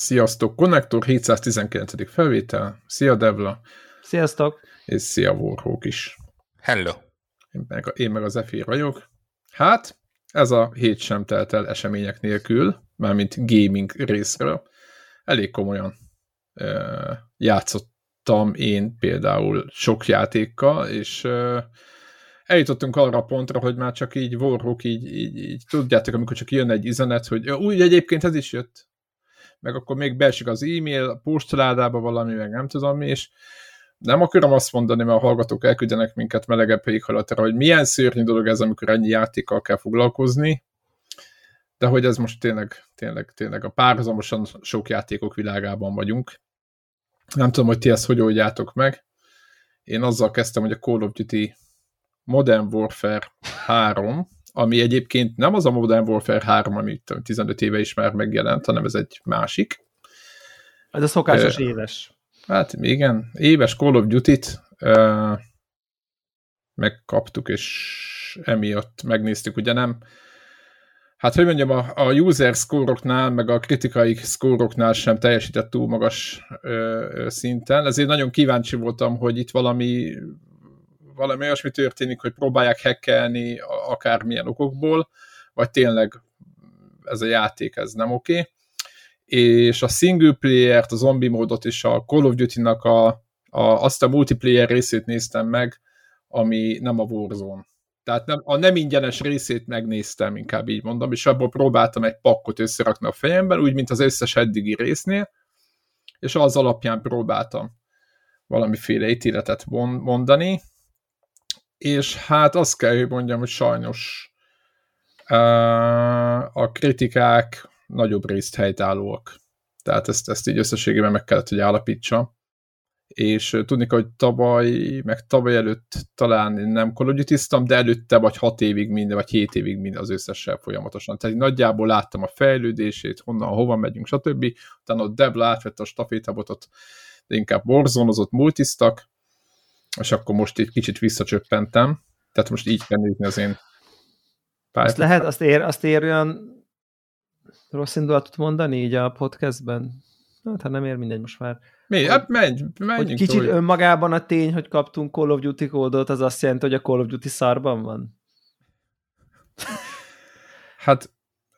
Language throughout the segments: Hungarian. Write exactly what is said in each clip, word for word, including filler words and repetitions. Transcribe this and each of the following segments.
Sziasztok! Konnektor hétszáztizenkilencedik felvétel. Szia Devla! Sziasztok! És szia Warhawk is. Hello! Én meg, én meg az Zephyr vagyok. Hát, ez a hét sem telt el események nélkül, mármint gaming részről. Elég komolyan uh, játszottam én például sok játékkal, és uh, eljutottunk arra a pontra, hogy már csak így Warhawk így, így, így tudjátok, amikor csak jön egy üzenet, hogy úgy egyébként ez is jött, meg akkor még beesik az e-mail, a postaládába valami, meg nem tudom mi, és nem akarom azt mondani, mert a hallgatók elküldenek minket melegebb éghajlatra, hogy milyen szörnyű dolog ez, amikor ennyi játékkal kell foglalkozni, de hogy ez most tényleg, tényleg, tényleg a párhuzamosan sok játékok világában vagyunk. Nem tudom, hogy ti ezt hogy oldjátok meg. Én azzal kezdtem, hogy a Call of Duty Modern Warfare három, ami egyébként nem az a Modern Warfare három, ami tizenöt éve is már megjelent, hanem ez egy másik. Ez a szokásos uh, éves. Hát igen, éves Call of Duty-t uh, megkaptuk, és emiatt megnéztük, ugye nem. Hát, hogy mondjam, a, a user score-oknál, meg a kritikai score-oknál sem teljesített túl magas uh, szinten, ezért nagyon kíváncsi voltam, hogy itt valami valami olyasmi történik, hogy próbálják hackelni akármilyen okokból, vagy tényleg ez a játék, ez nem oké. Okay. És a single player-t, a zombi módot és a Call of Duty-nak a, a, azt a multiplayer részét néztem meg, ami nem a Warzone. Tehát nem, a nem ingyenes részét megnéztem, inkább így mondom, és abból próbáltam egy pakkot összerakni a fejemben, úgy, mint az összes eddigi résznél, és az alapján próbáltam valamiféle ítéletet mondani, és hát azt kell, hogy mondjam, hogy sajnos uh, a kritikák nagyobb részt helytállóak. Tehát ezt, ezt így összességében meg kellett, hogy állapítsam. És uh, tudni kell, hogy tavaly, meg tavaly előtt talán nem Call of Duty-ztam, de előtte vagy hat évig minden, vagy hét évig minden az összessel folyamatosan. Tehát nagyjából láttam a fejlődését, honnan, hova megyünk, stb. Utána a Debla átvette a stafétabotot, de inkább borzónozott, multiztak, és akkor most egy kicsit visszacsöppentem, tehát most így kell nézni az én pályát. Azt lehet, azt ér, azt ér olyan rossz indulatot mondani így a podcastben? Hát, ha nem ér, mindegy most már. Mi? Hogy, hát menj, menjünk. Kicsit túl. Önmagában a tény, hogy kaptunk Call of Duty kódot, az azt jelenti, hogy a Call of Duty szarban van? Hát...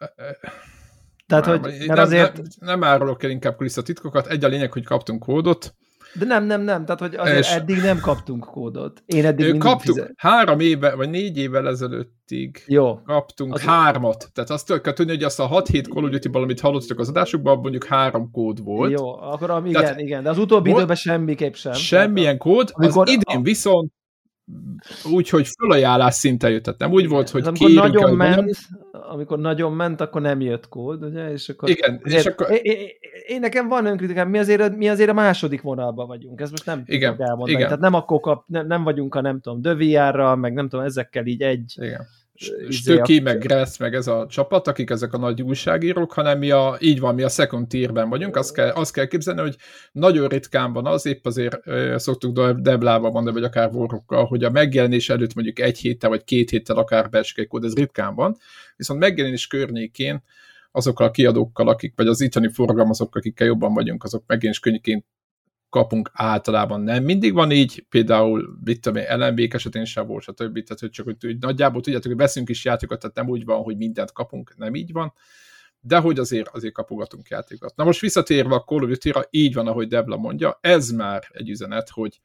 Tehát, nem, hogy nem, azért... nem, nem árulok el inkább kulisszatitkokat, egy a lényeg, hogy kaptunk kódot. De nem, nem, nem, tehát hogy azért és eddig nem kaptunk kódot. Én eddig mindig kaptuk, fizet. három éve, vagy négy évvel ezelőttig Jó. kaptunk Az hármat. Tehát azt kell tudni, hogy azt a hat-hét Call of Duty-ból, amit hallottatok az adásokban, mondjuk három kód volt. Jó, akkor am, igen, Tehát igen, de az utóbbi időben semmiképp sem. Semmilyen kód, amikor az idén a... viszont úgy, hogy felajánlás szinten jött. Tehát nem úgy igen. volt, hogy amikor kérünk nagyon el, ment, valami. amikor nagyon ment, akkor nem jött kód, ugye? És akkor igen, azért, és akkor... Én, én, én nekem van önkritikám, mi azért, mi azért a második vonalban vagyunk, ezt most nem igen, tudok elmondani. igen. Tehát nem akkor kap, nem, nem vagyunk a nem tudom, Döviárral, meg nem tudom, ezekkel így egy... Igen. Stöki, meg Gressz, meg ez a csapat, akik ezek a nagy újságírók, hanem mi a, így van, mi a second tierben vagyunk, azt kell, azt kell képzelni, hogy nagyon ritkán van az, épp azért ö, szoktuk Deblával mondani, vagy akár Warhawkkal, hogy a megjelenés előtt mondjuk egy héttel, vagy két héttel akár beesik egy kód, ez ritkán van, viszont megjelenés környékén azokkal a kiadókkal, akik, vagy az itteni forgalmazók, akikkel jobban vagyunk, azok megjelenés környékén kapunk általában. Nem mindig van így, például mit tudom én, el em bé-k esetén sem volt, stb. Tehát, hogy csak hogy, hogy nagyjából tudjátok, hogy veszünk is játékokat, tehát nem úgy van, hogy mindent kapunk, nem így van, de hogy azért, azért kapogatunk játékokat. Na most visszatérve a Call of Duty-ra, így van, ahogy Debla mondja, ez már egy üzenet, hogy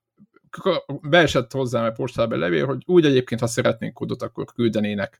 beesett hozzám egy postába levél, hogy úgy egyébként, ha szeretnénk kódot, akkor küldenének.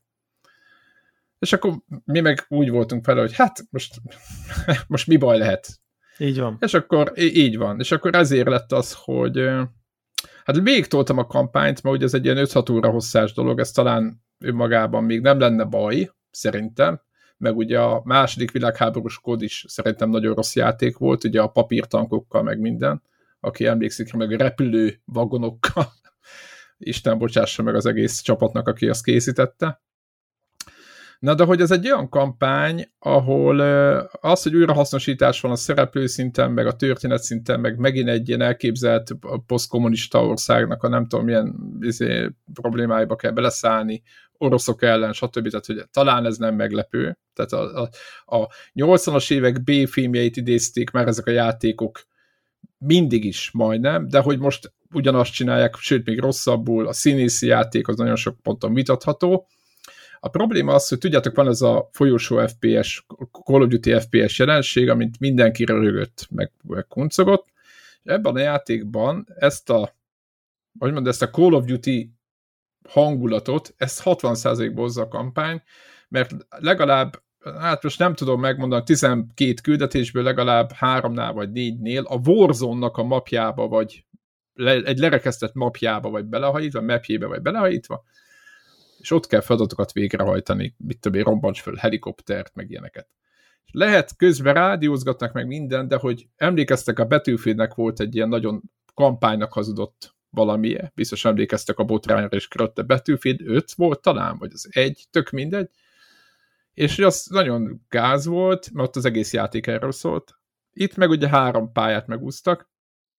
És akkor mi meg úgy voltunk vele, hogy hát most, most mi baj lehet? Így van. És akkor így van. És akkor ezért lett az, hogy hát végigtoltam a kampányt, mert ugye ez egy ilyen öt-hat óra hosszás dolog, ez talán önmagában még nem lenne baj, szerintem, meg ugye a második világháborús kód is szerintem nagyon rossz játék volt, ugye a papírtankokkal, meg minden, aki emlékszik, meg a repülő vagonokkal, Isten bocsássa meg az egész csapatnak, aki azt készítette. Na, de hogy ez egy olyan kampány, ahol az, hogy újrahasznosítás van a szereplő szinten, meg a történet szinten, meg megint egy ilyen elképzelt posztkommunista országnak a nem tudom milyen izé, problémáiba kell beleszállni, oroszok ellen, stb. Tehát, hogy talán ez nem meglepő. Tehát a, a, a nyolcvanas évek B-filmjeit idézték már ezek a játékok mindig is majdnem, de hogy most ugyanazt csinálják, sőt, még rosszabbul, a színészi játék az nagyon sok ponton vitatható. A probléma az, hogy tudjátok, van ez a folyosó ef pé es, Call of Duty ef pé es jelenség, amit mindenki rögött, meg, meg kuncogott. Ebben a játékban ezt a, hogy mondom, ezt a Call of Duty hangulatot, ezt hatvan százalékba hozza a kampány, mert legalább, hát most nem tudom megmondani, tizenkét küldetésből legalább háromnál vagy négynél a Warzone-nak a mapjába, vagy le, egy lerekesztett mapjába, vagy belehajítva, mapjébe, vagy belehajítva, és ott kell feladatokat végrehajtani, mit többé robbancs föl helikoptert, meg ilyeneket. Lehet közben rádiózgatnak meg minden, de hogy emlékeztek, a Battlefieldnek volt egy ilyen nagyon kampánynak hazudott valamilyen, biztos emlékeztek a botrányra és körötte, Battlefield öt volt talán, vagy az egy, tök mindegy, és az nagyon gáz volt, mert ott az egész játék erről szólt. Itt meg ugye három pályát megúsztak,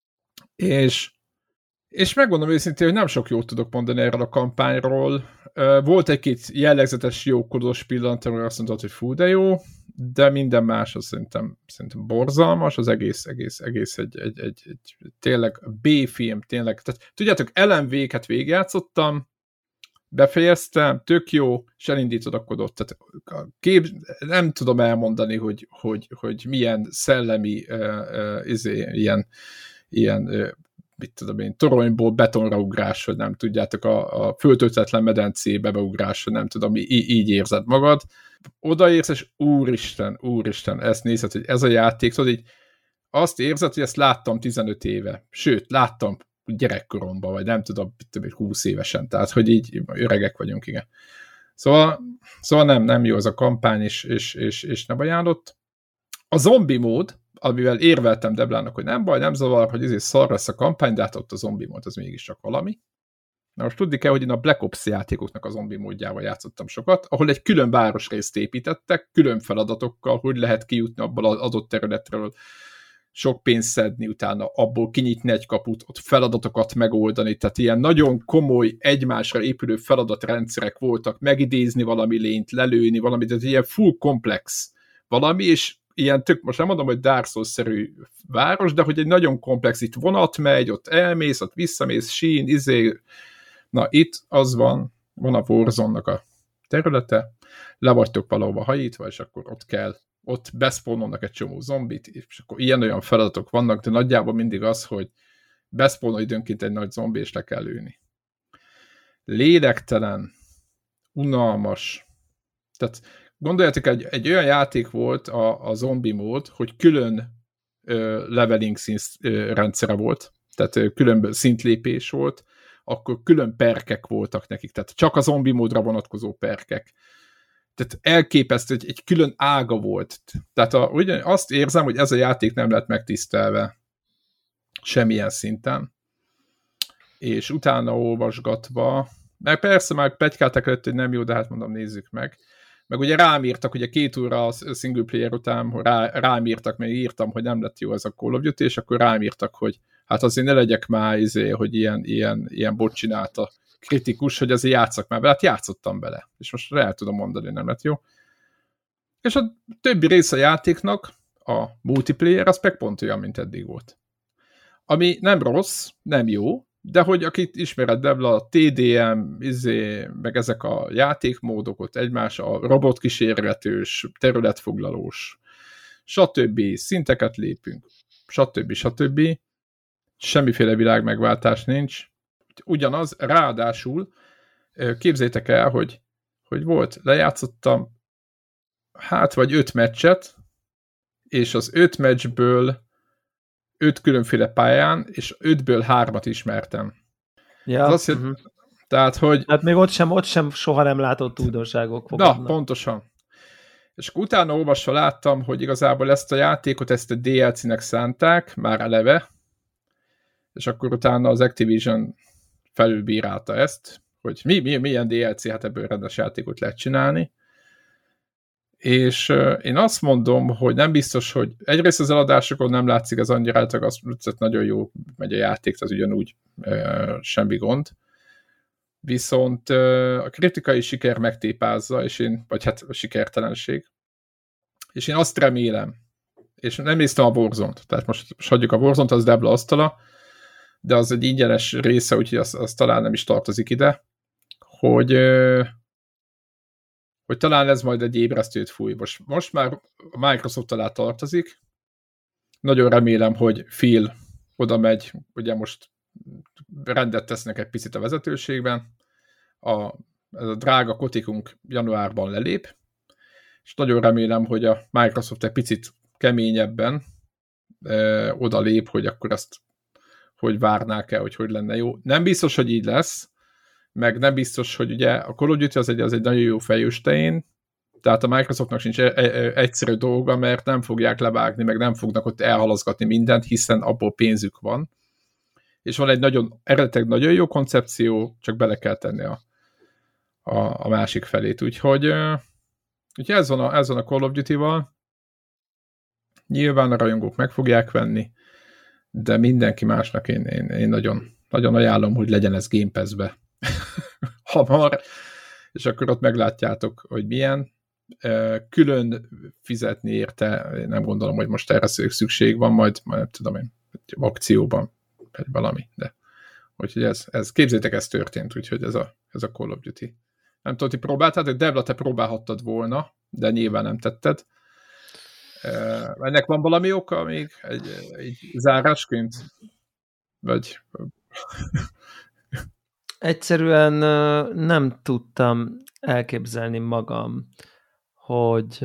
és És megmondom őszintén, hogy nem sok jót tudok mondani erről a kampányról. Volt egy-két jellegzetes jókodós pillanat, ahol azt mondtad, hogy fú, de jó, de minden más az szerintem, szerintem borzalmas, az egész, egész, egész egy, egy, egy, egy tényleg B-film, tényleg. Tehát, tudjátok, el em vé-ket végigjátszottam, befejeztem, tök jó, és elindítodott. Tehát kép, nem tudom elmondani, hogy, hogy, hogy milyen szellemi uh, uh, izé, ilyen, ilyen uh, mit tudom én, toronyból betonra ugrás, hogy nem tudjátok, a, a földötletlen medencébe beugrás, hogy nem tudom, í- így érzed magad. Odaérsz, és úristen, úristen, ezt nézed, hogy ez a játék, tudod, így azt érzed, hogy ezt láttam tizenöt éve. Sőt, láttam gyerekkoromban, vagy nem tudom, mit tudom, húsz évesen, tehát, hogy így öregek vagyunk, igen. Szóval, szóval nem, nem jó az a kampány, és, és, és, és nem ajánlott. A zombi mód, amivel érveltem Deblának, hogy nem baj, nem zavar, hogy ezért szar lesz a kampány, de hát ott a zombi mód, az mégiscsak valami. Na most tudni kell, hogy én a Black Ops játékoknak a zombi módjával játszottam sokat, ahol egy külön városrészt építettek, külön feladatokkal, hogy lehet kijutni abból az adott területről, sok pénzt szedni, utána abból kinyitni egy kaput, ott feladatokat megoldani, tehát ilyen nagyon komoly, egymásra épülő feladatrendszerek voltak, megidézni valami lényt, lelőni valami, tehát ilyen full komplex valami, és ilyen tök, most nem mondom, hogy Dark Souls-szerű város, de hogy egy nagyon komplex, itt vonat megy, ott elmész, ott visszamész, sín, izé. Na, itt az van, van a Warzone-nak a területe, le vagytok valahova hajítva, és akkor ott kell, ott beszpónolnak egy csomó zombit, és akkor ilyen-olyan feladatok vannak, de nagyjából mindig az, hogy beszpónol időnként egy nagy zombi, és le kell lőni. Lélektelen, unalmas, tehát gondoljátok, egy, egy olyan játék volt a, a zombi mód, hogy külön ö, leveling szint, ö, rendszere volt, tehát ö, külön szintlépés volt, akkor külön perkek voltak nekik, tehát csak a zombi módra vonatkozó perkek. Tehát elképesztő, hogy egy külön ága volt. Tehát a, ugyan, azt érzem, hogy ez a játék nem lett megtisztelve semmilyen szinten. És utána olvasgatva, meg persze már petykáltak előtt, hogy nem jó, de hát mondom, nézzük meg. Meg ugye rám írtak, ugye két óra a single player után rá, rám írtak, meg írtam, hogy nem lett jó ez a Call of Duty, és akkor rám írtak, hogy hát azért ne legyek már izé, hogy ilyen, ilyen, ilyen bot csinálta kritikus, hogy azért játszak már bele. Hát játszottam bele, és most el tudom mondani, nem lett jó. És a többi része a játéknak, a multiplayer aspekt pont olyan, mint eddig volt. Ami nem rossz, nem jó, de hogy akit ismered, Debla, a té dé em, izé, meg ezek a játékmódok ott egymás, a robotkísérletős, területfoglalós, stb. Szinteket lépünk, stb. stb. Semmiféle világmegváltás nincs. Ugyanaz, ráadásul képzeljétek el, hogy, hogy volt, lejátszottam hát vagy öt meccset, és az öt meccsből öt különféle pályán, és ötből hármat ismertem. Ja. Az azt, uh-huh. Tehát, hogy... Tehát még ott sem, ott sem soha nem látott újdonságok fogadnak. Na, pontosan. És akkor utána olvasva láttam, hogy igazából ezt a játékot, ezt a dé el cé-nek szánták, már eleve, és akkor utána az Activision felülbírálta ezt, hogy mi, mi, milyen dé el cé, hát ebből rendes játékot lehet csinálni. és én azt mondom, hogy nem biztos, hogy egyrészt az eladásokon nem látszik ez annyira, általában azt nagyon jó megy a játék, az ugyanúgy semmi gond. Viszont a kritikai siker megtépázza, és én, vagy hát a sikertelenség. És én azt remélem, és nem néztem a Warzone-t, tehát most, most hagyjuk a Warzone-t, az Debla asztala, de az egy ingyenes része, úgyhogy az, az talán nem is tartozik ide, hogy, hogy talán ez majd egy ébresztőt fúj. Most, most már a Microsoft alá tartozik, nagyon remélem, hogy Phil oda megy, ugye most rendet tesznek egy picit a vezetőségben, a, ez a drága kotikunk januárban lelép, és nagyon remélem, hogy a Microsoft egy picit keményebben ö, oda lép, hogy akkor azt hogy várnák-e, hogy hogy lenne jó. Nem biztos, hogy így lesz, meg nem biztos, hogy ugye a Call of Duty az egy, az egy nagyon jó fejőstején, tehát a Microsoftnak sincs e- e- egyszerű dolga, mert nem fogják levágni, meg nem fognak ott elhalazgatni mindent, hiszen abból pénzük van. És van egy nagyon, eredetileg nagyon jó koncepció, csak bele kell tenni a, a, a másik felét. Úgyhogy, úgyhogy ez, van a, ez van a Call of Duty-val. Nyilván a rajongók meg fogják venni, de mindenki másnak én, én, én nagyon, nagyon ajánlom, hogy legyen ez Game Pass-be hamar, és akkor ott meglátjátok, hogy milyen. Külön fizetni érte, nem gondolom, hogy most erre szükség van, majd, majd nem tudom én, akcióban, vagy valami, de úgyhogy ez, ez, képzétek, ez történt, úgyhogy ez a, ez a Call of Duty. Nem tudom, ti próbáltátok, Debla, te próbálhattad volna, de nyilván nem tetted. Ennek van valami oka még egy, egy zárásként? Vagy... Egyszerűen nem tudtam elképzelni magam, hogy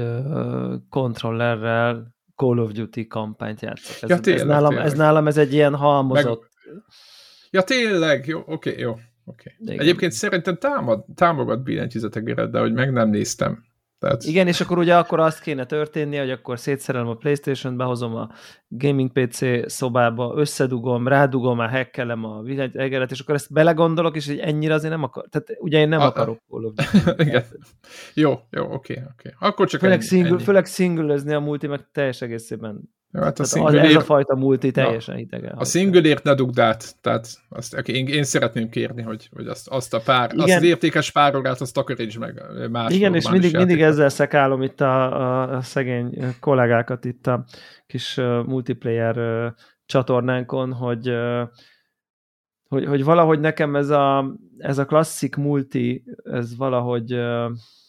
kontrollerrel Call of Duty kampányt játszok. Ez, ja, tényleg, ez, nálam, tényleg. ez nálam ez egy ilyen halmozott... Meg... Ja, tényleg, jó, oké, okay, jó. Okay. Egyébként szerintem támad, támogat billentyűzetegére, de hogy meg nem néztem. Tehát... Igen, és akkor ugye akkor azt kéne történnie, hogy akkor szétszerelem a PlayStation-t, behozom a gaming pé cé szobába, összedugom, rádugom, már hackelem a villanygeret, és akkor ezt belegondolok, és hogy ennyire azért nem akar. Tehát ugye én nem a, akarok Call of Duty. Igen. Jó, jó, oké, oké. Akkor csak főleg ennyi, single, ennyi. Főleg single-özni a multi, meg teljes egészében. Jó, hát a az, single-ért... ez a fajta multi teljesen hidegen. A single-ért ne dugd át, tehát azt, én, én szeretném kérni, hogy, hogy azt, azt a pár, igen. azt az értékes pár órát, azt takaríts meg más. Igen, és mindig, mindig ezzel szekálom itt a, a, a szegény kollégákat itt a kis uh, multiplayer uh, csatornánkon, hogy, uh, hogy, hogy valahogy nekem ez a, ez a klasszik multi, ez valahogy uh,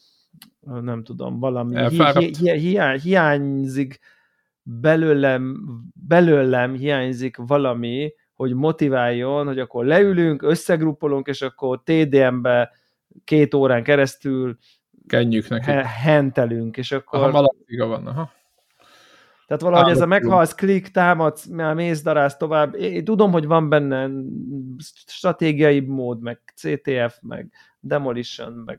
nem tudom, valami hi, hi, hi, hi, hiányzik belőlem, belőlem hiányzik valami, hogy motiváljon, hogy akkor leülünk, összegruppolunk, és akkor té dé em-be két órán keresztül kenjük neki. Hentelünk, és akkor... Aha, malaciga van, aha. Tehát valahogy ez a meghalsz, klik, támadsz, már mész, darálsz tovább. Én tudom, hogy van benne stratégiai mód, meg cé té ef, meg Demolition, meg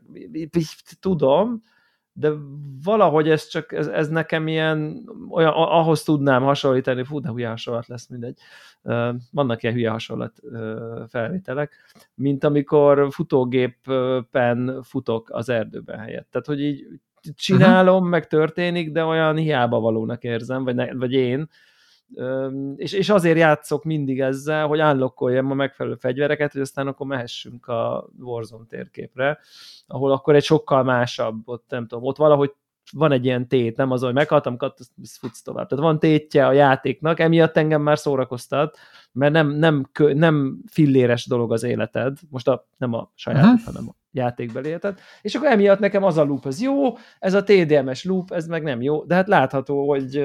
tudom, de valahogy ez csak, ez, ez nekem ilyen, olyan, ahhoz tudnám hasonlítani, fú, de hülye hasonlat lesz, mindegy. Vannak ilyen hülye hasonlat felvételek, mint amikor futógépen futok az erdőben helyett. Tehát, hogy így csinálom, uh-huh. meg történik, de olyan hiába valónak érzem, vagy, ne, vagy én, és, és azért játszok mindig ezzel, hogy unlockoljam a megfelelő fegyvereket, hogy aztán akkor mehessünk a Warzone térképre, ahol akkor egy sokkal másabb, ott nem tudom, ott valahogy van egy ilyen tét, nem az, hogy meghaltam, kat, futsz tovább. Tehát van tétje a játéknak, emiatt engem már szórakoztat, mert nem, nem, nem filléres dolog az életed, most a, nem a saját, uh-huh. hanem a játékbeli életed, és akkor emiatt nekem az a loop, ez jó, ez a té dé em-es loop, ez meg nem jó, de hát látható, hogy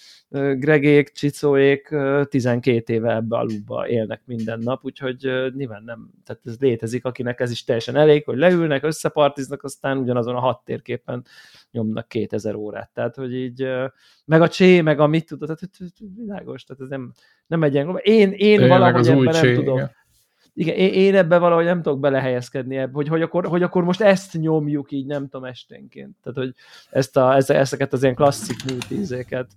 Gregék, Csicóék tizenkét éve ebbe a loopba élnek minden nap, úgyhogy nyilván nem, tehát ez létezik, akinek ez is teljesen elég, hogy leülnek, összepartiznak, aztán ugyanazon a hat térképen nyomnak kétezer órát. Tehát, hogy így, meg a csé, meg a mit tudod, tehát világos, tehát ez nem, nem egy ilyen, én, én Én valahogy ebben nem csé, tudom. Igen. Igen, én, én ebben valahogy nem tudok belehelyezkedni ebbe, hogy, hogy, akkor, hogy akkor most ezt nyomjuk így, nem tudom, esténként. Tehát, hogy ezt a, ezeket az ilyen klasszik multízéket.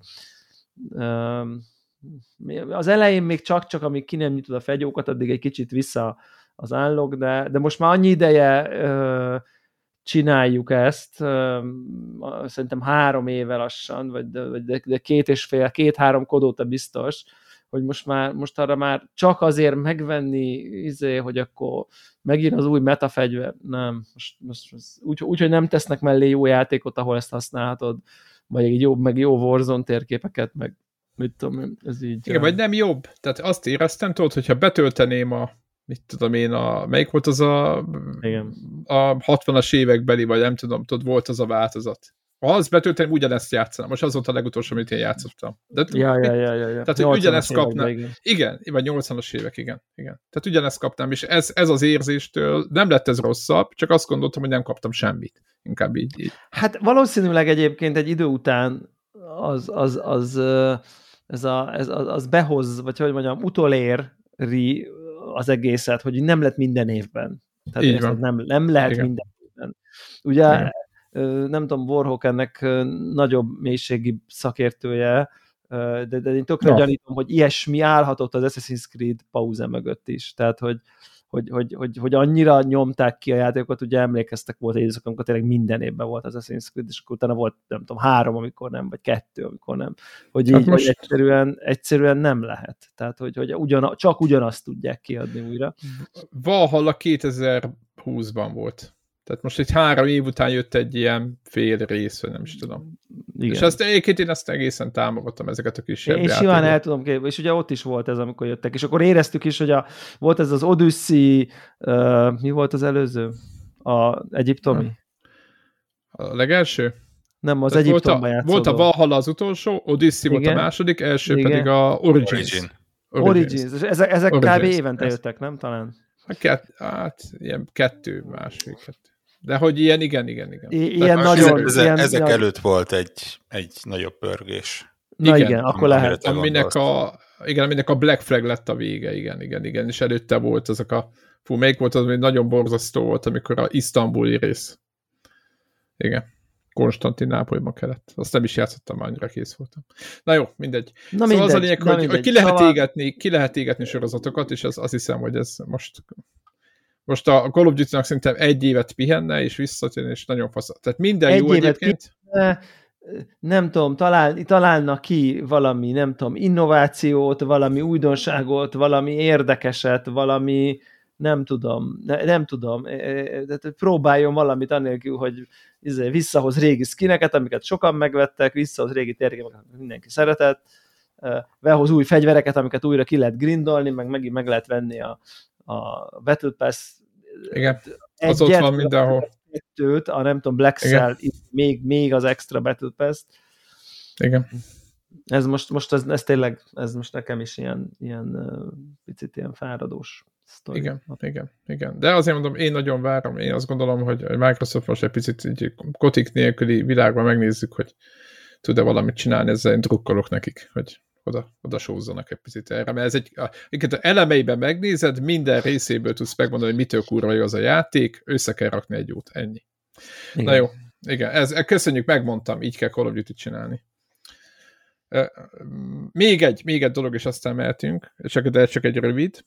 Az elején még csak-csak, amíg ki nem nyitod a fegyókat, addig egy kicsit vissza az állok, de, de most már annyi ideje csináljuk ezt, szerintem három éve lassan, vagy de, de, de két és fél, két-három kod óta biztos, hogy most már, most arra már csak azért megvenni, izé, hogy akkor megint az új metafegyver, nem, most, most, most úgy, úgy, hogy nem tesznek mellé jó játékot, ahol ezt használhatod, vagy egy jobb, meg jó Warzone térképeket, meg mit tudom, ez így. Igen, vagy nem jobb. Tehát azt éreztem, tudod, hogyha betölteném a, mit tudom én, a, melyik volt az a, igen. a hatvanas évekbeli, vagy nem tudom, tudod, volt az a változat. Ha azt betölteném, ugyanezt játszanám. Most az volt a legutolsó, amit én játszottam. De, ja, ja, ja, ja, ja. Tehát, hogy ugyanezt kapnám. Igen. igen, vagy nyolcvanas évek, igen, igen. Tehát ugyanezt kaptam, és ez, ez az érzéstől nem lett ez rosszabb, csak azt gondoltam, hogy nem kaptam semmit. Inkább így. így. Hát valószínűleg egyébként egy idő után az, az, az, ez a, ez, az, az behoz, vagy hogy mondjam, utoléri az egészet, hogy nem lett minden évben. Tehát így van. Nem, nem lehet igen. minden évben. Ugye igen. Nem tudom, Warhawk ennek nagyobb mélységi szakértője, de, de én tökre no. gyanítom, hogy ilyesmi állhatott az Assassin's Creed pauze mögött is. Tehát, hogy, hogy, hogy, hogy, hogy annyira nyomták ki a játékokat, ugye emlékeztek, volt egy időszak, amikor tényleg minden évben volt az Assassin's Creed, és akkor utána volt, nem tudom, három, amikor nem, vagy kettő, amikor nem. Hogy így hát most... hogy egyszerűen, egyszerűen nem lehet. Tehát, hogy, hogy ugyan, csak ugyanazt tudják kiadni újra. Valhalla kétezer-húszban volt. Tehát most egy három év után jött egy ilyen fél rész, vagy nem is tudom. Igen. És azt egyébként én ezt egészen támogattam, ezeket a kisebb Én simán el tudom képzelni, és ugye ott is volt ez, amikor jöttek, és akkor éreztük is, hogy a, volt ez az Odyssey, uh, mi volt az előző? A egyiptomi? A legelső? Nem, az Egyiptomban játszódó. Volt a Valhalla az utolsó, Odyssey igen. volt a második, első igen. pedig a Origins. Origin. Origins. Origins. Ezek, ezek Origins. kb. Évente ez. jöttek, nem talán? Kett, hát ilyen kettő, másik, kettő. De hogy ilyen, igen, igen, igen. I- ilyen nagyon, ezek, ilyen, ezek ilyen... előtt volt egy, egy nagyobb pörgés. Na igen, igen akkor lehet. Aminek a, igen, aminek a Black Flag lett a vége, igen, igen, igen, és előtte volt azok a, fú, melyik volt az, hogy nagyon borzasztó volt, amikor a isztambuli rész. Igen. Konstantinápolyban kellett. Azt nem is játszottam, annyira kész voltam. Na jó, mindegy. Na szóval mindegy, az a lényeg, hogy, mindegy. hogy ki, lehet szóval... égetni, ki lehet égetni sorozatokat, és az, azt hiszem, hogy ez most... Most a Call of Duty-nak szerintem egy évet pihenne, és visszatérni, és nagyon fasz. Tehát minden egy jó egyébként. Pihenne, nem tudom, talál, találnak ki valami, nem tudom, innovációt, valami újdonságot, valami érdekeset, valami, nem tudom, ne, nem tudom, próbáljon valamit annélkül, hogy visszahoz régi skineket, amiket sokan megvettek, visszahoz régi térképeket, amiket mindenki szeretett, behoz új fegyvereket, amiket újra ki lehet grindolni, meg megint meg lehet venni a a Battle Pass igen, az ott van mindenhol. Kettőt, a nem tudom, Black Cell, még, még az extra Battle Pass. Igen. Ez most, most ez, ez tényleg, ez most nekem is ilyen, ilyen uh, picit ilyen fáradós sztori. Igen, igen, igen. De azért mondom, én nagyon várom, én azt gondolom, hogy Microsoft most egy picit így kotik nélküli világban megnézzük, hogy tud-e valamit csinálni, ezzel én drukkolok nekik, hogy oda, oda sózzanak egy picit erre, mert ez egy, a, a elemeiben megnézed, minden részéből tudsz megmondani, hogy mitől kurva jó az a játék, össze kell rakni egy jót, ennyi. Igen. Na jó, igen, ez, köszönjük, megmondtam, így kell Call of Duty csinálni. Még egy, még egy dolog, és aztán mehetünk, csak, de csak egy rövid.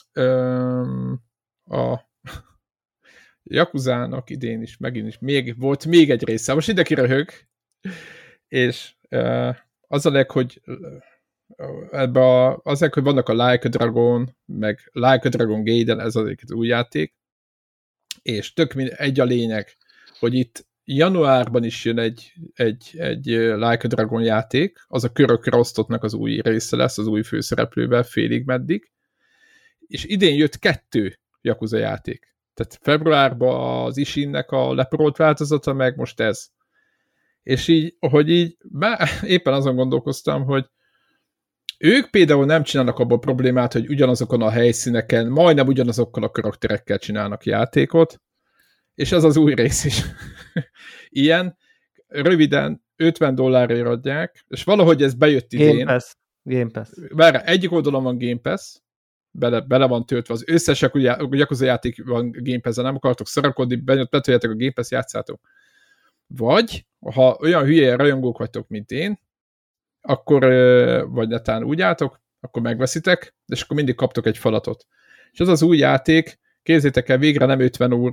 A Yakuzának idén is, megint is, még, volt még egy része, most mindenki röhög, és az a leg, hogy ebbe a, azért, hogy vannak a Like a Dragon, meg Like a Dragon Gaiden, ez az egy új játék, és tök egy a lényeg, hogy itt januárban is jön egy, egy, egy Like a Dragon játék, az a Körökre osztottnak az új része lesz, az új főszereplővel félig meddig, és idén jött kettő Yakuza játék. Tehát februárban az Ishinnek a leporolt változata, meg most ez. És így, hogy így, éppen azon gondolkoztam, hogy ők például nem csinálnak abban a problémát, hogy ugyanazokon a helyszíneken, majdnem ugyanazokkal a karakterekkel csinálnak játékot, és ez az új rész is. Ilyen, röviden ötven dollárért adják, és valahogy ez bejött idén. Game Pass. Game Pass. Bár egyik oldalon van Game Pass, bele, bele van töltve, az összes Yakuza játék van Game Pass-en, nem akartok szarakodni, betöljetek a Game Pass, játszátok. Vagy, ha olyan hülye rajongók vagytok, mint én, akkor, vagy netán úgy álltok, akkor megveszitek, és akkor mindig kaptok egy falatot. És az az új játék, képzeljétek el, végre nem ötven óra,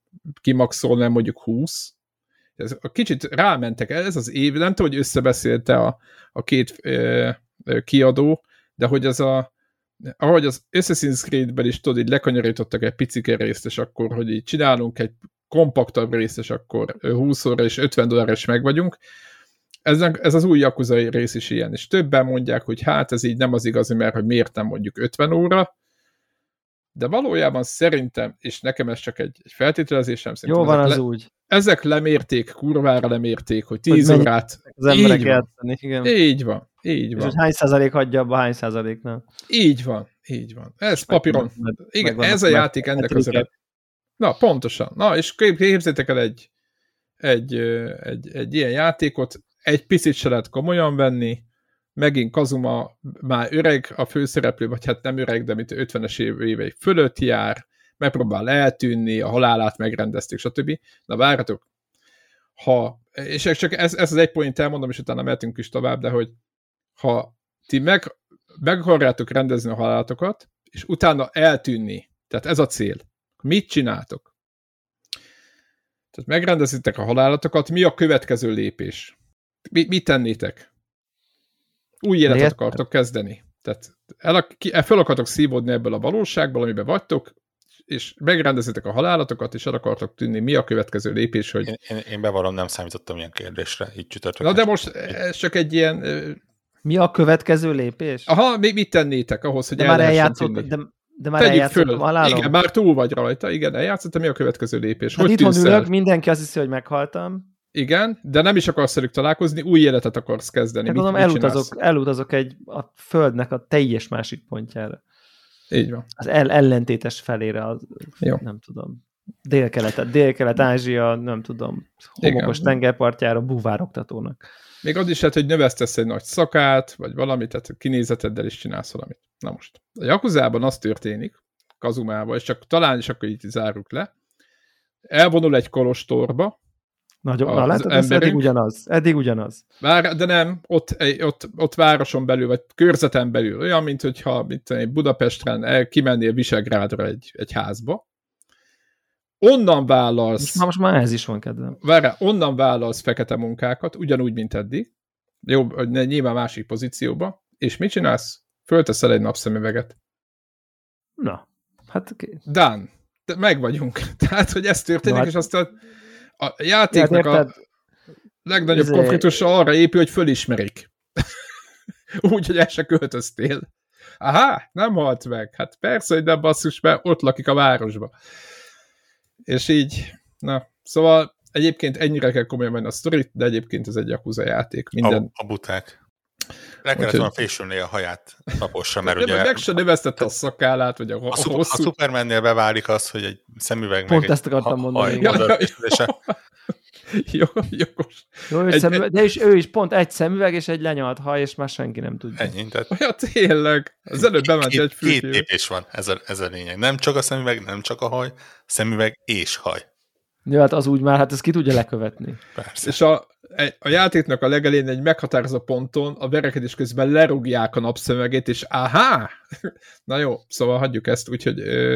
kimaxolnám mondjuk húsz. Ez, a kicsit rámentek, ez az év, nem tudom, hogy összebeszélte a, a két ö, ö, kiadó, de hogy ez a ahogy az Assassin's Creed-ben is tudod, így lekanyarítottak egy picike részt, és akkor, hogy így csinálunk egy kompaktabb részt, és akkor húsz óra és ötven dollárra is meg vagyunk. Ez, ez az új Yakuza rész is ilyen, és többen mondják, hogy hát ez így nem az igazi, mert hogy miért nem mondjuk ötven óra, de valójában szerintem, és nekem ez csak egy, egy feltételezésem, jó van az le, úgy. Ezek lemérték, kurvára lemérték, hogy tíz hogy órát... Az emberek játszani, igen. Így van, így van. És hogy hány százalék hagyja abba, hány százaléknál. Így van, így van. Ez papíron. Meg, igen, meg ez a játék ennek az ered. Na, pontosan. Na, és képzeljétek el egy, egy, egy, egy ilyen játékot, egy picit se lehet komolyan venni, megint Kazuma már öreg a főszereplő, vagy hát nem öreg, de mint ötvenes évei fölött jár, megpróbál eltűnni, a halálát megrendezték, stb. Na várjatok, ha, és csak ez, ez az egy point elmondom, és utána mehetünk is tovább, de hogy ha ti meg, meg akarjátok rendezni a halálotokat, és utána eltűnni, tehát ez a cél, mit csináltok? Tehát megrendezitek a halálotokat, mi a következő lépés? Mi, mit tennétek? Új életet Miért? akartok kezdeni. Tehát el, el fel akartok szívódni ebből a valóságból, amiben vagytok, és megrendezitek a halálotokat, és el akartok tűnni, mi a következő lépés, hogy... Én, én, én bevallom, nem számítottam ilyen kérdésre, így csütörtök. Na de most ez csak egy ilyen... Mi a következő lépés? Aha, mi, mit tennétek ahhoz, hogy de el már lehessen tűnni? De, de már eljátszottam a halálom? Igen, már túl vagy rajta, igen, eljátszottam, mi a következő lépés? Hát itthon ülök, mindenki azt hiszi, hogy meghaltam. Igen, de nem is akarsz velük találkozni, új életet akarsz kezdeni. Hát mondom, elutazok, elutazok egy a földnek a teljes másik pontjára. Így van. Az el, ellentétes felére, az, Jó. nem tudom, dél-kelet, dél-kelet-ázsia, nem tudom, homokos igen. tengerpartjára búvároktatónak. Még az is lehet, hogy növesztesz egy nagy szakát, vagy valamit, tehát kinézeteddel is csinálsz valamit. Na most, a Yakuzában az történik, Kazumával, és csak talán is akkor így zárjuk le, elvonul egy kolostorba, Nagyon, na látod, ez eddig ugyanaz. Eddig ugyanaz. Vár, de nem, ott, ott, ott városon belül, vagy körzeten belül. Olyan, mint hogyha mint Budapestren el, kimennél Visegrádra egy, egy házba. Onnan vállalsz... Most már, most már ez is van kedvem. Várjál, onnan vállalsz fekete munkákat, ugyanúgy, mint eddig. Jó, nyilván másik pozícióba. És mit csinálsz? Fölteszel egy napszemüveget. Na, hát oké. Okay. Done. Meg vagyunk. Tehát, hogy ez történik, no, hát... és aztán a játéknak ja, a legnagyobb Ezért... konfliktusa arra épül, hogy fölismerik. Úgy, hogy el se költöztél. Aha, nem halt meg. Hát persze, hogy nem basszus, mert ott lakik a városba. És így, na, szóval egyébként ennyire kell komolyan menni a sztorit, de egyébként ez egy Yakuza játék. Minden... A, a buták. Le kellett volna fésülni a haját naposra, mert ugye... Meg se növesztette a szakállát, vagy a, a, a, a hosszú... A Supermannél beválik az, hogy egy szemüveg Pont meg ezt akartam egy mondani. Ja, ja, ja. Jó, jogos. Jó, egy, szemüveg, egy, de is, ő is pont egy szemüveg és egy lenyalt haj, és már senki nem tudja. Ennyi, tehát... Ja, tényleg. Az előbb bement egy fülkő. Két lépés van, ez a, ez a lényeg. Nem csak a szemüveg, nem csak a haj, szemüveg és haj. Ja, hát az úgy már, hát ezt ki tudja lekövetni. Persze. És a, a játéknak a legelén egy meghatározó ponton a verekedés közben lerúgják a napszemüvegét, és áhá! Na jó, szóval hagyjuk ezt, úgyhogy ö,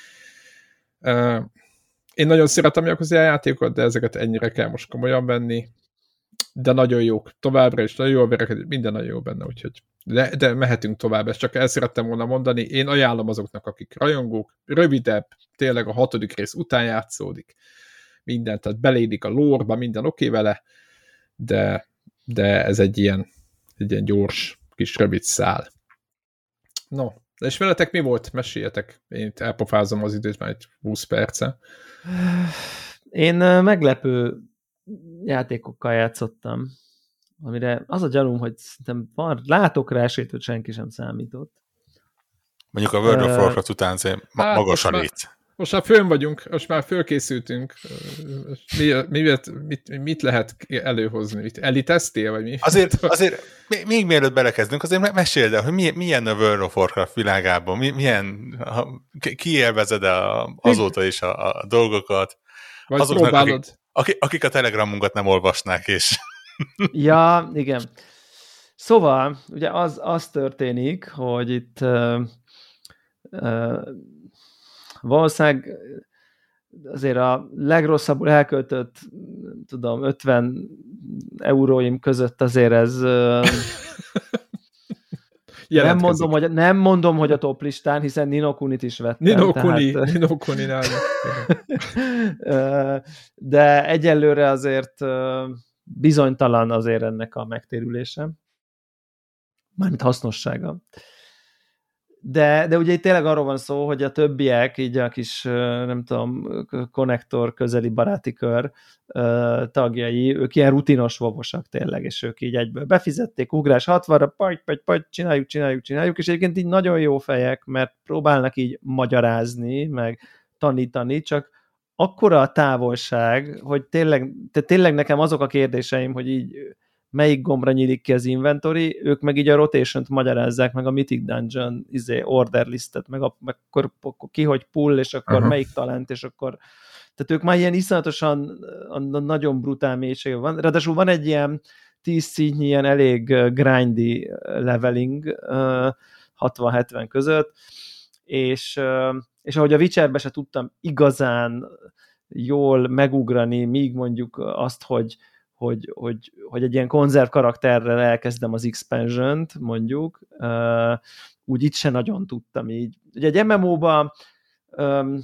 ö, én nagyon szeretem a Yakuza játékot, de ezeket ennyire kell most komolyan venni, de nagyon jók. Továbbra is nagyon jó a verekedés, minden nagyon jó benne, úgyhogy de, de mehetünk tovább, ezt csak el szerettem volna mondani. Én ajánlom azoknak, akik rajongók, rövidebb, tényleg a hatodik rész után játszódik, minden, tehát belédik a lore-ba, minden oké okay vele, de, de ez egy ilyen, egy ilyen gyors, kis rövid szál. No, és veletek mi volt? Meséljetek. Én itt elpofázom az időt már egy húsz perce. Én meglepő játékokkal játszottam, amire az a gyanúm, hogy szerintem van, látok rá esélyt, hogy senki sem számított. Mondjuk a World of Warcraft után ma- magas a léc. Most már fönn vagyunk, most már fölkészültünk. Mi, mi, mit, mit lehet előhozni? Eliteztél, vagy mi? Azért, azért még mielőtt belekezdünk, azért meséld el, hogy milyen a World of Warcraft világában, milyen, ki élvezed azóta is a, a dolgokat. Vagy azoknak, próbálod. Akik, akik a Telegramunkat nem olvasnák, és... Ja, igen. Szóval, ugye az, az történik, hogy itt uh, uh, valószínűleg azért a legrosszabbul elköltött, tudom, ötven euróim között azért ez nem mondom, hogy, nem mondom, hogy a top listán, hiszen Ni no Kunit is vettem. Ni no Kuni, tehát... Ni no Kuninál. De egyelőre azért bizonytalan azért ennek a megtérülése. Mármint hasznossága. De, de ugye itt tényleg arról van szó, hogy a többiek, így a kis, nem tudom, konnektor közeli baráti kör tagjai, ők ilyen rutinos vovosak tényleg, és ők így egyből befizették, ugrás hatvanra, pagy, pagy, pagy, csináljuk, csináljuk, csináljuk, és egyébként így nagyon jó fejek, mert próbálnak így magyarázni, meg tanítani, csak akkora a távolság, hogy tényleg, tehát tényleg nekem azok a kérdéseim, hogy így melyik gombra nyílik ki az inventory, ők meg így a rotation-t magyarázzák, meg a Mythic Dungeon izé, order listet, meg, a, meg akkor, akkor ki, hogy pull, és akkor uh-huh. melyik talent, és akkor tehát ők már ilyen iszonyatosan nagyon brutál mélysége van. Ráadásul van egy ilyen tíz szintnyi, ilyen elég grindy leveling hatvan-hetven között, és, és ahogy a Witcherbe se tudtam igazán jól megugrani, míg mondjuk azt, hogy Hogy, hogy, hogy egy ilyen konzerv karakterrel elkezdem az expansion-t, mondjuk, uh, úgy itt se nagyon tudtam így. Ugye egy em em o-ban um,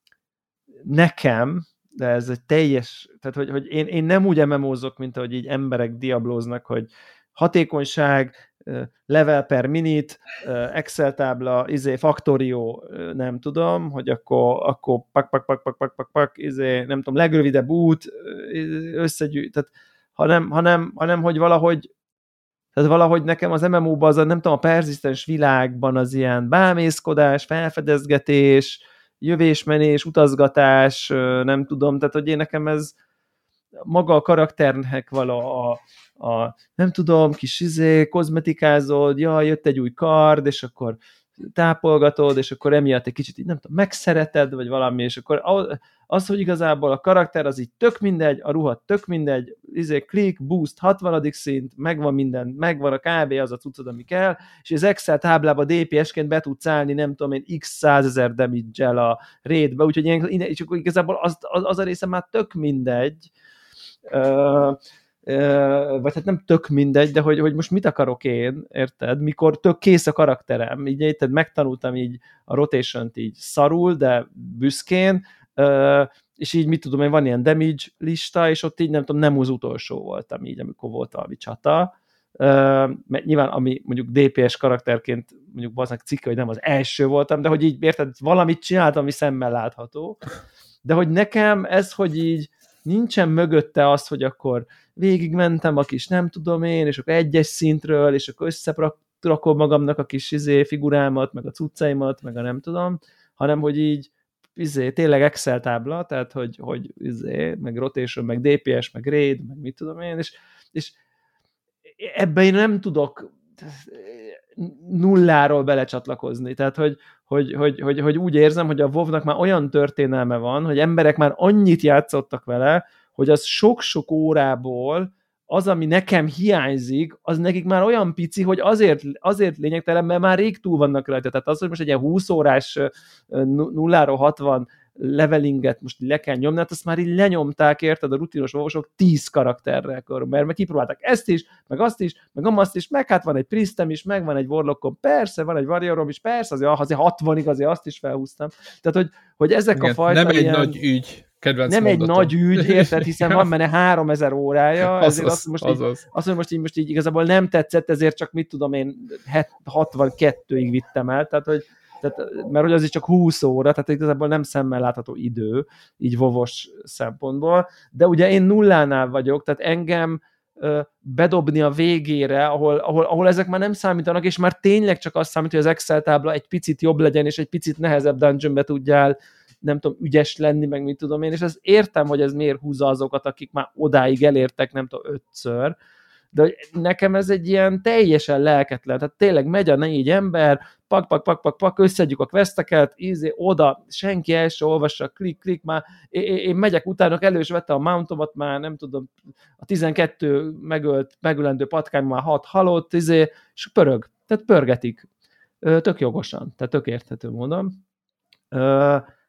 nekem, de ez egy teljes, tehát hogy, hogy én, én nem úgy em em o-zok, mint ahogy így emberek diablóznak, hogy hatékonyság, level per minute, Excel tábla, izé, Factorio, nem tudom, hogy akkor, akkor pak, pak, pak, pak, pak, pak, pak, izé, nem tudom, legrövidebb út, összegyűjt, tehát hanem, hanem, hanem, hogy valahogy tehát valahogy nekem az em em o-ban az a, nem tudom, a perzisztens világban az ilyen bámészkodás, felfedezgetés, jövésmenés, utazgatás, nem tudom, tehát hogy én nekem ez maga a karakternek vala a a, nem tudom, kis izé, kozmetikázod, ja, jött egy új kard, és akkor tápolgatod, és akkor emiatt egy kicsit így, nem tudom, megszereted, vagy valami, és akkor az, hogy igazából a karakter az így tök mindegy, a ruha tök mindegy, izé, click, boost, hatvanadik szint, megvan minden, megvan a kb. Az a cuccod, ami kell, és az Excel táblába dé pé es-ként be tudsz állni, nem tudom én, x százezer damage-el a raidbe, úgyhogy ilyen, és akkor igazából az, az, az a része már tök mindegy, uh, vagy hát nem tök mindegy, de hogy, hogy most mit akarok én, érted? Mikor tök kész a karakterem, így érted, megtanultam így a rotation-t így szarul, de büszkén, és így mit tudom én, van ilyen damage lista, és ott így nem tudom, nem az utolsó voltam így, amikor volt valami csata, mert nyilván, ami mondjuk dé pé es karakterként mondjuk valószínűleg cikke, hogy nem az első voltam, de hogy így érted, valamit csináltam, ami szemmel látható, de hogy nekem ez, hogy így nincsen mögötte az, hogy akkor végigmentem a kis nem tudom én, és akkor egyes szintről, és akkor összerakom magamnak a kis izé, figurámat, meg a cuccaimat, meg a nem tudom, hanem hogy így izé, tényleg Excel tábla, tehát hogy, hogy izé, meg rotation, meg dé pé es, meg raid, meg mit tudom én, és, és ebben én nem tudok nulláról belecsatlakozni. Tehát, hogy, hogy, hogy, hogy, hogy úgy érzem, hogy a WoW-nak már olyan történelme van, hogy emberek már annyit játszottak vele, hogy az sok-sok órából az, ami nekem hiányzik, az nekik már olyan pici, hogy azért, azért lényegtelen, mert már rég túl vannak rajta. Tehát az, hogy most egy ilyen húsz órás nulláról hatvan levelinget most le kell nyomni, hát azt már így lenyomták, érted, a rutinos vovosok tíz karakterrel, mert meg kipróbálták ezt is, meg azt is, meg azt is, meg hát van egy priestem is, meg van egy warlockom, persze, van egy warriorom is, persze, azért, azért hatvanig azért azt is felhúztam. Tehát, hogy, hogy ezek igen, a fajta nem egy ilyen, nagy ügy. Kedvenc nem mondatom. egy nagy ügy, érted, hiszen van benne háromezer órája, ezért azaz, azt, most azaz. így, azt, hogy most így, most így igazából nem tetszett, ezért csak mit tudom én hatvankettőig vittem el, tehát hogy tehát, mert hogy az is csak húsz óra, tehát igazából nem szemmel látható idő, így vovos szempontból, de ugye én nullánál vagyok, tehát engem ö, bedobni a végére, ahol, ahol, ahol ezek már nem számítanak, és már tényleg csak azt számít, hogy az Excel tábla egy picit jobb legyen, és egy picit nehezebb dungeonbe tudjál, nem tudom, ügyes lenni, meg mit tudom én, és ezt értem, hogy ez miért húzza azokat, akik már odáig elértek, nem tudom, ötször, de nekem ez egy ilyen teljesen lelketlen, tehát tényleg megy a négy ember, pak, pak, pak, pak, pak, összedjük a questeket, ízé, oda, senki el se olvassa, klik, klik, már én, én megyek utána, elő is vettem a mountomat, már nem tudom, a tizenkettő megölt, megölendő patkány már hat halott, ízé, és pörög, tehát pörgetik, tök jogosan, tehát tök érthető módon.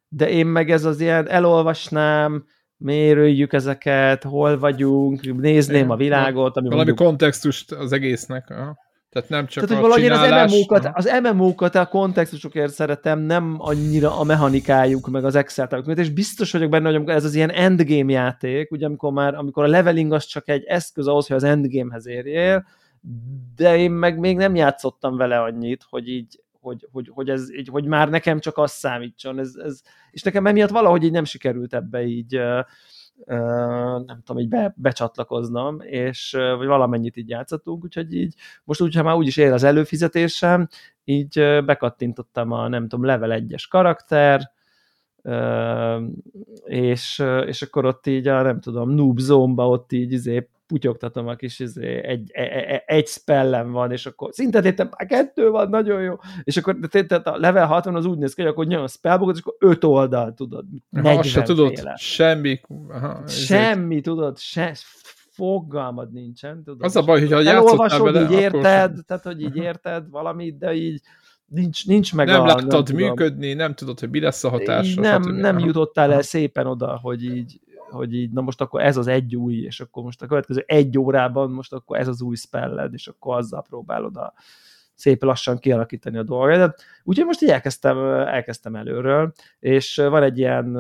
de én meg ez az ilyen elolvasnám, mérőjük ezeket, hol vagyunk, nézném é, a világot. Ami valami mondjuk... kontextust az egésznek. Aha. Tehát nem csak Tehát, a hogy csinálás. Az em em ó-kat, az em em ó-kat a kontextusokért szeretem, nem annyira a mechanikájuk, meg az Excel-távok. És biztos vagyok benne, hogy amikor ez az ilyen endgame játék, ugye amikor már, amikor a leveling az csak egy eszköz ahhoz, hogy az endgamehez érjél, de én meg még nem játszottam vele annyit, hogy így, hogy, hogy, hogy, ez, így, hogy már nekem csak az számítson. Ez, ez, és nekem emiatt valahogy így nem sikerült ebbe így Uh, nem tudom, így be, becsatlakoznom, és uh, vagy valamennyit így játszottunk, úgyhogy így most úgy, ha már úgyis ér az előfizetésem, így uh, bekattintottam a, nem tudom, level egyes karakter, uh, és, uh, és akkor ott így a, nem tudom, noob zone-ba ott így izé putyogtatom a kis izé, egy, egy, egy spellem van, és akkor szinte tétem, már kettő van, nagyon jó, és akkor tehát a level hatvan az úgy néz ki, hogy akkor nyom a spellbookot, és akkor öt oldal, tudod, negyven se tudod, féle. semmi. Aha, semmi, egy... tudod, se, fogalmad nincsen. Tudod, az a baj, hogyha játszottál vele, így érted, sem... tehát, hogy így érted valamit, de így nincs, nincs meg nem a... láttad nem működni, tudom, nem tudod, hogy mi lesz a hatása. Nem, nem jutottál el szépen oda, hogy így hogy így, na most akkor ez az egy új, és akkor most a következő egy órában most akkor ez az új spelled, és akkor azzal próbálod a szép lassan kialakítani a dolgodat. Úgyhogy most így elkezdtem, elkezdtem előről, és van egy ilyen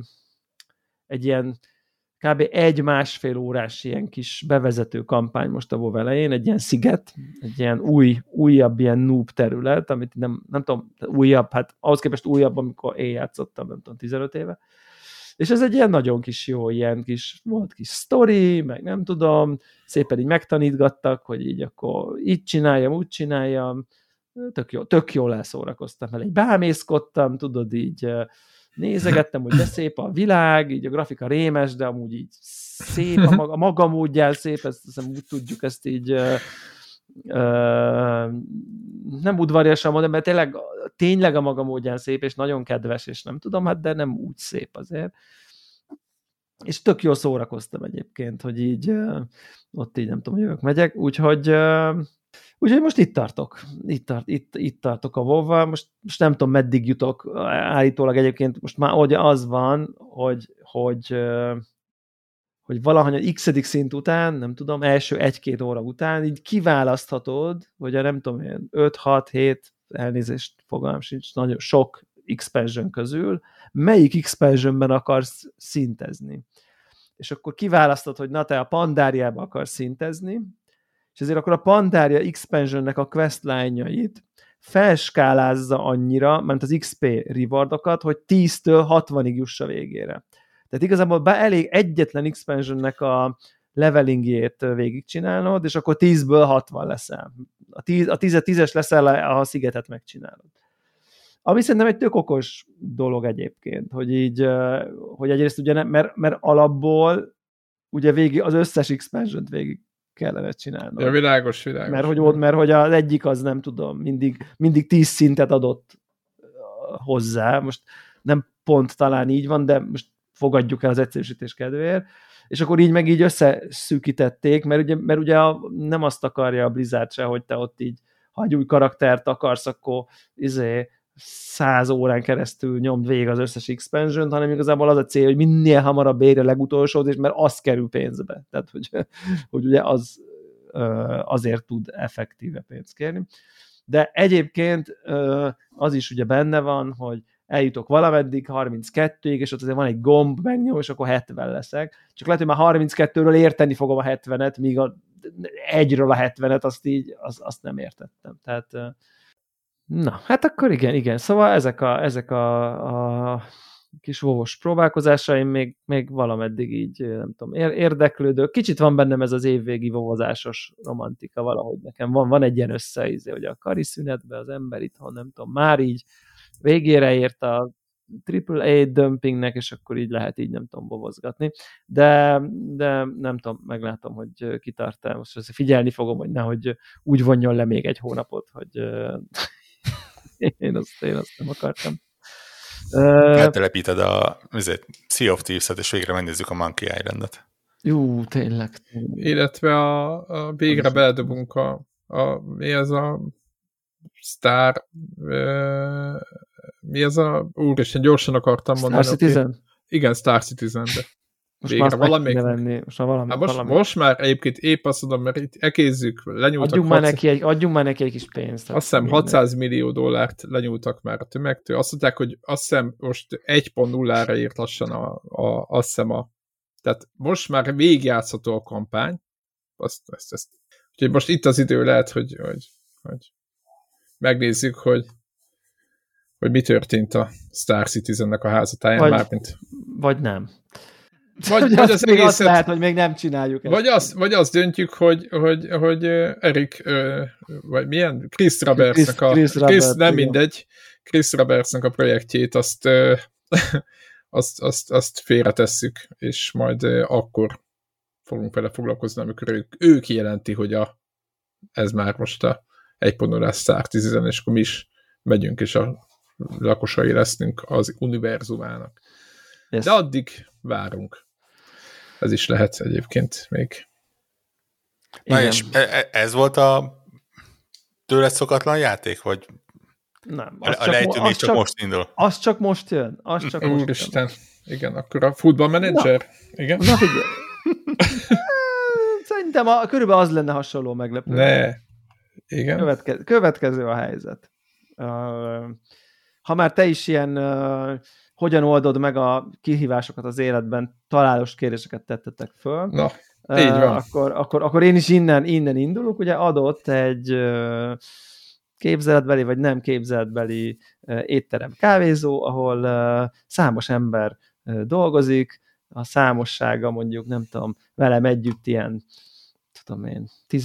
egy ilyen kb. egy-másfél órás ilyen kis bevezető kampány most a WoW elején, egy ilyen sziget, egy ilyen új, újabb ilyen noob terület, amit nem, nem tudom, újabb, hát ahhoz képest újabb, amikor én játszottam, nem tudom, tizenöt éve. És ez egy ilyen nagyon kis jó, ilyen kis, volt kis sztori, meg nem tudom, szépen így megtanítgattak, hogy így akkor így csináljam, úgy csináljam, tök, jó, tök jól elszórakoztam vele, így bámészkodtam, tudod, így nézegettem, hogy de szép a világ, így a grafika rémes, de amúgy így szép, a maga, a maga módján szép, ezt hiszem, úgy tudjuk ezt így uh, uh, nem udvariasan mondani, mert tényleg tényleg a maga módján szép, és nagyon kedves, és nem tudom, hát de nem úgy szép azért. És tök jól szórakoztam egyébként, hogy így uh, ott így nem tudom, hogy jövök, megyek, úgyhogy uh, úgyhogy most itt tartok. Itt, tart, itt, itt tartok a WoW-val. Most, most nem tudom, meddig jutok. Állítólag egyébként most már ugye az van, hogy, hogy, hogy valahogy a x-edik szint után, nem tudom, első egy-két óra után így kiválaszthatod, hogy a nem tudom, öt-hat-hét elnézést fogalmam sincs, nagyon sok expansion közül, melyik expansionben akarsz szintezni. És akkor kiválasztod, hogy na te a Pandáriába akarsz szintezni, és ezért akkor a Pandaria expansionnek a questline-jait felskálázza annyira, mert az iksz pé rewardokat, hogy tíztől hatvanig juss a végére. Tehát igazából be elég egyetlen expansionnek a levelingjét végigcsinálnod, és akkor tízből hatvan leszel. A, tíz, a tíz, tízes leszel, ha a szigetet megcsinálod. Ami szerintem egy tök okos dolog egyébként, hogy így, hogy egyrészt ugye nem, mert, mert alapból ugye végig az összes expansiont végig kellene csinálni. Ja, világos, világos. Mert hogy, mert hogy az egyik az nem tudom, mindig, mindig tíz szintet adott hozzá, most nem pont talán így van, de most fogadjuk el az egyszerűsítés kedvéért, és akkor így meg így összeszűkítették, mert ugye, mert ugye a, nem azt akarja a Blizzard se, hogy te ott így, ha egy új karaktert akarsz, akkor izé, száz órán keresztül nyomd végig az összes expansion-t, hanem igazából az a cél, hogy minél hamarabb érje a legutolsót, és mert az kerül pénzbe. Tehát, hogy, hogy ugye az azért tud effektíve pénzt kérni. De egyébként az is ugye benne van, hogy eljutok valameddig harminckettőig, és ott azért van egy gomb, megnyom, és akkor hetven leszek. Csak lehet, hogy már harminckettőről érteni fogom a hetvenet, míg a egyről a hetvenet, azt így, az, azt nem értettem. Tehát na, hát akkor igen, igen. Szóval ezek a, ezek a, a kis vovos próbálkozásaim még, még valameddig így, nem tudom, érdeklődő. Kicsit van bennem ez az évvégi vovozásos romantika valahogy nekem. Van, van egy ilyen összeízé, hogy a kari szünetben az ember itthon, nem tudom, már így végére ért a triple A dumpingnek, és akkor így lehet így, nem tudom, vovozgatni. De, de nem tudom, meglátom, hogy kitart-e. Most figyelni fogom, hogy nehogy úgy vonjon le még egy hónapot, hogy én azt, én azt nem akartam. Eltelepíted a Sea of Thieves-et, és végre megnézzük a Monkey Island-et. Jú, tényleg. Illetve a, a végre beledobunk a, a mi ez a Star... Uh, mi ez a... Úristen, gyorsan akartam Star mondani. Citizen? Okay. Igen, Star Citizen-be. Most végre, már valamelyik... venni. Most, valami, hát most, valami. most már egyébként épp azt mondom, mert itt ekézzük, lenyúltak... Adjunk, hatszáz... már neki egy, adjunk már neki egy kis pénzt. Azt hiszem hatszáz millió dollárt lenyúltak már a tömegtől. Azt mondták, hogy azt hiszem most egy pont nullára írt lassan a, a, azt hiszem a... Tehát most már végigjátszható a kampány. Azt, ezt, ezt. Úgyhogy most itt az idő lehet, hogy, hogy, hogy megnézzük, hogy hogy mi történt a Star Citizennek a házatáján vagy, már, mint... Vagy nem. Vagy, vagy vagy az még egészet, azt lehet, hogy még nem csináljuk vagy ezt. Azt, vagy azt döntjük, hogy, hogy, hogy Erik, vagy milyen? Chris Robertsnak a... Chris, Chris, Chris Robert, nem igen. mindegy. Chris Robertsnak a projektjét azt, azt, azt, azt félretesszük, és majd akkor fogunk vele foglalkozni, amikor ők, ő kijelenti, hogy a, ez már most a egy pont nulla Star Citizen, és akkor mi is megyünk, és a lakosai leszünk az univerzumának. Yes. De addig várunk. Ez is lehet egyébként még. Na és ez volt a tőled szokatlan játék, vagy nem, a, a lejtő még csak, csak most indul? Az csak most jön. Az csak most Úristen. Jön. Igen, akkor a futballmenedzser. Igen. Na figyelj. Szerintem a, körülbelül az lenne hasonló meglepő. Ne. Igen. Következő, következő a helyzet. Uh, ha már te is ilyen uh, hogyan oldod meg a kihívásokat az életben, találós kérdéseket tettetek föl. Na, így van. Uh, akkor, akkor, akkor én is innen, innen indulok. Ugye adott egy uh, képzeletbeli, vagy nem képzeletbeli uh, étterem, kávézó, ahol uh, számos ember uh, dolgozik, a számossága mondjuk, nem tudom, velem együtt ilyen, tudom én,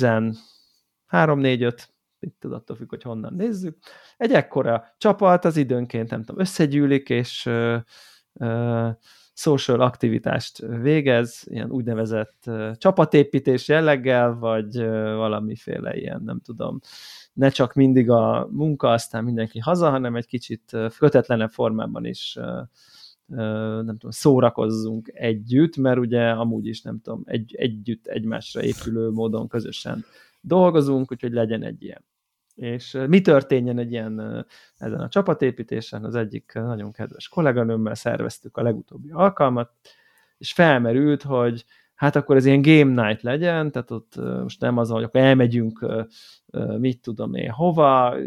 tizenhárom négy öt, itt attól függ, hogy honnan nézzük. Egy ekkora csapat az időnként, nem tudom, összegyűlik, és uh, uh, social aktivitást végez, ilyen úgynevezett uh, csapatépítés jelleggel, vagy uh, valamiféle ilyen, nem tudom, ne csak mindig a munka, aztán mindenki haza, hanem egy kicsit uh, kötetlenebb formában is uh, uh, nem tudom, szórakozzunk együtt, mert ugye amúgy is, nem tudom, egy, együtt egymásra épülő módon közösen dolgozunk, úgyhogy legyen egy ilyen. És mi történjen egy ilyen ezen a csapatépítésen? Az egyik nagyon kedves kolléganőmmel szerveztük a legutóbbi alkalmat, és felmerült, hogy hát akkor ez ilyen game night legyen, tehát ott most nem az, hogy akkor elmegyünk, mit tudom én, hova,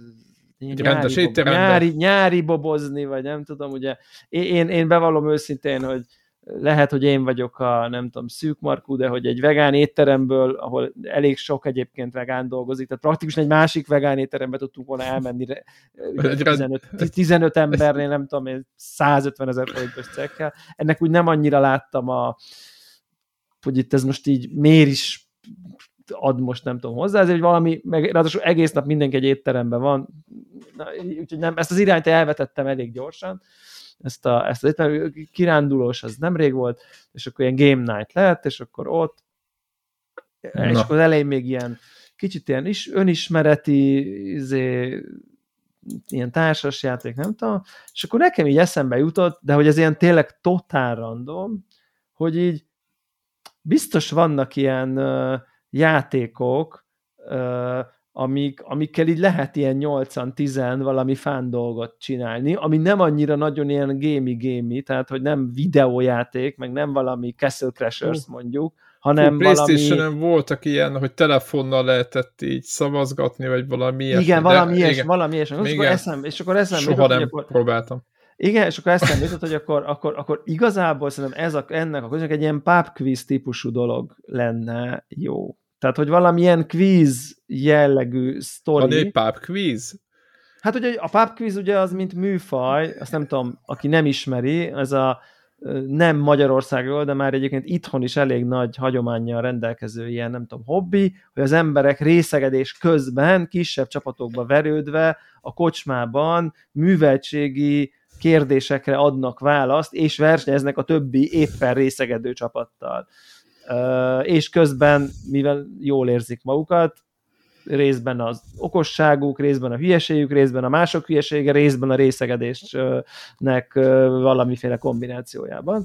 nyári, bob, nyári, nyári bobozni, vagy nem tudom, ugye én, én bevallom őszintén, hogy lehet, hogy én vagyok a, nem tudom, szűkmarkú, de hogy egy vegán étteremből, ahol elég sok egyébként vegán dolgozik, tehát praktikusan egy másik vegán étterembe tudtunk volna elmenni tizenöt, tizenöt embernél, nem tudom én, százötven ezer forintos cekkel. Ennek úgy nem annyira láttam a, hogy itt ez most így miért is ad most nem tudom hozzá, ezért, hogy valami, meg ráadásul egész nap mindenki egy étteremben van, na, úgyhogy nem, ezt az irányt elvetettem elég gyorsan, ezt a, ezt a kirándulós, az nemrég volt, és akkor ilyen game night lett, és akkor ott, na. És akkor az elején még ilyen kicsit ilyen is, önismereti, izé, ilyen társasjáték, nem tudom, és akkor nekem így eszembe jutott, de hogy ez ilyen tényleg totál random, hogy így biztos vannak ilyen uh, játékok, uh, amik, amikkel így lehet ilyen nyolcan-tízen valami fán dolgot csinálni, ami nem annyira nagyon ilyen gamey-gamey, tehát hogy nem videójáték, meg nem valami Castle Crashers mondjuk, hanem Fú, valami... PlayStation-en voltak ilyen, hogy telefonnal lehetett így szavazgatni, vagy valami ilyesmi. Igen, valami ilyesmi, valami ilyesmi. És akkor eszem, és akkor eszem, soha nem akkor... próbáltam. Igen, és akkor eszembe jutott, hogy akkor, akkor, akkor igazából szerintem ez a, ennek a közönnek egy ilyen pub quiz típusú dolog lenne jó. Tehát, hogy valamilyen quiz jellegű sztori. Van egy pub quiz? Hát ugye a pub quiz ugye az, mint műfaj, azt nem tudom, aki nem ismeri, ez a nem Magyarországról, de már egyébként itthon is elég nagy hagyománnyal rendelkező ilyen, nem tudom, hobbi, hogy az emberek részegedés közben, kisebb csapatokba verődve a kocsmában műveltségi kérdésekre adnak választ, és versenyeznek a többi éppen részegedő csapattal. Uh, és közben, mivel jól érzik magukat, részben az okosságuk, részben a hülyeségük, részben a mások hülyesége, részben a részegedésnek uh, valamiféle kombinációjában.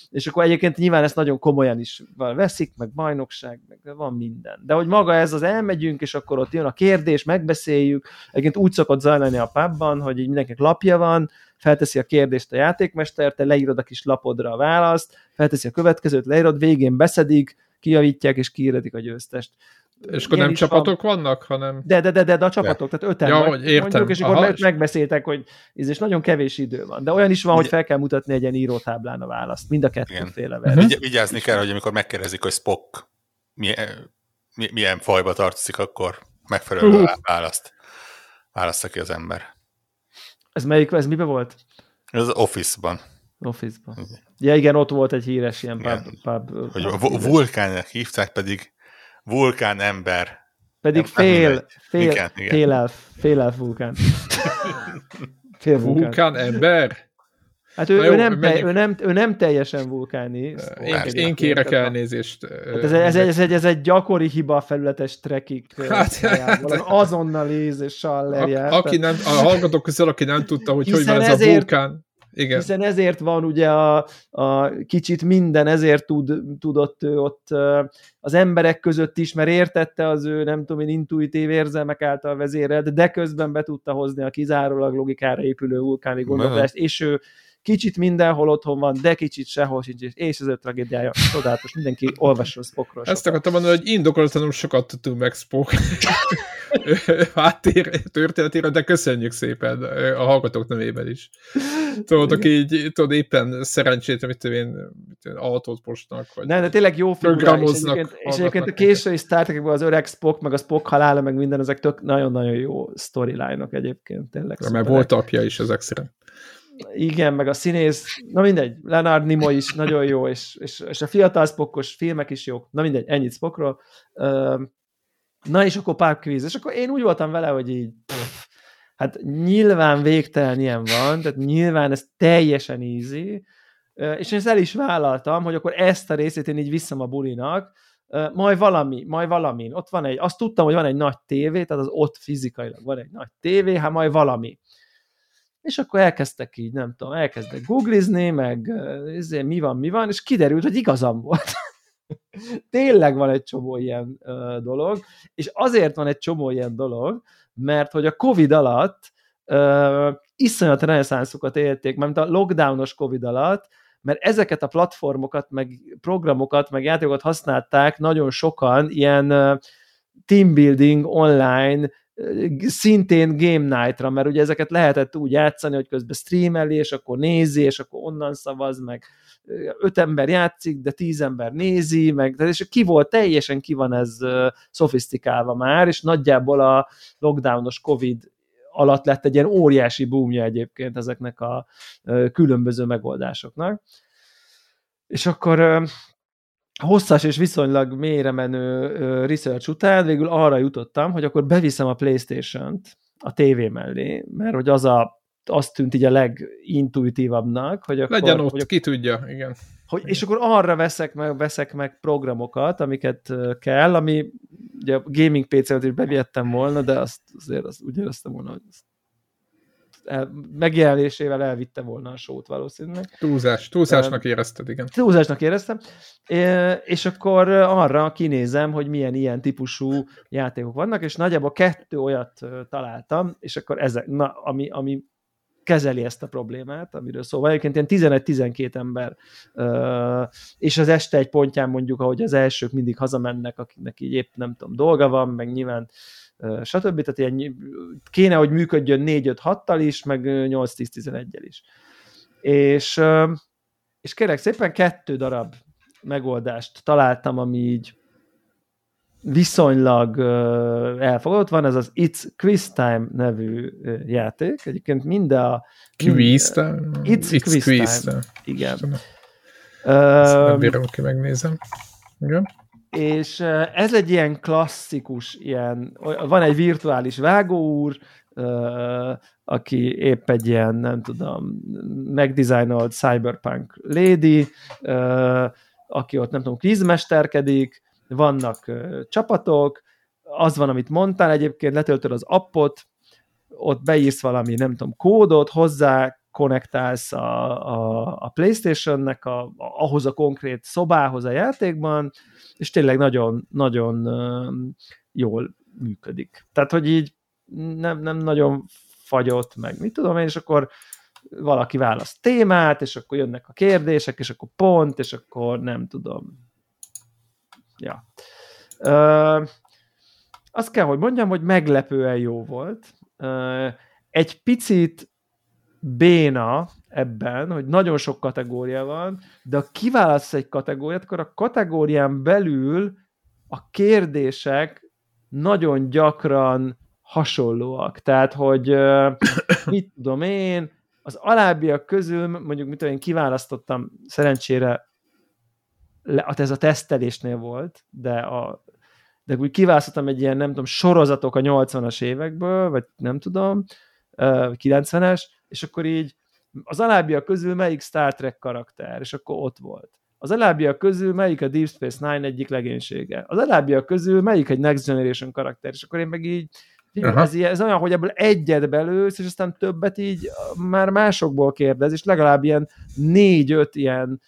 és akkor egyébként nyilván ezt nagyon komolyan is veszik, meg bajnokság, meg van minden. De hogy maga ez az elmegyünk, és akkor ott jön a kérdés, megbeszéljük, egyébként úgy szokott zajlani a pubban, hogy így mindenkinek lapja van, felteszi a kérdést a játékmester, te leírod a kis lapodra a választ, felteszi a következőt, leírod, végén beszedik, kijavítják, és kiírdik a győztest. És akkor nem csapatok van, vannak, hanem... De, de, de, de, de a csapatok, de. tehát öten ja, vagy, értem. mondjuk, és Aha, akkor meg, és... megbeszéltek, hogy ez is nagyon kevés idő van. De olyan is van, hogy fel kell mutatni egy ilyen írótáblán a választ. Mind a kettőféle verzió. Uh-huh. Vigyázni kell, hogy amikor megkérdezik, hogy Spock milyen, milyen fajba tartozik, akkor megfelelő uh. választ választa ki az ember. Ez melyik, ez miben volt? Ez az Office-ban. Office-ban. Ja igen, ott volt egy híres ilyen pub. pub hogy pub, vulkánnak hívták, pedig vulkán ember. Pedig nem, fél, nem fél, igen, igen. fél elf, fél elf vulkán. fél vulkán. Vulkán ember? Hát ő, jó, ő, nem te, ő, nem, ő nem teljesen vulkáni. Én, én kérek elnézést. Hát ez, ez, ez, egy, ez egy gyakori hiba a felületes trekik. Hát, azonnal íz és sallerját. A, aki nem, a hallgatók közül, aki nem tudta, hogy hogy van ez ezért, a vulkán. Igen. Hiszen ezért van ugye a, a kicsit minden, ezért tud, tudott ő ott az emberek között is, mert értette az ő, nem tudom én, intuitív érzelmek által vezérelt, de közben be tudta hozni a kizárólag logikára épülő vulkáni gondolkodást, és ő kicsit mindenhol otthon van, de kicsit sehol sincs, és az ő tragédiája csodálatos, mindenki olvasson Spockról. Ezt akartam mondani, hogy indokolatlanul sokat tudtunk meg Spock háttér történetére, de köszönjük szépen a hallgatók nevében is. Tudod, aki így, tudod, éppen szerencsét, amit én autót postnak, vagy nem, de tényleg jó figurák, és egyébként, és egyébként a késői Star Trekben az öreg Spock, meg a Spock halála, meg minden, ezek tök nagyon-nagyon jó storyline-ok egyébként, tényleg. Ja, mert volt apja is ezek szerint. Igen, meg a színész, na mindegy, Leonard Nimoy is nagyon jó, és, és, és a fiatal Spockos filmek is jók, na mindegy, ennyit Spockról. Na és akkor pár kvíz, és akkor én úgy voltam vele, hogy így, pff, hát nyilván végtelen ilyen van, tehát nyilván ez teljesen easy, és én ezt el is vállaltam, hogy akkor ezt a részét én így visszam a bulinak, majd valami, majd valamin, ott van egy, azt tudtam, hogy van egy nagy tévé, tehát az ott fizikailag van egy nagy tévé, hát majd valami. És akkor elkezdtek így, nem tudom, elkezdtek googlizni, meg ezért mi van, mi van, és kiderült, hogy igazam volt. Tényleg van egy csomó ilyen uh, dolog, és azért van egy csomó ilyen dolog, mert hogy a Covid alatt uh, iszonyat reneszánszukat élték, mert a lockdownos Covid alatt, mert ezeket a platformokat, meg programokat, meg játékokat használták nagyon sokan ilyen uh, teambuilding online, szintén Game Night-ra, mert ugye ezeket lehetett úgy játszani, hogy közben streameli, és akkor nézi, és akkor onnan szavaz, meg öt ember játszik, de tíz ember nézi, meg, és ki volt, teljesen ki van ez uh, szofisztikálva már, és nagyjából a lockdownos Covid alatt lett egy ilyen óriási boomja egyébként ezeknek a uh, különböző megoldásoknak. És akkor uh, hosszas és viszonylag mélyre menő uh, research után végül arra jutottam, hogy akkor beviszem a PlayStation-t a tévé mellé, mert hogy az a azt tűnt így a legintuitívabbnak, hogy akkor... Legyen ott, hogy, ki tudja, igen. Hogy, és akkor arra veszek meg, veszek meg programokat, amiket kell, ami ugye a gaming pé cé-t is bevihettem volna, de azt azért azt úgy éreztem volna, hogy el, megjelenésével elvitte volna a sót valószínűleg. Túlzás, túlzásnak érezted, igen. Túlzásnak éreztem, és akkor arra kinézem, hogy milyen ilyen típusú játékok vannak, és nagyjából kettő olyat találtam, és akkor ezek, na, ami, ami kezeli ezt a problémát, amiről szó van. Egyébként ilyen tizenegy-tizenkét ember, és az este egy pontján mondjuk, ahogy az elsők mindig hazamennek, akiknek így épp nem tudom, dolga van, meg nyilván stb. Tehát ilyen, kéne, hogy működjön négy-öt-hattal is, meg nyolc-tíz-tizenegyel is. És, és kérlek szépen kettő darab megoldást találtam, ami így viszonylag uh, elfogadott van, ez az It's Quiz Time nevű uh, játék. Egyébként mind a... Quiz Time? It's, It's Quiz, quiz Time. Time. Igen. Ezt uh, nem bírom ki, megnézem. Igen. És uh, ez egy ilyen klasszikus, ilyen, van egy virtuális vágóúr, uh, aki épp egy ilyen, nem tudom, megdizájnolt cyberpunk lady, uh, aki ott, nem tudom, kvízmesterkedik, vannak uh, csapatok, az van, amit mondtál egyébként, letöltöd az appot, ott beírsz valami, nem tudom, kódot, hozzá konnektálsz a, a, a PlayStation-nek a, a, ahhoz a konkrét szobához a játékban, és tényleg nagyon, nagyon uh, jól működik. Tehát, hogy így nem, nem nagyon fagyott meg, mit tudom én, és akkor valaki választ témát, és akkor jönnek a kérdések, és akkor pont, és akkor nem tudom. Ja. Uh, azt kell, hogy mondjam, hogy meglepően jó volt. Uh, egy picit béna ebben, hogy nagyon sok kategória van, de ha kiválasztsz egy kategóriát, akkor a kategórián belül a kérdések nagyon gyakran hasonlóak. Tehát, hogy uh, mit tudom én, az alábbiak közül, mondjuk mit tudom én, kiválasztottam, szerencsére hát ez a tesztelésnél volt, de, a, de úgy kiválasztottam egy ilyen, nem tudom, sorozatok a nyolcvanas évekből, vagy nem tudom, kilencvenes, és akkor így az alábbiak közül melyik Star Trek karakter, és akkor ott volt. Az alábbiak közül melyik a Deep Space Nine egyik legénysége. Az alábbiak közül melyik egy Next Generation karakter, és akkor én meg így ez, ez olyan, hogy ebből egyet belősz, és aztán többet így már másokból kérdez, és legalább ilyen négy-öt ilyen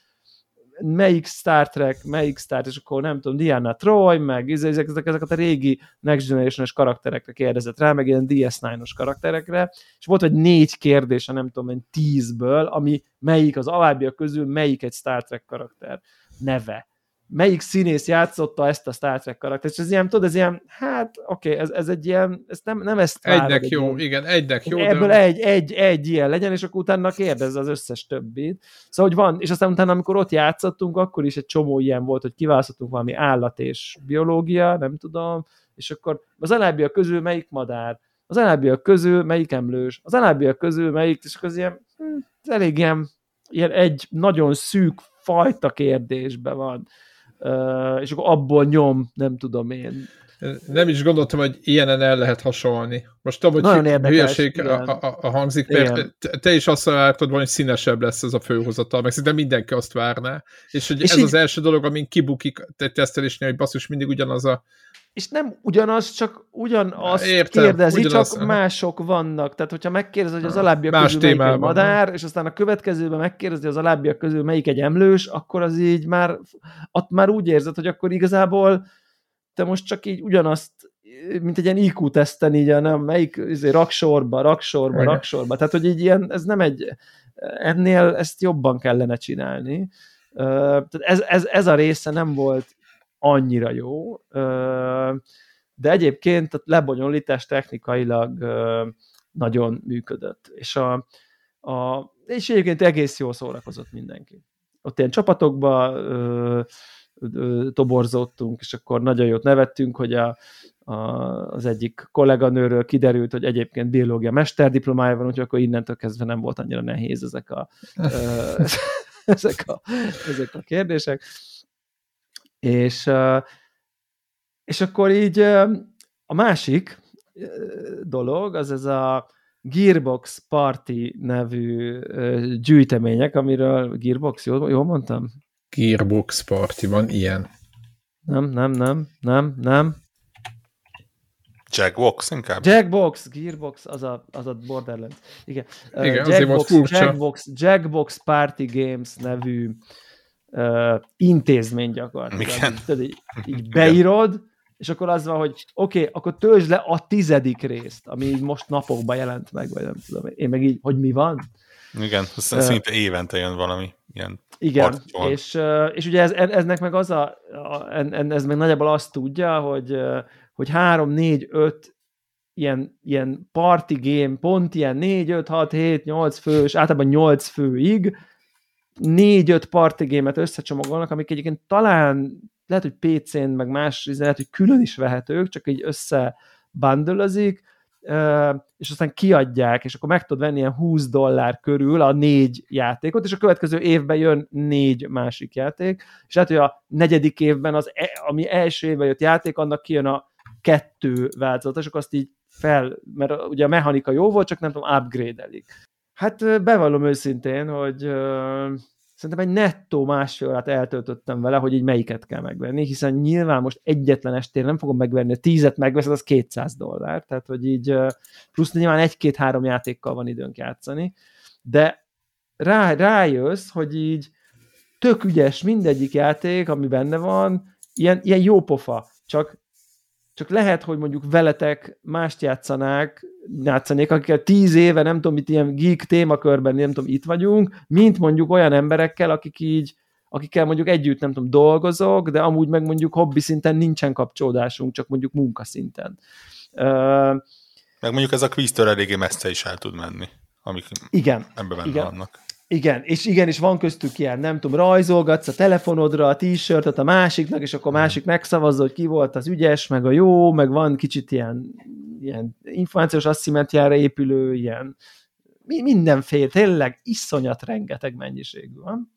melyik Star Trek, melyik Star Trek, és akkor nem tudom, Diana Troy, meg ezek, ezeket a régi Next Generation-es karakterekre kérdezett rá, meg ilyen D S kilences karakterekre, és volt vagy négy kérdése, nem tudom én, tízből, ami melyik az alábbiak közül, melyik egy Star Trek karakter neve. Melyik színész játszotta ezt a Star Trek karaktert, és ez ilyen, tudod, ez ilyen, hát oké, okay, ez, ez egy ilyen, ez nem, nem ezt várom. Egynek jó, ilyen, igen, egynek jó. Ebből de... egy, egy, egy ilyen legyen, és akkor utána kérdezze az összes többit. Szóval, hogy van, és aztán utána, amikor ott játszottunk, akkor is egy csomó ilyen volt, hogy kiválasztottunk valami állat és biológia, nem tudom, és akkor az alábbiak közül melyik madár, az alábbiak közül melyik emlős, az alábbiak közül melyik, és akkor az ilyen, hm, elég ilyen, ilyen egy nagyon szűk fajta kérdésben van. Uh, és akkor abból nyom, nem tudom én. Nem is gondoltam, hogy ilyenen el lehet hasonlni. Most tudom, hogy hülyeség a, a, a hangzik, mert te, te is azt vártad, hogy színesebb lesz ez a főhozatal, meg szinte mindenki azt várná. És hogy és ez így... az első dolog, amin kibukik egy tesztelésnél, hogy basszus, mindig ugyanaz a... És nem ugyanaz, csak ugyanazt Értem, kérdezi, ugyanaz, csak mások vannak. Tehát, hogyha megkérdezi, hogy az alábbiak más közül melyik egy madár, és aztán a következőben megkérdezi az alábbiak közül melyik egy emlős, akkor az így már, ott már úgy érzed, hogy akkor igazából te most csak így ugyanazt, mint egy ilyen I Q-teszten, így a nem, melyik raksorba, raksorba, raksorba. Tehát, hogy így ilyen, ez nem egy, ennél ezt jobban kellene csinálni. Tehát ez, ez, ez a része nem volt annyira jó, de egyébként a lebonyolítás technikailag nagyon működött. És, a, a, és egyébként egész jól szórakozott mindenki. Ott ilyen csapatokba ö, ö, toborzottunk, és akkor nagyon jót nevettünk, hogy a, a, az egyik kolléganőről kiderült, hogy egyébként biológia mesterdiplomája van, úgyhogy akkor innentől kezdve nem volt annyira nehéz ezek a, ö, ezek a, ezek a kérdések. És, és akkor így a másik dolog, az ez a Gearbox Party nevű gyűjtemények, amiről Gearbox, jól, jól mondtam? Gearbox Party, van ilyen. Nem, nem, nem, nem, nem. Jackbox inkább? Jackbox, Gearbox, az a, az a Borderlands. Igen, Igen Jackbox, azért volt furcsa. Jackbox, Jackbox Party Games nevű Uh, intézmény gyakorlatilag. Tudod, így, így beírod, és akkor az van, hogy oké, okay, akkor töltsd le a tizedik részt, ami így most napokban jelent meg, vagy nem tudom. Én meg így, hogy mi van? Igen, uh, szinte évente jön valami ilyen. Igen, és, uh, és ugye ez, eznek meg az a, a ez meg nagyjából azt tudja, hogy, uh, hogy három, négy, öt ilyen, ilyen party game, pont ilyen négy, öt, hat, hét, nyolc fős, általában nyolc főig, négy-öt party game-et összecsomagolnak, amik egyébként talán lehet, hogy pé cén, meg más, lehet, hogy külön is vehetők, csak így összebundlezik, és aztán kiadják, és akkor meg tudod venni ilyen húsz dollár körül a négy játékot, és a következő évben jön négy másik játék, és lehet, hogy a negyedik évben az, ami első évben jött játék, annak kijön a kettő változata, és akkor azt így fel, mert ugye a mechanika jó volt, csak nem tudom, upgrade-elik. Hát bevallom őszintén, hogy uh, szerintem egy nettó másfél órát eltöltöttem vele, hogy így melyiket kell megvenni, hiszen nyilván most egyetlen estére nem fogom megvenni, a tízet megveszed, az kétszáz dollár, tehát hogy így uh, plusz nyilván egy-két-három játékkal van időnk játszani, de rá, rájössz, hogy így tök ügyes mindegyik játék, ami benne van, ilyen, ilyen jó pofa, csak, csak lehet, hogy mondjuk veletek mást játszanák, játszanék, akikkel tíz éve, nem tudom, itt ilyen geek témakörben, nem tudom, itt vagyunk, mint mondjuk olyan emberekkel, akik így, akikkel mondjuk együtt, nem tudom, dolgozok, de amúgy meg mondjuk hobbi szinten nincsen kapcsolódásunk, csak mondjuk munkaszinten. Uh, meg mondjuk ez a quiz-től eléggé messze is el tud menni, amik igen, ebben benne igen. vannak. Igen, és igen, és van köztük ilyen, nem tudom, rajzolgatsz a telefonodra a t-shirtet a másiknak, és akkor a másik megszavazza, hogy ki volt az ügyes, meg a jó, meg van kicsit ilyen, ilyen információs asszimetriára épülő, ilyen mindenféle, tényleg iszonyat rengeteg mennyiségű van.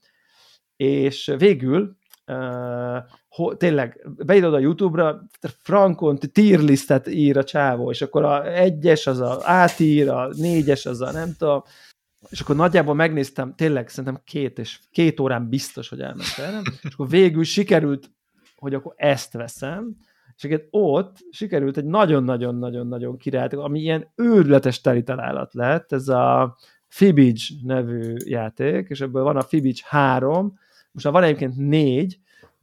És végül uh, ho, tényleg beírod a YouTube-ra, frankon tier listet ír a csávó, és akkor a egyes az a átír, a négyes az a nem tudom, és akkor nagyjából megnéztem, tényleg szerintem két, és két órán biztos, hogy elment el, és akkor végül sikerült, hogy akkor ezt veszem, és akkor ott sikerült egy nagyon-nagyon-nagyon-nagyon királyt, ami ilyen őrületes teli találat lett, ez a Fibbage nevű játék, és ebből van a Fibbage három, most már van egyébként négy,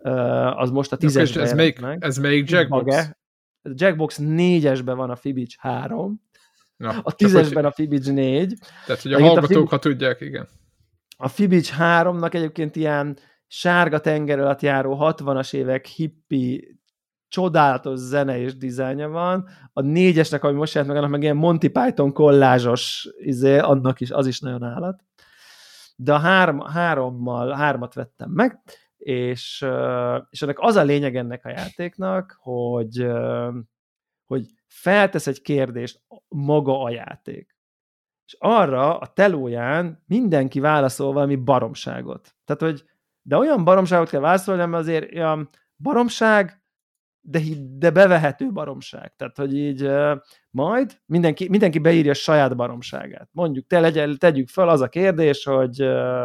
az most a tízesben ez melyik, meg. Ez melyik Jackbox? A Jackbox négyesben van a Fibbage három, na, a tízesben a Fibbage négy. Tehát, hogy a hallgatók, a Fib... ha tudják, igen. A Fibbage háromnak egyébként ilyen sárga tenger alatt járó hatvanas évek hippi, csodálatos zene és dizájnja van. A négyesnek, ami most jelent meg, annak meg ilyen Monty Python kollázsos, izé, annak is, az is nagyon állat. De a három, hárommal, hármat vettem meg, és, és ennek az a lényeg ennek a játéknak, hogy, hogy feltesz egy kérdést maga a játék. És arra a telóján mindenki válaszol valami baromságot. Tehát, hogy de olyan baromságot kell válaszolni, mert azért olyan baromság, de, de bevehető baromság. Tehát, hogy így uh, majd mindenki, mindenki beírja a saját baromságát. Mondjuk, te legyen, tegyük fel az a kérdés, hogy uh,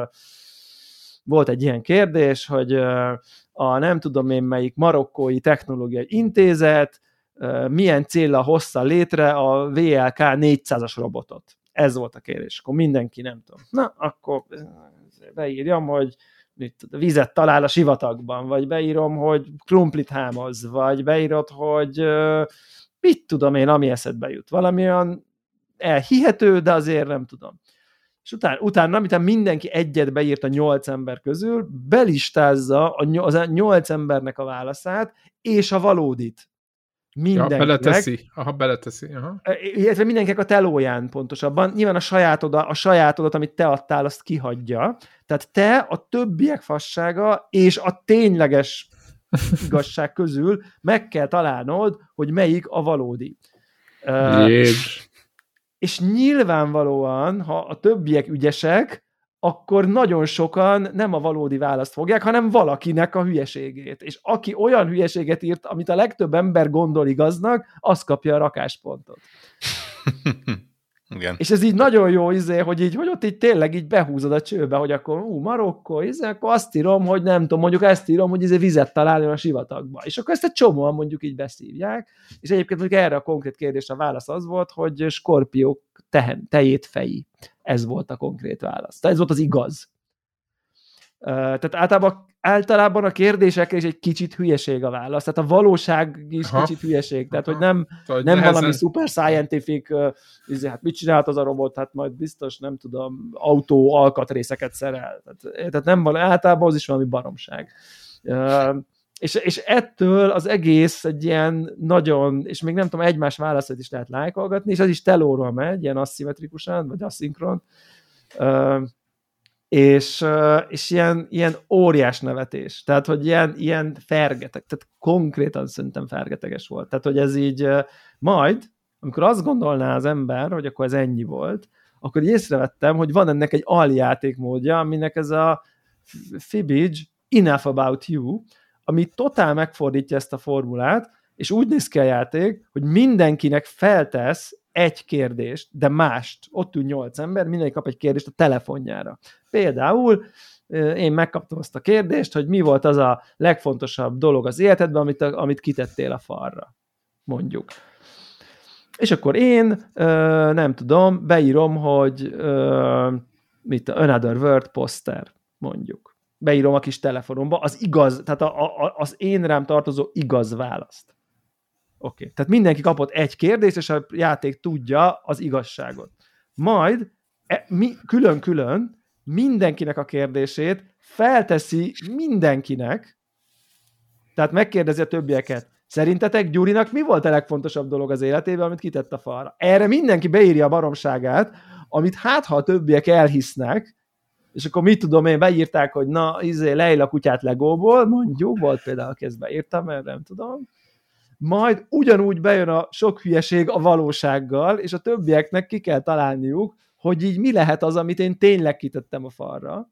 volt egy ilyen kérdés, hogy uh, a nem tudom én melyik marokkói technológiai intézet uh, milyen céllal hozta létre a vé el ká négyszázas robotot. Ez volt a kérdés. Akkor mindenki nem tudom. Na, akkor beírjam, hogy mit, vizet talál a sivatagban, vagy beírom, hogy krumplit hámoz, vagy beírod, hogy mit tudom én, ami eszedbe jut. Valami olyan elhihető, de azért nem tudom. És utána, utána amit mindenki egyet beírt a nyolc ember közül, belistázza a nyolc embernek a válaszát, és a valódit. Mindenkinek. Ja, beleteszi. Aha, beleteszi. Aha. Illetve mindenkinek a telóján pontosabban. Nyilván a sajátod, a sajátodat, amit te adtál, azt kihagyja. Tehát te, a többiek fassága és a tényleges igazság közül meg kell találnod, hogy melyik a valódi. Uh, és nyilvánvalóan, ha a többiek ügyesek, akkor nagyon sokan nem a valódi választ fogják, hanem valakinek a hülyeségét. És aki olyan hülyeséget írt, amit a legtöbb ember gondol igaznak, az kapja a rakáspontot. Igen. És ez így nagyon jó, izé, hogy, így, hogy ott így tényleg így behúzod a csőbe, hogy akkor ú, Marokkó, izé, akkor azt írom, hogy nem tudom, mondjuk ezt írom, hogy izé vizet találjon a sivatagba. És akkor ezt egy csomóan mondjuk így beszívják. És egyébként mondjuk erre a konkrét kérdésre a válasz az volt, hogy skorpiók tehen, tejét fejé. Ez volt a konkrét válasz. Tehát ez volt az igaz. Uh, tehát általában, általában a kérdésekre is egy kicsit hülyeség a válasz. Tehát a valóság is Aha. kicsit hülyeség. Tehát, Aha. hogy nem, nem nehezen... valami super scientific, uh, izé, hát mit csinált az a robot, hát majd biztos, nem tudom, autó alkatrészeket szerel. Tehát, tehát nem van, általában az is valami baromság. Uh, és, és ettől az egész egy ilyen nagyon, és még nem tudom, egymás válaszait is lehet lájkolgatni, és az is telóról megy, ilyen aszimmetrikusan, vagy aszinkron. Uh, és, és ilyen, ilyen óriás nevetés. Tehát, hogy ilyen, ilyen fergeteg, tehát konkrétan szerintem fergeteges volt. Tehát, hogy ez így majd, amikor azt gondolná az ember, hogy akkor ez ennyi volt, akkor így észrevettem, hogy van ennek egy aljátékmódja, aminek ez a Fibbage Enough About You, ami totál megfordítja ezt a formulát, és úgy néz ki a játék, hogy mindenkinek feltesz egy kérdést, de mást. Ott ül nyolc ember, mindenki kap egy kérdést a telefonjára. Például én megkaptam azt a kérdést, hogy mi volt az a legfontosabb dolog az életedben, amit, amit kitettél a falra. Mondjuk. És akkor én, nem tudom, beírom, hogy mit a Another World poszter, mondjuk. Beírom a kis telefonomba, az igaz, tehát a, a, az én rám tartozó igaz választ. Oké. Okay. Tehát mindenki kapott egy kérdést, és a játék tudja az igazságot. Majd e, mi, külön-külön mindenkinek a kérdését felteszi mindenkinek, tehát megkérdezi a többieket. Szerintetek Gyurinak mi volt a legfontosabb dolog az életében, amit kitett a falra? Erre mindenki beírja a baromságát, amit hát, ha a többiek elhisznek, és akkor mit tudom én, beírták, hogy na, izé, Leila kutyát Legóból, mondjuk, volt például, aki ezt beírtam, mert nem tudom. Majd ugyanúgy bejön a sok hülyeség a valósággal, és a többieknek ki kell találniuk, hogy így mi lehet az, amit én tényleg kitettem a falra.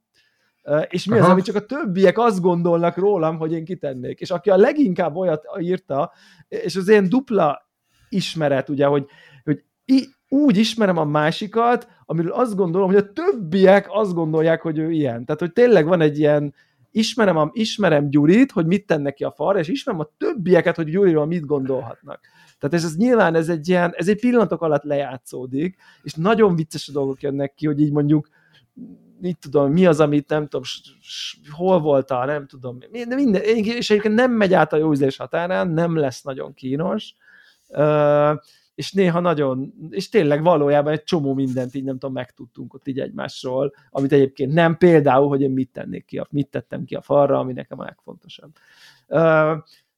És mi Aha. az, amit csak a többiek azt gondolnak rólam, hogy én kitennék. És aki a leginkább olyat írta, és az én dupla ismeret, ugye, hogy, hogy úgy ismerem a másikat, amiről azt gondolom, hogy a többiek azt gondolják, hogy ő ilyen. Tehát, hogy tényleg van egy ilyen, ismerem, a, ismerem Gyurit, hogy mit tenne ki a falra, és ismerem a többieket, hogy Gyuriról mit gondolhatnak. Tehát ez, ez nyilván ez egy ilyen, ez egy pillanatok alatt lejátszódik, és nagyon vicces a dolgok jönnek ki, hogy így mondjuk mit tudom, mi az, amit nem tudom, s, s, hol voltál, nem tudom, minden, és egyébként nem megy át a jó ízlés határán, nem lesz nagyon kínos, uh, és néha nagyon, és tényleg valójában egy csomó mindent így nem tudom, megtudtunk ott így egymásról, amit egyébként nem, például, hogy én mit tennék ki, mit tettem ki a falra, ami nekem a legfontosabb. Uh,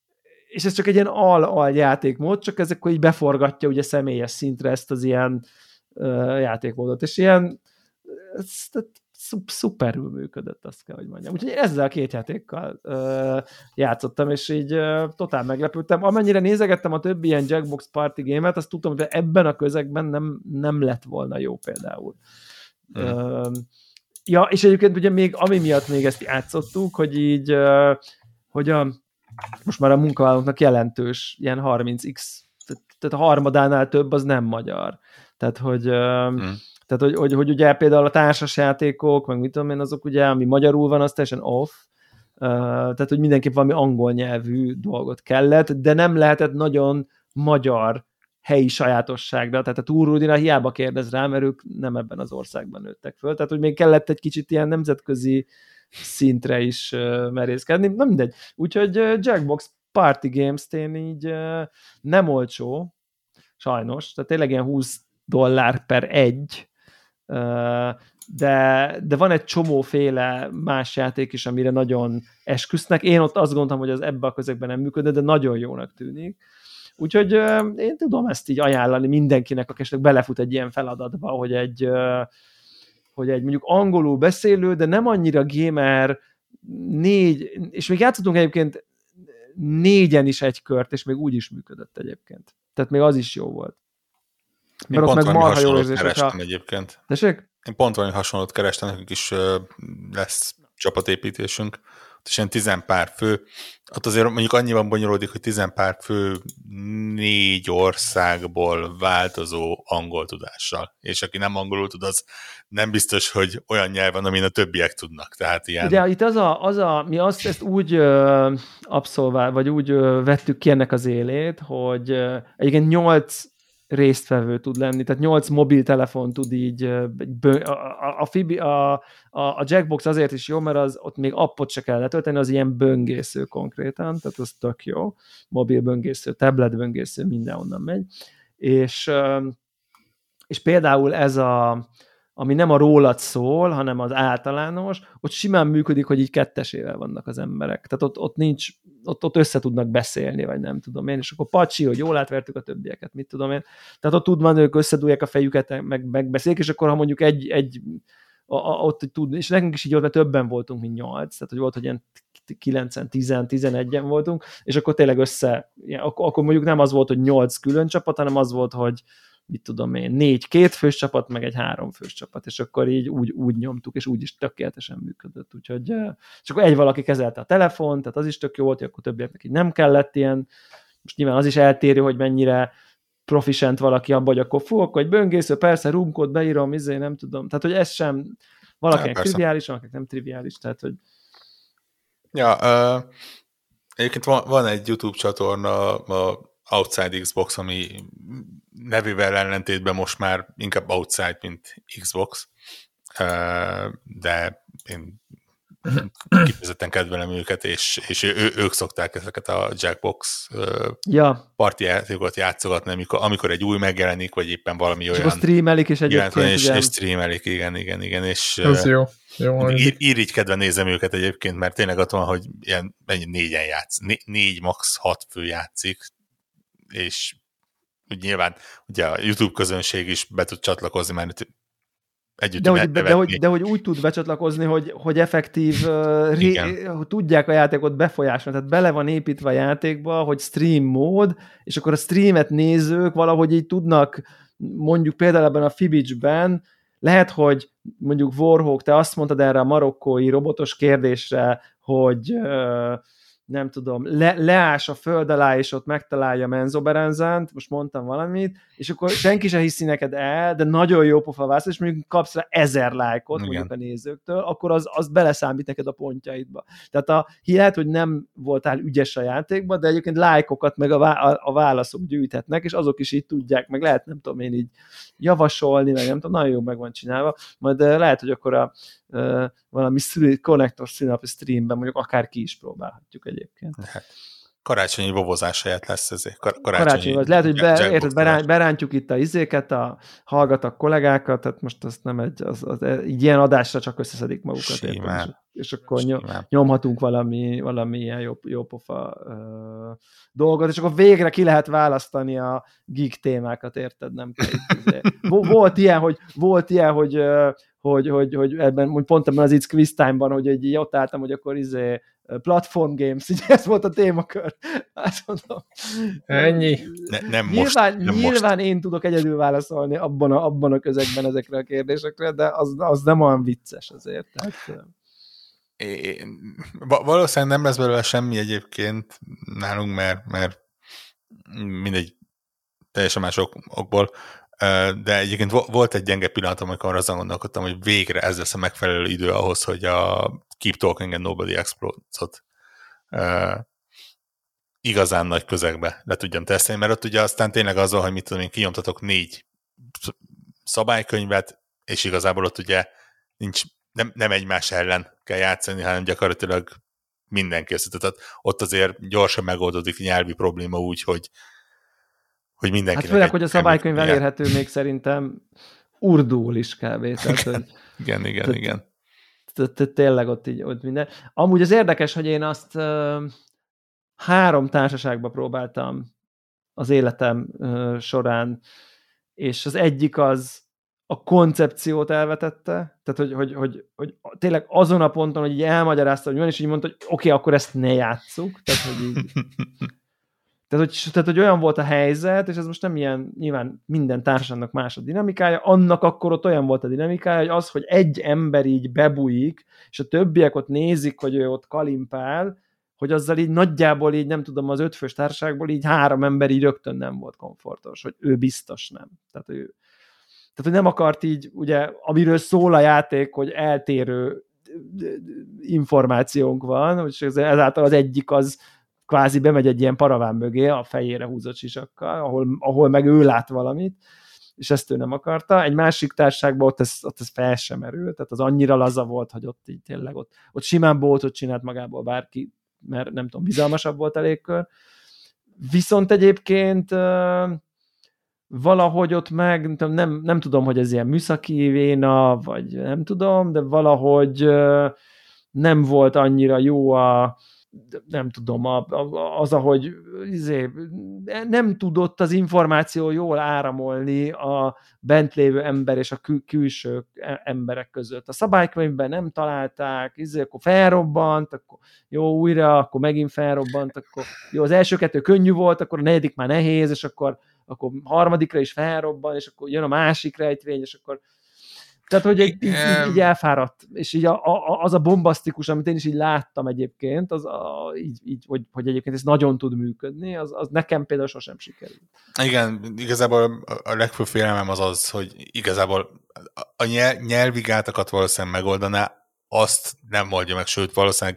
és ez csak egy ilyen al-al játékmód, csak ez akkor így beforgatja ugye személyes szintre ezt az ilyen uh, játékmódot, és ilyen ez, ez, szuperül működött, azt kell, hogy mondjam. Úgyhogy ezzel a két játékkal uh, játszottam, és így uh, totál meglepődtem. Amennyire nézegettem a többi ilyen Jackbox Party game-et, azt tudtam, hogy ebben a közegben nem, nem lett volna jó például. Mm. Uh, ja, és egyébként ugye még, ami miatt még ezt játszottuk, hogy így, uh, hogy a, most már a munkavállalóknak jelentős, ilyen harminc x, tehát a harmadánál több, az nem magyar. Tehát, hogy uh, mm. Tehát, hogy, hogy, hogy ugye például a társasjátékok, meg mit tudom én, azok ugye, ami magyarul van, az teljesen off. Uh, tehát, hogy mindenképp valami angol nyelvű dolgot kellett, de nem lehetett nagyon magyar helyi sajátosságra. Tehát a Túrudina hiába kérdez rá, mert ők nem ebben az országban nőttek föl. Tehát, hogy még kellett egy kicsit ilyen nemzetközi szintre is uh, merészkedni. Na mindegy. Úgyhogy uh, Jackbox Party Games-t én így uh, nem olcsó, sajnos. Tehát tényleg ilyen húsz dollár per egy, de, de van egy csomóféle más játék is, amire nagyon esküsznek. Én ott azt gondoltam, hogy az ebben a közegben nem működött, de nagyon jónak tűnik. Úgyhogy én tudom ezt így ajánlani mindenkinek, aki esetleg belefut egy ilyen feladatba, hogy egy, hogy egy mondjuk angolul beszélő, de nem annyira gamer, négy, és még játszottunk egyébként négyen is egy kört, és még úgy is működött egyébként. Tehát még az is jó volt. Én pont valami hasonlót érzés, kerestem hogyha... egyébként. Tessék? Én pont valami hasonlót kerestem, nekünk is uh, lesz csapatépítésünk, és ilyen tizenpár fő. Ott azért mondjuk annyiban bonyolódik, hogy tizenpár fő négy országból változó angol tudással. És aki nem angolul tud, az nem biztos, hogy olyan nyelv van, amin a többiek tudnak. Tehát ilyen... Ugye itt az a, az a mi azt ezt úgy ö, abszolvál, vagy úgy ö, vettük ki ennek az élét, hogy ö, egyébként nyolc résztvevő tud lenni, tehát nyolc mobiltelefon tud így, a, a, a, Fibi, a, a Jackbox azért is jó, mert az, ott még appot se kell letölteni, az ilyen böngésző konkrétan, tehát az tök jó, mobil böngésző, tablet böngésző, mindenhonnan megy, és, és például ez a, ami nem a rólad szól, hanem az általános, ott simán működik, hogy így kettesével vannak az emberek. Tehát ott, ott nincs, ott, ott össze tudnak beszélni, vagy nem tudom én, és akkor pacsi, hogy jól átvertük a többieket, mit tudom én. Tehát ott tudvan, ők összedúlják a fejüket, meg, megbeszélik, és akkor ha mondjuk egy, egy a, a, ott tud, és nekünk is így volt, mert többen voltunk, mint nyolc, tehát hogy volt, hogy ilyen kilencen, tízen, tizenegyen voltunk, és akkor tényleg össze, akkor, akkor mondjuk nem az volt, hogy nyolc külön csapat, hanem az volt, hogy mit tudom én, négy kétfős csapat, meg egy háromfős csapat, és akkor így úgy, úgy nyomtuk, és úgy is tökéletesen működött. Úgyhogy, és akkor egy valaki kezelte a telefon, tehát az is tök jó volt, hogy akkor többieknek így nem kellett ilyen, most nyilván az is eltérő, hogy mennyire proficient valaki abban, hogy akkor fú, akkor egy böngésző, persze, rumkót beírom, izé, nem tudom. Tehát, hogy ez sem valakinek ja, triviális, valakinek nem triviális, tehát, hogy... Ja, uh, egyébként van, van egy YouTube csatorna, a Outside Xbox, ami nevével ellentétben most már inkább Outside, mint Xbox. de én kifejezetten kedvelem őket, és, és ő, ők szokták ezeket a Jackbox ja. parti játékokat játszogatni, amikor, amikor egy új megjelenik, vagy éppen valami olyan... És akkor streamelik is egyébként. És, és streamelik, igen, igen, igen. És, ez jó. jó ír, irigykedve nézem őket egyébként, mert tényleg ott van, hogy ilyen négyen játsz, né, négy, max. hat fő játszik, és úgy nyilván ugye a YouTube közönség is be tud csatlakozni, mert együtt de, hogy, de, hogy, de hogy úgy tud becsatlakozni, hogy, hogy effektív uh, ré, tudják a játékot befolyásolni. Tehát bele van építve a játékba, hogy stream mód, és akkor a streamet nézők valahogy így tudnak, mondjuk például ebben a Fibicsben, lehet, hogy mondjuk Warhawk, te azt mondtad erre a marokkói robotos kérdésre, hogy uh, nem tudom, le, leás a föld alá, és ott megtalálja Menzo Berenzent, most mondtam valamit, és akkor senki se hiszi neked el, de nagyon jó pofa válsz, és mondjuk kapsz rá ezer lájkot, igen, mondjuk a nézőktől, akkor az, az beleszámít neked a pontjaidba. Tehát a, lehet, hogy nem voltál ügyes a játékban, de egyébként lájkokat meg a, a, a válaszok gyűjthetnek, és azok is így tudják, meg lehet, nem tudom én így javasolni, meg nem tudom, nagyon jó meg van csinálva, majd lehet, hogy akkor a Uh, valami konnektor színnapi streamben mondjuk akár ki is próbálhatjuk egyébként. Hát, karácsonyi bobozás helyett lesz ezért. Kar- karácsonyi, karácsonyi lehet, hogy be, érted, beránt, berántjuk itt a izéket, a hallgatak kollégákat, tehát most azt nem egy, az, az, az, így ilyen adásra csak összeszedik magukat. Érted, és, és akkor Simán. nyomhatunk valami, valami ilyen jó, jó pofa uh, dolgot, és akkor végre ki lehet választani a geek témákat, érted? Nem kell itt, volt ilyen, hogy volt ilyen, hogy uh, Hogy, hogy, hogy ebben, pont ebben az It's Quiz Time-ban, hogy így ott álltam, hogy akkor izé platform games, így ez volt a témakör. Azt mondom. Ennyi. Ne, nem nyilván most. Nem nyilván most. Én tudok egyedül válaszolni abban a, abban a közegben ezekre a kérdésekre, de az, az nem olyan vicces azért. Tehát... Én, valószínűleg nem lesz belőle semmi egyébként nálunk, mert, mert mindegy teljesen más okból, de egyébként volt egy gyenge pillanatom, amikor azon gondolkodtam, hogy végre ez lesz a megfelelő idő ahhoz, hogy a Keep Talking and Nobody Explodes-ot uh, igazán nagy közegbe le tudjam tesztelni, mert ott ugye aztán tényleg az van, hogy mit tudom én, kinyomtatok négy szabálykönyvet, és igazából ott ugye nincs, nem, nem egymás ellen kell játszani, hanem gyakorlatilag mindenki össze. Tehát ott azért gyorsan megoldódik nyelvi probléma úgy, hogy hogy mindenkinek... Hát főleg, hogy a szabálykönyv elérhető még szerintem urdul is kb. Tehát, hogy igen, igen, igen. Tényleg ott így ott minden. Amúgy az érdekes, hogy én azt három társaságba próbáltam az életem során, és az egyik az a koncepciót elvetette, tehát hogy, hogy, hogy, hogy tényleg azon a ponton, hogy így elmagyarázta, hogy van, és így mondta, hogy oké, okay, akkor ezt ne játsszuk, tehát hogy így... Tehát hogy, tehát, hogy olyan volt a helyzet, és ez most nem ilyen, nyilván minden társaságnak más a dinamikája, annak akkor ott olyan volt a dinamikája, hogy az, hogy egy ember így bebújik, és a többiek ott nézik, hogy ő ott kalimpál, hogy azzal így nagyjából így, nem tudom, az ötfős társaságból így három ember így rögtön nem volt komfortos, hogy ő biztos nem. Tehát, ő, tehát hogy nem akart így, ugye, amiről szól a játék, hogy eltérő információnk van, és ezáltal az egyik az kvázi bemegy egy ilyen paraván mögé, a fejére húzott sisakkal, ahol, ahol meg ő lát valamit, és ezt ő nem akarta. Egy másik társaságban ott ez, ott ez fel sem merült, tehát az annyira laza volt, hogy ott így tényleg ott, ott simán boltot csinált magából bárki, mert nem tudom, bizalmasabb volt a légkör. Viszont egyébként uh, valahogy ott meg, nem, tudom, nem, nem tudom, hogy ez ilyen műszaki véna, vagy nem tudom, de valahogy uh, nem volt annyira jó a nem tudom, az, ahogy izé, nem tudott az információ jól áramolni a bent lévő ember és a kül- külső emberek között. A szabálykönyvben nem találták, izé, akkor felrobbant, akkor jó, újra, akkor megint felrobbant, akkor jó, az első kettő könnyű volt, akkor a negyedik már nehéz, és akkor, akkor harmadikra is felrobban, és akkor jön a másik rejtvény, és akkor tehát, hogy így, így, így elfáradt, és így a, a, az a bombasztikus, amit én is így láttam egyébként, az a, így, így hogy, hogy egyébként ez nagyon tud működni, az, az nekem például sosem sikerült. Igen, igazából a legfőbb félelmem az az, hogy igazából a nyelv, nyelvi gátakat valószínűleg megoldaná, azt nem oldja meg, sőt valószínűleg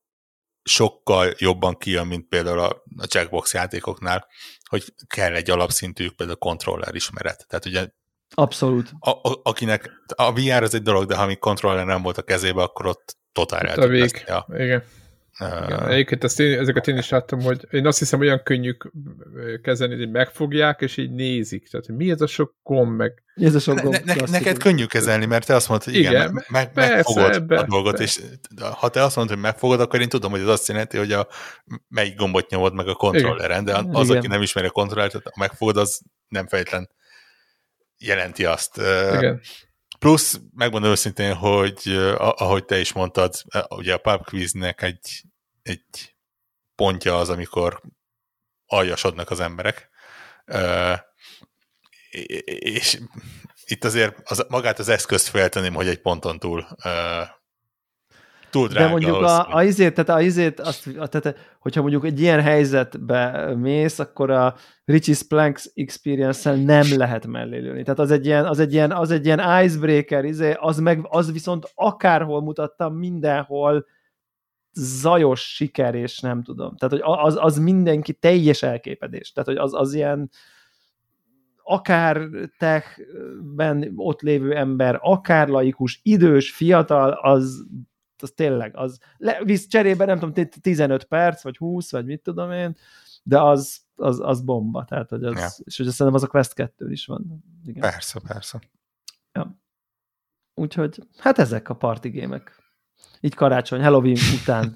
sokkal jobban kijön, mint például a, a checkbox játékoknál, hogy kell egy alapszintű például kontroller ismeret. Tehát ugye Abszolút. A, a, akinek a vé er az egy dolog, de ha még kontroller nem volt a kezébe, akkor ott totál el a vég. Ja. Igen. Uh, Egyébként ezt én, ezeket én is láttam, hogy én azt hiszem, olyan könnyű kezelni, hogy megfogják, és így nézik. Tehát, hogy mi ez a sok gomb, meg... Mi ez a sok gomb? Ne, ne, neked könnyű kezelni, mert te azt mondod, hogy igen, igen meg, persze, megfogod ebbe, a dolgot, persze. És ha te azt mondod, hogy megfogod, akkor én tudom, hogy az azt jelenti, hogy a, melyik gombot nyomod meg a kontrolleren, de az, igen. Aki nem ismeri a kontrollert, ha megfogod, az nem fejtlen jelenti azt. Igen. Plusz, megmondom őszintén, hogy ahogy te is mondtad, ugye a pub quiznek egy, egy pontja az, amikor aljasodnak az emberek. És itt azért az, magát az eszközt feltenném, hogy egy ponton túl túl drága. De mondjuk ahhoz, a, a izét, tehát a izét, azt, tehát, hogyha mondjuk egy ilyen helyzetbe mész, akkor a Richie's Planks Experience-szel nem lehet mellé lőni. Tehát az egy ilyen, az egy ilyen, az egy ilyen icebreaker, izé, az, meg, az viszont akárhol mutattam, mindenhol zajos siker, és nem tudom. Tehát, hogy az, az mindenki teljes elképedés. Tehát, hogy az, az ilyen akár techben ott lévő ember, akár laikus, idős, fiatal, az az tényleg, az le, visz cserébe nem tudom, tizenöt perc, vagy húsz, vagy mit tudom én, de az, az, az bomba, tehát, hogy az, ja. És hogy szerintem az a Quest kettő is van. Igen. Persze, persze. Ja. Úgyhogy, hát ezek a party gémek. Így karácsony, Halloween után.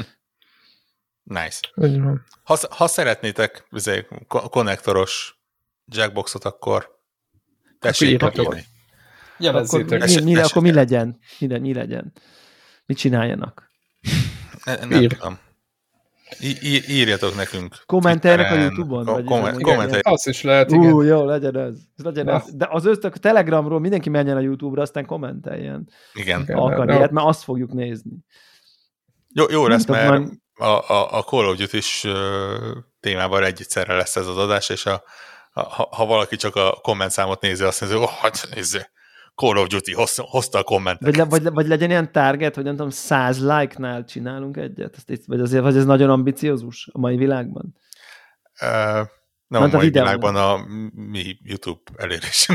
Nice. Ha, ha szeretnétek konnektoros jackboxot, akkor tessék kapni. Akkor mi, mi, akkor mi legyen? Mi, mi legyen? Mit csináljanak? Ne, nem Ír. tudom. Í, írjatok nekünk. Kommenteljenek a YouTube-on? Kom- kom- kommentelj. Az is lehet, igen. Ú, jó, legyen ez. Legyen ez. De az össztek a Telegramról mindenki menjen a YouTube-ra, aztán kommenteljen. Igen. Ha akar ilyet, mert azt fogjuk nézni. Jó, jó lesz, mert man... a, a, a Call of Duty-s uh, témával egyszerre lesz ez az adás, és a, a, ha, ha valaki csak a kommentszámot nézi, azt nézi, hogy oh, hát nézze. Call of Duty hozta, hozta a kommenteket. Vagy, vagy, vagy legyen ilyen target, hogy nem tudom, száz like-nál csinálunk egyet? Ezt, vagy, azért, vagy ez nagyon ambiciózus a mai világban? Uh, nem hát a mai a világban a mi YouTube elérés.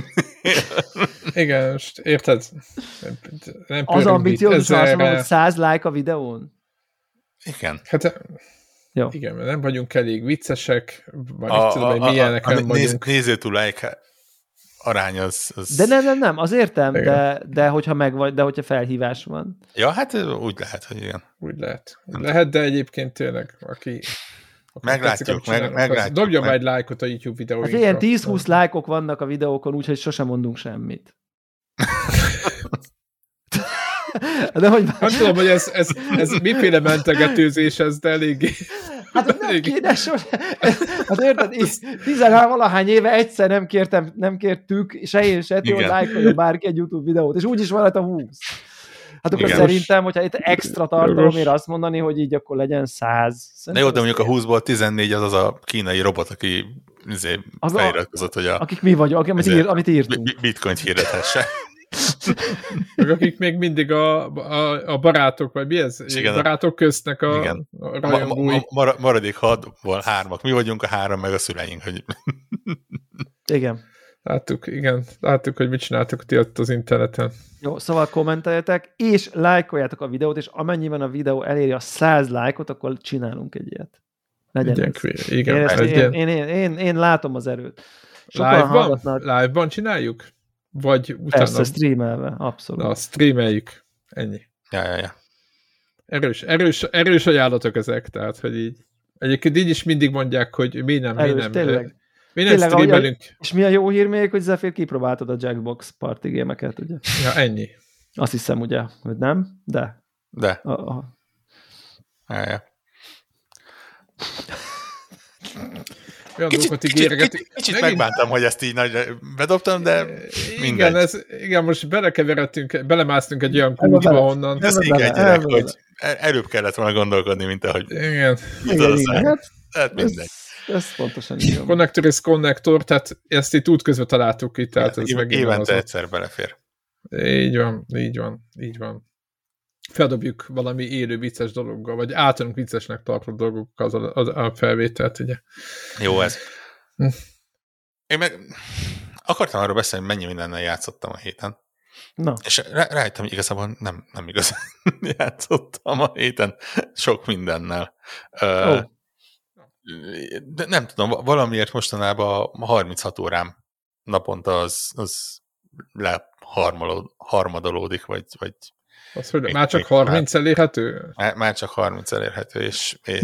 Igen, most érted? Nem az ambiciózus, ha azt mondom, hogy száz like a videón? Igen. Hát jó. Igen, mert nem vagyunk elég viccesek, vagy a, tudom, hogy milyenek nem vagyunk. Nézzél túl like arány az, az... De nem, nem, nem, az értem, de, de hogyha meg vagy, de hogyha felhívás van. Ja, hát úgy lehet, hogy igen. Úgy lehet. Úgy lehet, de egyébként tényleg, aki... aki meglátjuk, meg, meglátjuk. Dobjon meg... már egy lájkot a YouTube videóinkra. Hát ilyen tíz-húsz lájkok vannak a videókon, úgyhogy sosem mondunk semmit. De hogy... Nem tudom, hogy ez, ez, ez miféle mentegetőzés, ez, de eléggé... Hát nem kéne sose. Hát érted, tizenvalahány éve egyszer nem kértem, nem kértük, se én, se ti, hogy lájkoljon bárki egy YouTube videót, és úgyis van a húsz. Hát akkor igen. Szerintem, hogyha itt extra tartalomért azt mondani, hogy így akkor legyen száz. De jó, de mondjuk a húszból tizennégy az az a kínai robot, aki feliratkozott, hogy a... Akik mi vagyunk, amit, ír, amit írtunk. Bitcoint hirdethesse. Meg akik még mindig a, a, a barátok, vagy mi ez? Igen, barátok köztnek a, igen. a rajongói. Ma, ma, maradék hadból hármak. Mi vagyunk a három, meg a szüleink. Hogy... Igen. Láttuk, igen. Láttuk, hogy mit csináltok ti ott az interneten. Jó, szóval kommenteljetek, és lájkoljátok a videót, és amennyiben a videó eléri a száz lájkot, akkor csinálunk egy ilyet. Legyen igen, igen, én, ezt, én, én, én, én, én látom az erőt. Live-ban? Hallgatnak... Live-ban csináljuk? Vagy utána... Persze, streamelve, abszolút. Na, streameljük. Ennyi. Ja, ja, ja. Erős, erős, erős ajánlatok ezek, tehát, hogy így. Egyébként így is mindig mondják, hogy mi nem, erős, mi nem. Tényleg. Mi nem tényleg, streamelünk. Ahogy, és mi a jó hír még, hogy Zephyr kipróbáltad a Jackbox party gémeket, ugye? Ja, ennyi. Azt hiszem, ugye, hogy nem, de. De. A, a... Ja, ja. Kicsit, kicsit, kicsit, kicsit megint... megbántam, hogy ezt így nagyra bedobtam, de mindegy. Igen, ez, igen, most belekeveredtünk, belemásztunk egy olyan kulcsba honnan. Ez engedjenek, hogy előbb kellett volna gondolkodni, mint ahogy... Igen. Igen, igen. Hát, hát mindegy. Ez, ez pontosan így van. Connector és connector, tehát ezt itt útközben találtuk itt. Tehát ez é- évente egyszer belefér. Így van, így van, így van. Feldobjuk valami élő vicces dologgal, vagy általunk viccesnek tartott dolgokkal az a, a, a felvételt, ugye. Jó ez. Hm. Én meg akartam arról beszélni, hogy mennyi mindennel játszottam a héten. Na. És rá, rájöttem, hogy igazából nem, nem igazán játszottam a héten sok mindennel. Oh. Uh, de nem tudom, valamiért mostanában a harminchat órám naponta az, az leharmadolódik, vagy, vagy az, hogy még, már csak harminc már, elérhető? Már, már csak harminc elérhető, és, és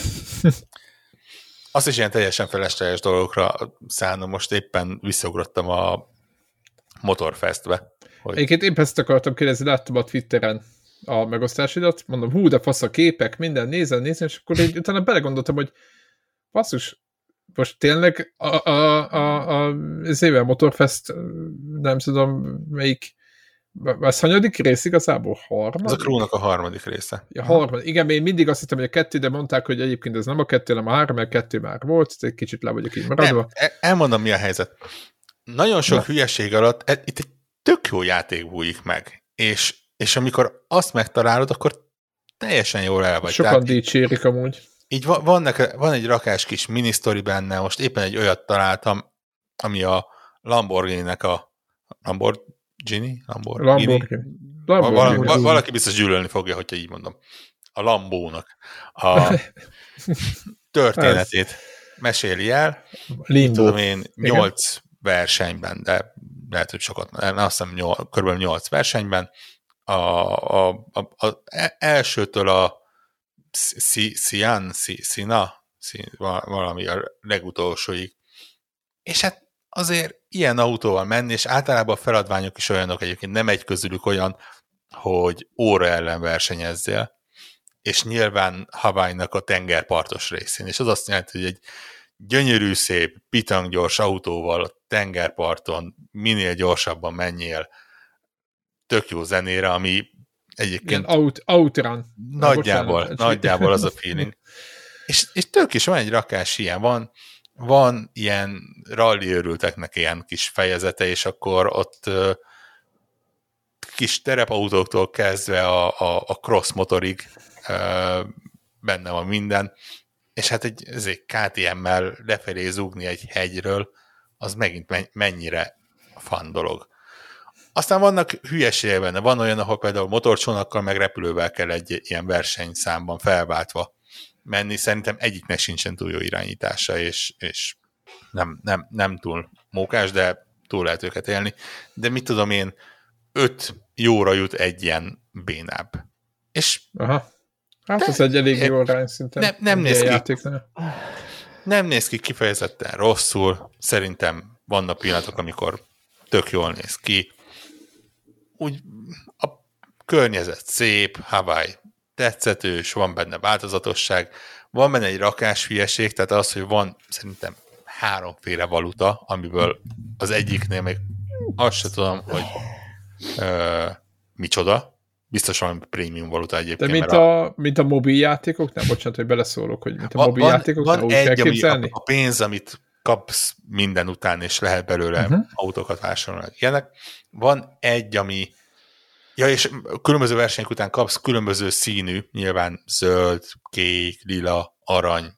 azt is ilyen teljesen felesleges dolgokra szánom. Most éppen visszaugrottam a Motorfestbe. Hogy... Egyébként épp ezt akartam kérdezni, láttam a Twitteren a megosztásidat, mondom, hú, de fasz a képek, minden, nézem, nézem, és akkor így utána belegondoltam, hogy basszus, most tényleg a, a, a, a, az éve a Motorfest, nem tudom, melyik, ez hanyadik rész igazából? Harmadik? Ez a Crew-nak a harmadik része. Ja, harmadik. Igen, én mindig azt hittem, hogy a kettő, de mondták, hogy egyébként ez nem a kettő, hanem a három, mert kettő már volt, egy kicsit le vagyok így maradva. Nem, elmondom, mi a helyzet. Nagyon sok Na. hülyeség alatt itt egy tök jó játék bújik meg, és, és amikor azt megtalálod, akkor teljesen jól el vagy. Sokan Tehát, dicsérik amúgy. Így van, vannak, van egy rakás kis minisztori benne, most éppen egy olyat találtam, ami a Lamborghini-nek a Lamborghini? Lamborghini? Lamborghini. Lamborghini. Val, valaki biztos gyűlölni fogja, hogyha így mondom. A Lambónak a történetét meséli el. Limbo. Tudom én, nyolc versenyben, de lehet, hogy sokat, nem, azt hiszem nyolc, körülbelül nyolc versenyben. A, a, a, a elsőtől a Sian, Sina, valami a legutolsóig. És hát azért ilyen autóval menni, és általában a feladványok is olyanok, egyébként nem egy közülük olyan, hogy óra ellen versenyezzél, és nyilván Hawaii-nak a tengerpartos részén, és az azt jelenti, hogy egy gyönyörű, szép, pitanggyors autóval a tengerparton minél gyorsabban menjél tök jó zenére, ami egyébként out, outrun. Nagyjából, bocsánat, nagyjából az a feeling. És, és tök is van egy rakás ilyen, van, van ilyen rally örülteknek ilyen kis fejezete, és akkor ott uh, kis terepautóktól kezdve a, a, a cross motorig uh, benne van minden, és hát egy, egy ká té em-mel lefelé zúgni egy hegyről, az megint mennyire fun dolog. Aztán vannak hülyeségek benne, van olyan, ahol például motorcsónakkal meg repülővel kell egy ilyen versenyszámban felváltva menni, szerintem egyiknek sincsen túl jó irányítása, és, és nem, nem, nem túl mókás, de túl lehet őket élni. De mit tudom én, öt jóra jut egy ilyen bénább. És aha. Hát ez egy elég jó arány szinten. Nem, nem, néz ki, nem néz ki kifejezetten rosszul. Szerintem vannak pillanatok, amikor tök jól néz ki. Úgy a környezet szép, Hawaii tetszetős, van benne változatosság, van benne egy rakás hülyeség, tehát az, hogy van szerintem háromféle valuta, amiből az egyiknél még azt se tudom, hogy ö, micsoda, biztos valami prémium valuta egyébként. De mint a, a, mint a mobil játékok? Nem, bocsánat, hogy beleszólok, hogy mint a mobil játékok, van, van egy, ami a, a pénz, amit kapsz minden után, és lehet belőle uh-huh. autókat vásárolni. Ilyenek. Van egy, ami ja, és különböző versenyek után kapsz különböző színű, nyilván zöld, kék, lila, arany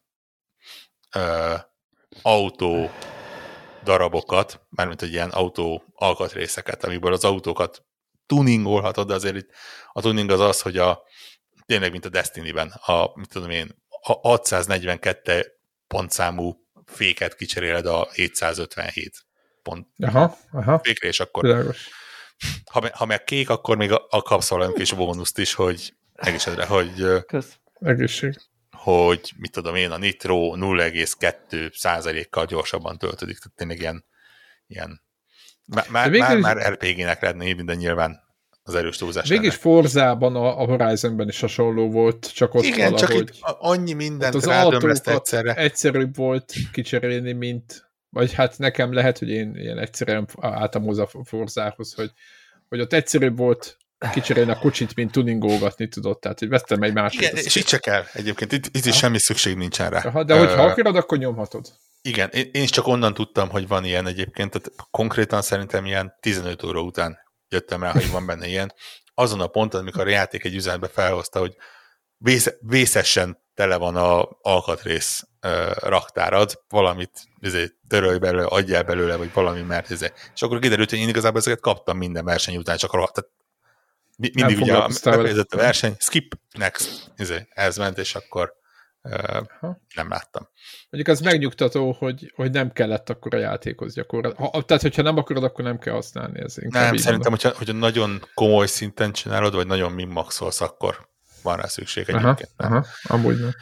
ö, autó darabokat, mármint egy ilyen autó alkatrészeket, amiből az autókat tuningolhatod, de azért itt a tuning az az, hogy a tényleg, mint a Destiny-ben, a, mit tudom én, a hatszáznegyvenkettő pontszámú féket kicseréled a hétszázötvenhét pont aha, aha. fékre, és akkor ha, ha meg kék, akkor még a, a kapsz valami kis bónuszt is, hogy egészedre, hogy Kösz. Egészség. Hogy mit tudom én, a nitro nulla egész kettő százalékkal gyorsabban töltődik, tehát tényleg ilyen, ilyen már, már, már er pé gének lenni, minden nyilván az erős túlzás. Végig Forzában a, a Horizonben is hasonló volt, csak ott igen, valahogy... csak itt annyi mindent az rádömleszte egyszerre. Egyszerűbb volt kicserélni, mint... Vagy hát nekem lehet, hogy én ilyen egyszerűen álltam hozzá a Forzához, hogy, hogy ott egyszerűbb volt kicserélni a kocsit, mint tuningolgatni tudod. Tehát, hogy vettem egy másikat. Igen, és itt se kell egyébként. Itt, itt is semmi szükség nincsen rá. Aha, de hogyha uh, akarod, akkor nyomhatod. Igen, én, én is csak onnan tudtam, hogy van ilyen egyébként. Tehát konkrétan szerintem ilyen tizenöt óra után jöttem rá, hogy van benne ilyen. Azon a ponton, amikor a játék egy üzenetbe felhozta, hogy vész, vészessen tele van a alkatrész uh, raktárad, valamit ezért törölj belőle, adjál belőle, vagy valami, mert ezért. És akkor kiderült, hogy én igazából ezeket kaptam minden verseny után, csak rohadt. Tehát mindig ugye befejezett a verseny, skip, next, ezért, ez ment, és akkor uh, nem láttam. Mondjuk ez megnyugtató, hogy, hogy nem kellett akkor a játékhoz gyakorlatilag. Ha, tehát, hogyha nem akarod, akkor nem kell használni. Ez nem, szerintem, hogyha, hogyha nagyon komoly szinten csinálod, vagy nagyon min-maxolsz, akkor van rá szükség egyébként. Aha, aha, amúgy nem.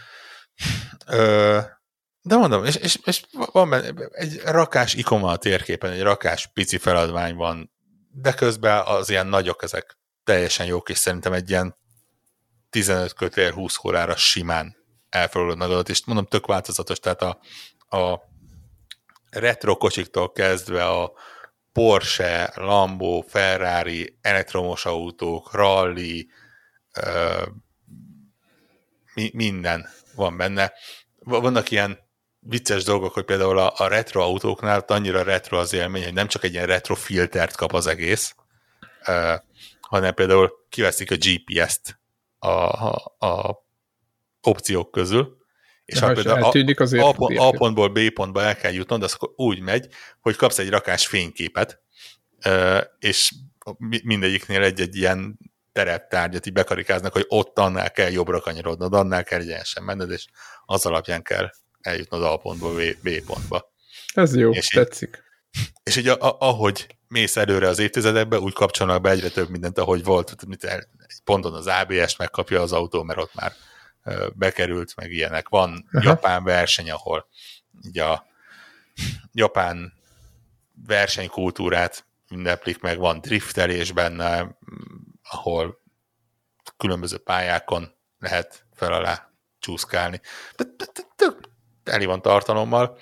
Ö, de mondom, és, és, és van benne, egy rakás ikon van a térképen, egy rakás pici feladvány van, de közben az ilyen nagyok, ezek teljesen jók, és szerintem egy ilyen tizenöt kötél húsz órára simán elfoglalod magadat, és mondom, tök változatos, tehát a, a retro kocsiktól kezdve a Porsche, Lambo, Ferrari, elektromos autók, rally, ö, mi, minden van benne. Vannak ilyen vicces dolgok, hogy például a, a retro autóknál annyira retro az élmény, hogy nem csak egy ilyen retro filtert kap az egész, ö, hanem például kiveszik a gé pé es-t a, a, a opciók közül, és ha például a, a, pont, a pontból B pontba el kell jutnod, de az akkor úgy megy, hogy kapsz egy rakás fényképet, és mindegyiknél egy-egy ilyen tereptárgyat így bekarikáznak, hogy ott annál kell jobbra kanyarodnod, annál kell egyenesen menned, és az alapján kell eljutnod A pontból B pontba. Ez jó, és tetszik. Így, és így a, a, ahogy mész előre az évtizedekbe, úgy kapcsolnak be egyre több mindent, ahogy volt. Egy ponton az á bé est megkapja az autó, mert ott már bekerült, meg ilyenek. Van Aha. japán verseny, ahol így a japán versenykultúrát ünneplik, meg van driftelés benne, ahol különböző pályákon lehet fel alá csúszkálni. Teli van tartalommal.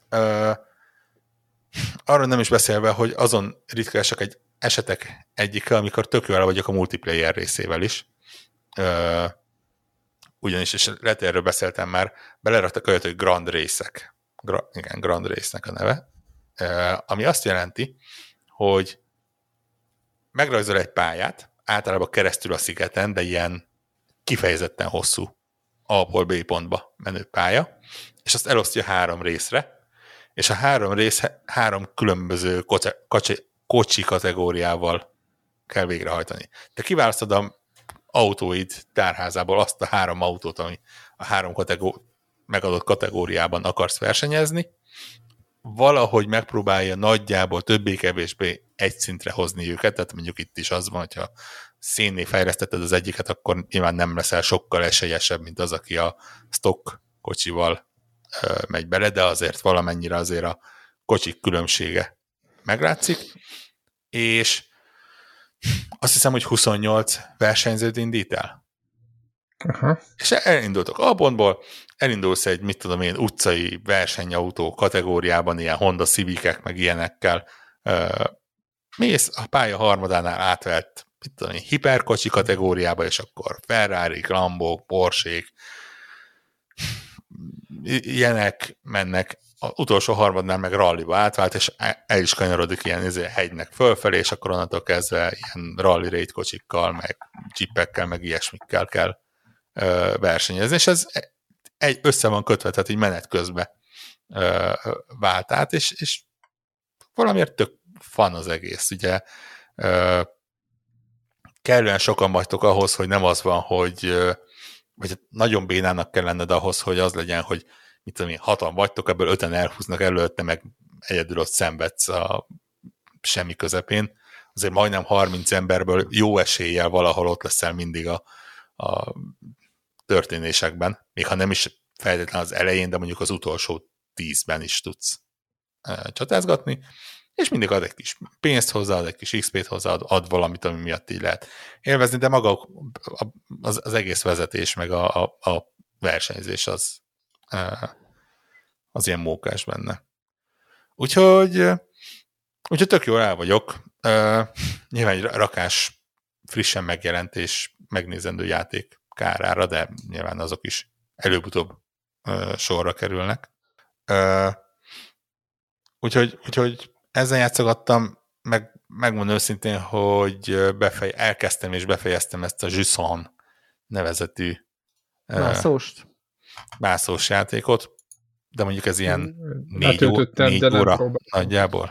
Arról nem is beszélve, hogy azon ritkásak egy esetek egyike, amikor tök jól vagyok a multiplayer részével is. Ugyanis, és erről beszéltem már, beleraktak olyat, hogy Grand Race-ek. Gra, igen, Grand Race-nek a neve. Ami azt jelenti, hogy megrajzol egy pályát, általában keresztül a szigeten, de ilyen kifejezetten hosszú A-ból B pontba menő pálya, és azt elosztja három részre, és a három rész három különböző kocsi, kocsi kategóriával kell végrehajtani. Te kiválasztod a autóid tárházából azt a három autót, ami a három kategó- megadott kategóriában akarsz versenyezni, valahogy megpróbálja nagyjából többé-kevésbé egy szintre hozni őket, tehát mondjuk itt is az van, hogyha szénné fejlesztetted az egyiket, akkor nyilván nem leszel sokkal esélyesebb, mint az, aki a stock kocsival ö, megy bele, de azért valamennyire azért a kocsik különbsége meglátszik, és azt hiszem, hogy huszonnyolc versenyzőt indít el. Aha. És elindultok A pontból, elindulsz egy, mit tudom én, utcai versenyautó kategóriában, ilyen Honda Civicek, meg ilyenekkel. Mész a pálya harmadánál átvett, mit tudom én, hiperkocsi kategóriába, és akkor Ferrari, Lambo, Porsche-k, ilyenek mennek. Az utolsó harmadnál meg rallyba átvált, és el is kanyarodik ilyen ezért hegynek fölfelé, és akkor onnantól kezdve ilyen rally raid kocsikkal, meg csipekkel, meg ilyesmikkel kell ö, versenyezni, és ez egy össze van kötve, tehát így menet közben ö, vált át, és, és valamiért tök fun az egész, ugye ö, kellően sokan vagytok ahhoz, hogy nem az van, hogy ö, vagy nagyon bénának kell lenned ahhoz, hogy az legyen, hogy mit tudom én, hatan vagytok, ebből öten elhúznak előtte, meg egyedül ott szenvedsz a semmi közepén. Azért majdnem harminc emberből jó eséllyel valahol ott leszel mindig a, a történésekben, még ha nem is feltétlenül az elején, de mondjuk az utolsó tízben is tudsz e, csatázgatni, és mindig ad egy kis pénzt hozzá, ad egy kis iksz pét hozzá, ad, ad valamit, ami miatt így lehet élvezni, de maga az, az egész vezetés, meg a, a, a versenyzés az az ilyen mókás benne. Úgyhogy úgyhogy tök jól el vagyok. Uh, nyilván egy rakás frissen megjelent és megnézendő játék kárára, de nyilván azok is előbb-utóbb uh, sorra kerülnek. Uh, úgyhogy, úgyhogy ezzel játszogattam, meg, megmondom őszintén, hogy befej, elkezdtem és befejeztem ezt a Jusson nevezetű mászóst. mászós játékot, de mondjuk ez ilyen négy, ó, négy de óra nagyjából.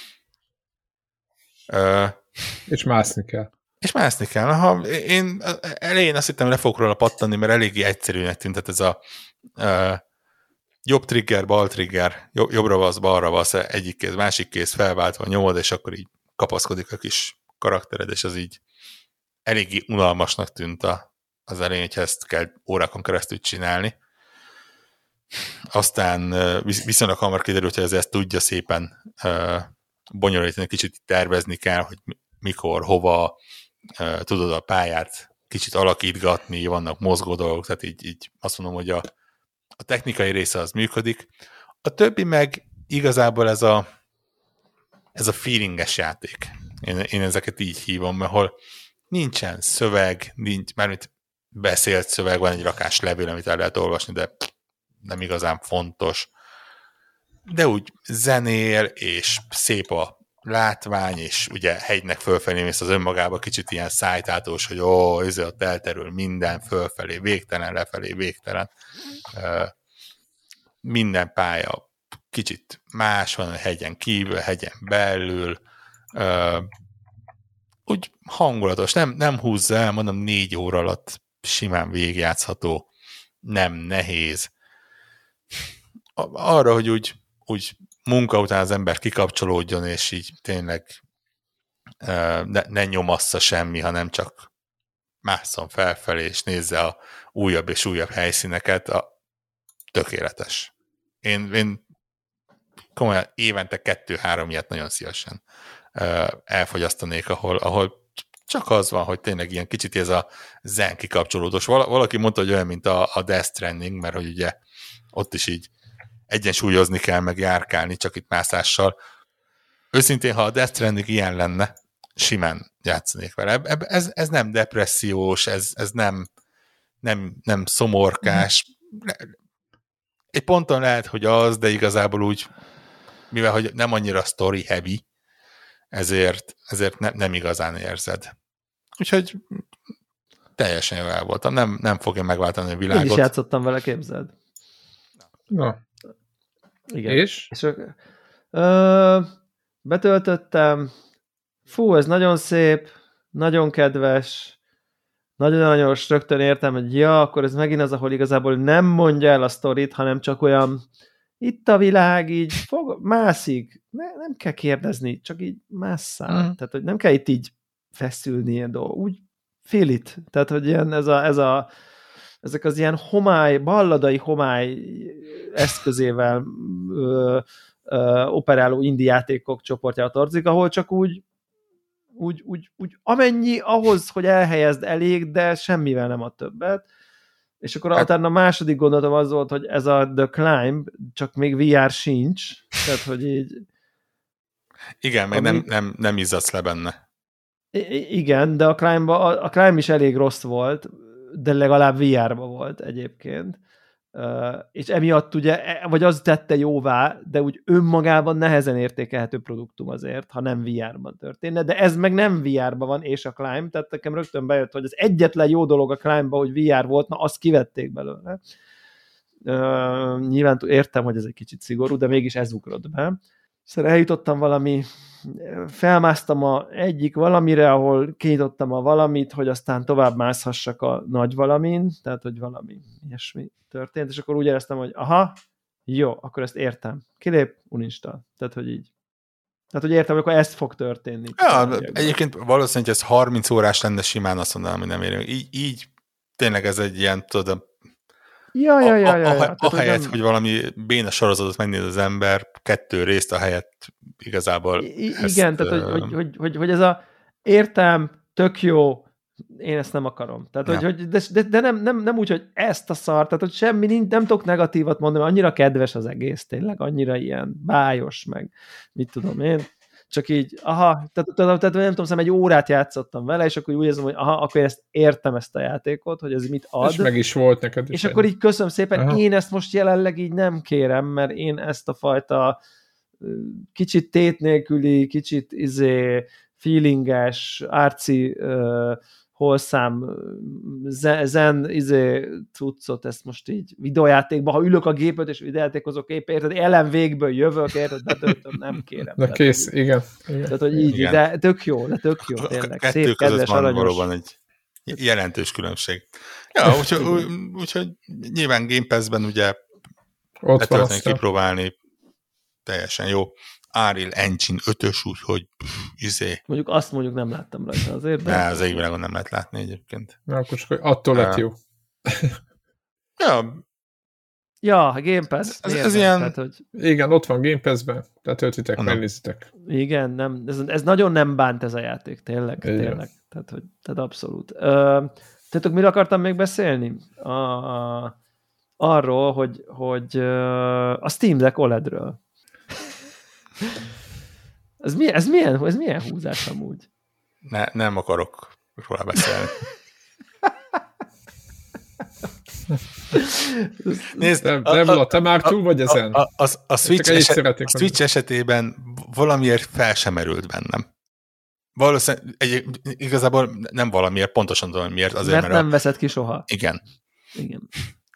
Ö, és mászni kell. És mászni kell. Ha én elején azt hittem, le fogok róla pattanni, mert eléggé egyszerűnek tűnt ez a ö, jobb trigger, bal trigger, jobbra vasz, balra vasz, egyik kéz, másik kéz felváltva nyomod, és akkor így kapaszkodik a kis karaktered, és az így eléggé unalmasnak tűnt a, az elején, hogyha ezt kell órákon keresztül csinálni. Aztán viszonylag hamar kiderült, hogy ezt tudja szépen uh, bonyolítani, kicsit tervezni kell, hogy mikor, hova, uh, tudod a pályát kicsit alakítgatni, vannak mozgó dolgok, tehát így, így azt mondom, hogy a, a technikai része az működik. A többi meg igazából ez a, ez a feelinges játék. Én, én ezeket így hívom, mert hol nincsen szöveg, nincs, mármint beszélt szöveg, van egy rakás levél, amit el lehet olvasni, de nem igazán fontos. De úgy zenél, és szép a látvány, és ugye hegynek fölfelé mész az önmagába, kicsit ilyen szájtátós, hogy ó, ez ott elterül minden fölfelé, végtelen, lefelé, végtelen. Uh, minden pálya kicsit más van, a hegyen kívül, a hegyen belül. Uh, úgy hangulatos, nem, nem húzza el, mondom, négy óra alatt simán végigjátszható, nem nehéz. Arra, hogy úgy, úgy munka után az ember kikapcsolódjon, és így tényleg ne, ne nyomassza semmi, hanem csak másszon felfelé, és nézze a újabb és újabb helyszíneket, a tökéletes. Én, én komolyan évente kettő-három ilyet nagyon szívesen elfogyasztanék, ahol, ahol csak az van, hogy tényleg ilyen kicsit ez a zen kikapcsolódós. Valaki mondta, hogy olyan, mint a, a Death Stranding, mert hogy ugye ott is így egyensúlyozni kell, meg járkálni, csak itt mászással. Őszintén, ha a Death Stranding ilyen lenne, simán játszanék vele. Ez, ez nem depressziós, ez, ez nem, nem, nem szomorkás. Egy ponton lehet, hogy az, de igazából úgy, mivel hogy nem annyira story heavy, ezért, ezért ne, nem igazán érzed. Úgyhogy teljesen jól el voltam. Nem, nem fogja megváltani a világot. Én is játszottam vele, képzeld. Na. Igen. És? És ö, betöltöttem. Fú, ez nagyon szép, nagyon kedves, nagyon aranyos, rögtön értem, hogy ja, akkor ez megint az, ahol igazából nem mondja el a sztorit, hanem csak olyan itt a világ, így fog, mászik. Ne, nem kell kérdezni, csak így másszál. Mm. Tehát, hogy nem kell itt így feszülni ilyen dolgok. Úgy feel it. Tehát, hogy ilyen ez a, ez a ezek az ilyen homály, balladai homály eszközével ö, ö, operáló indie játékok csoportjára tartozik, ahol csak úgy, úgy, úgy, úgy amennyi ahhoz, hogy elhelyezd elég, de semmivel nem ad többet. És akkor hát, utána a második gondolatom az volt, hogy ez a The Climb, csak még vé er sincs, tehát, hogy így... Igen, meg ami... nem, nem, nem izzadsz le benne. I- igen, de a Climb, a, a Climb is elég rossz volt, de legalább vé er-ba volt egyébként. Uh, és emiatt ugye, vagy az tette jóvá, de úgy önmagában nehezen értékelhető produktum azért, ha nem vé er-ban történne, de ez meg nem vé er-ban van, és a Climb, tehát nekem rögtön bejött, hogy az egyetlen jó dolog a Climb-ban, hogy vé er volt, na azt kivették belőle. Uh, nyilván értem, hogy ez egy kicsit szigorú, de mégis ez ugrott be. Szóval eljutottam valami, felmásztam a egyik valamire, ahol kinyitottam a valamit, hogy aztán tovább mászhassak a nagy valamin, tehát, hogy valami ilyesmi történt, és akkor úgy éreztem, hogy aha, jó, akkor ezt értem. Kilép, uninstall. Tehát, hogy így. Tehát, hogy értem, hogy akkor ez fog történni. Ja, egyébként valószínűleg, hogy ez harminc órás lenne, simán azt mondanám, hogy nem érünk. Így, így tényleg ez egy ilyen, tudod, Ja, ja, ja, ja, ja. Ahelyett, hogy, hogy valami béna sorozatot megnéz az ember, kettő részt, ahelyett igazából I- ezt, igen, tehát hogy, hogy, hogy, hogy, hogy ez a értem, tök jó, én ezt nem akarom. Tehát, hogy, hogy, de, de, de nem, nem, nem úgy, hogy ezt a szart, tehát hogy semmi, nem, nem tudok negatívat mondani, annyira kedves az egész, tényleg, annyira ilyen bájos, meg mit tudom én. Csak így, aha, tehát, tehát, tehát nem tudom, egy órát játszottam vele, és akkor úgy érzem, hogy aha, akkor én ezt értem ezt a játékot, hogy ez mit ad. És meg is volt neked is. És akkor így köszönöm szépen, aha. Én ezt most jelenleg így nem kérem, mert én ezt a fajta kicsit tét nélküli, kicsit izé feelinges, arci uh, holszám zen, zen izé, cuccot, ezt most így videójátékban, ha ülök a gépet és videójátékozok épp, érted, ellen végből jövök, érted, betöltöm, nem kérem. Na kész, tehát, igen. Tehát, hogy így, igen. De tök jó, de tök jó, tényleg. A kettő szép, között kedves, van aranyos. valóban egy jelentős különbség. Ja, úgyhogy, úgy, úgyhogy nyilván Game Pass-ben ugye letölteni, kipróbálni, teljesen jó. Unreal Engine ötös, úgyhogy pff, izé. Mondjuk azt mondjuk nem láttam rajta azért. De az égvilágon nem lehet látni egyébként. Na, akkor attól lett jó. Ja. Ja, a Game Pass. Ez, ez ilyen... Tehát, hogy... Igen, ott van Game Pass-ben, letöltitek, megnézitek. Igen, nem, ez, ez nagyon nem bánt ez a játék, tényleg. Igen. tényleg. Tehát, hogy, tehát abszolút. Uh, Tudjátok, mire akartam még beszélni? A, a, arról, hogy, hogy uh, a Steam Deck o el e dről. ez, milyen, ez, milyen, ez milyen húzás amúgy? Ne, nem akarok róla beszélni. Nézd, nem, nem a, a, te már túl vagy ezen. A, a, a, a, Switch, eset, a Switch esetében valamiért fel sem merült bennem. Valószínűleg egy, igazából nem valamiért, pontosan tudom, miért. Azért, mert, mert nem a... veszed ki soha. Igen. Igen.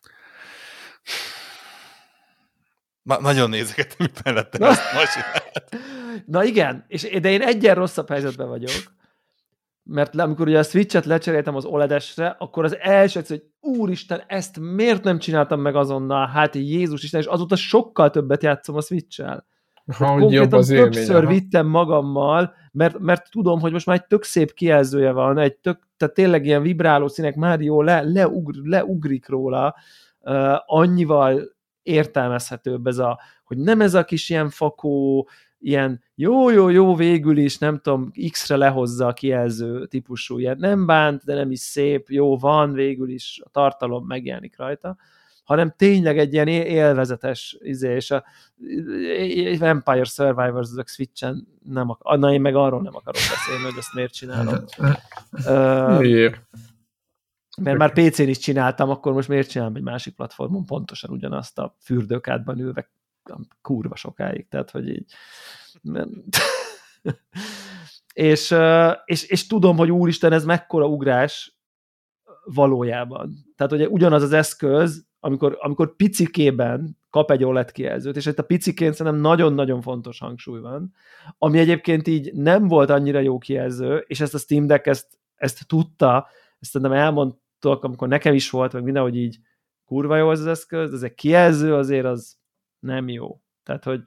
Na, nagyon nézegetem, mit mellettem ezt most. Na igen, és, de én egyen rosszabb helyzetben vagyok, mert le, amikor ugye a Switch-et lecseréltem az o el e dé-esre, akkor az első, hogy úristen, ezt miért nem csináltam meg azonnal? Hát Jézus Isten, és azóta sokkal többet játszom a Switch-el. Konkrétan többször vittem magammal, mert, mert tudom, hogy most már egy tök szép kijelzője van, egy tök, tehát tényleg ilyen vibráló színek, már jó, le, leugr, leugrik róla, uh, annyival értelmezhetőbb ez a, hogy nem ez a kis ilyen fakó, ilyen jó, jó, jó, végül is, nem tudom, X-re lehozza a kijelző típusú, ilyen nem bánt, de nem is szép, jó, van, végül is a tartalom megjelenik rajta, hanem tényleg egy ilyen élvezetes izé, és a Vampire Survivors azok Switchen nem akar, na én meg arról nem akarok beszélni, hogy ezt miért csinálom. Miért? Uh, mert már pé cén is csináltam, akkor most miért csinálom egy másik platformon pontosan ugyanazt a fürdőkádban ülve kurva sokáig, tehát hogy így és, és, és tudom, hogy úristen, ez mekkora ugrás valójában. Tehát ugye ugyanaz az eszköz, amikor, amikor picikében kap egy o el e dé kijelzőt, és itt a picikén szerintem nagyon-nagyon fontos hangsúly van, ami egyébként így nem volt annyira jó kijelző, és ezt a Steam Deck ezt, ezt tudta, ezt szerintem elmondtok, amikor nekem is volt, meg mindenhogy így kurva jó az, az eszköz, ez egy kijelző azért az nem jó. Tehát, hogy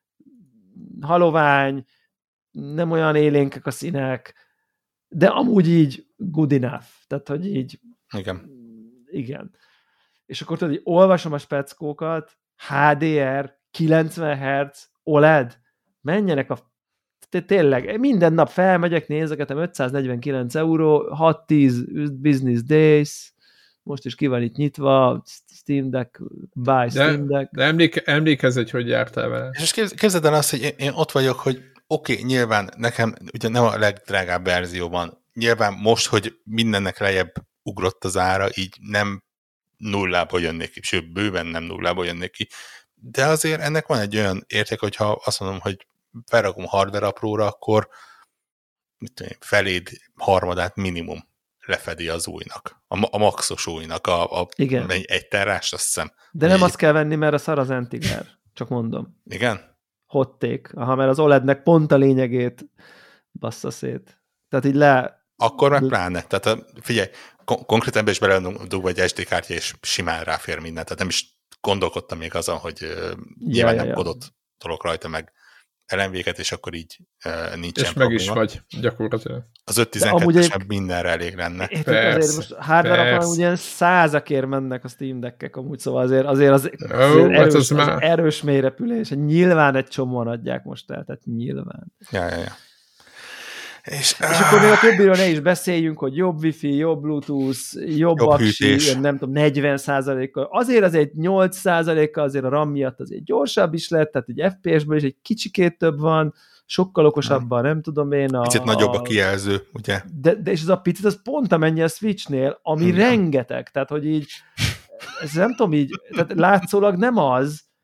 halovány, nem olyan élénkek a színek, de amúgy így good enough. Tehát, hogy így igen. Igen. És akkor tudod, hogy olvasom a speckókat, há dé er, kilencven hertz, o el e dé, menjenek a tényleg, minden nap felmegyek, nézegetem, ötszáznegyvenkilenc euró, hat-tíz business days, most is ki van itt nyitva, Steam Deck, buy de, Steam Deck. De emléke, emlékezz, hogy hogy jártál vele. És képzeld el azt, hogy én, én ott vagyok, hogy oké, okay, nyilván nekem ugye nem a legdrágább verzió van. Nyilván most, hogy mindennek lejjebb ugrott az ára, így nem nullából jönnék ki, sőt, bőven nem nullából jönnék ki. De azért ennek van egy olyan érték, hogyha azt mondom, hogy felrakom hardware apróra, akkor mit tudom, feléd harmadát minimum lefedi az újnak. A, a maxos újnak, a, a egy, egy terrás, azt hiszem. De nem egy... azt kell venni, mert a szar az Antigár. Csak mondom. Igen? Hot take. Aha, mert az o el e dé-nek pont a lényegét bassza szét. Tehát így le... Akkor meg pláne. Tehát figyelj, kon- konkrétan be is beledugva egy es dé kártya, és simán ráfér minden. Tehát nem is gondolkodtam még azon, hogy uh, nyilván ja, nem ja, kodott ja. dolog rajta meg el em vé-ket, és akkor így uh, nincsen és probléma. meg is vagy, gyakorlatilag. Az öt tizenkettes egy... mindenre elég lenne. Persze, azért most hardware-akon ugyan százakért mennek a Steam Deck-ek amúgy, szóval azért, azért az, oh, azért erős, az már... az erős mélyrepülés. Nyilván egy csomóan adják most el, tehát nyilván. Ja, ja, ja. És, és akkor még a többiről ne is beszéljünk, hogy jobb wifi, jobb bluetooth, jobb, jobb aksi, nem tudom, negyven százalékkal. Azért azért nyolc százalékkal azért a RAM miatt azért gyorsabb is lett, tehát egy ef pé es-ből is egy kicsikét több van, sokkal okosabban, nem, nem tudom én. A, picit nagyobb a kijelző, ugye? De, de és ez a picit, az pont amennyi a Switchnél, ami hmm. rengeteg, tehát hogy így, ez nem tudom így, tehát látszólag nem az,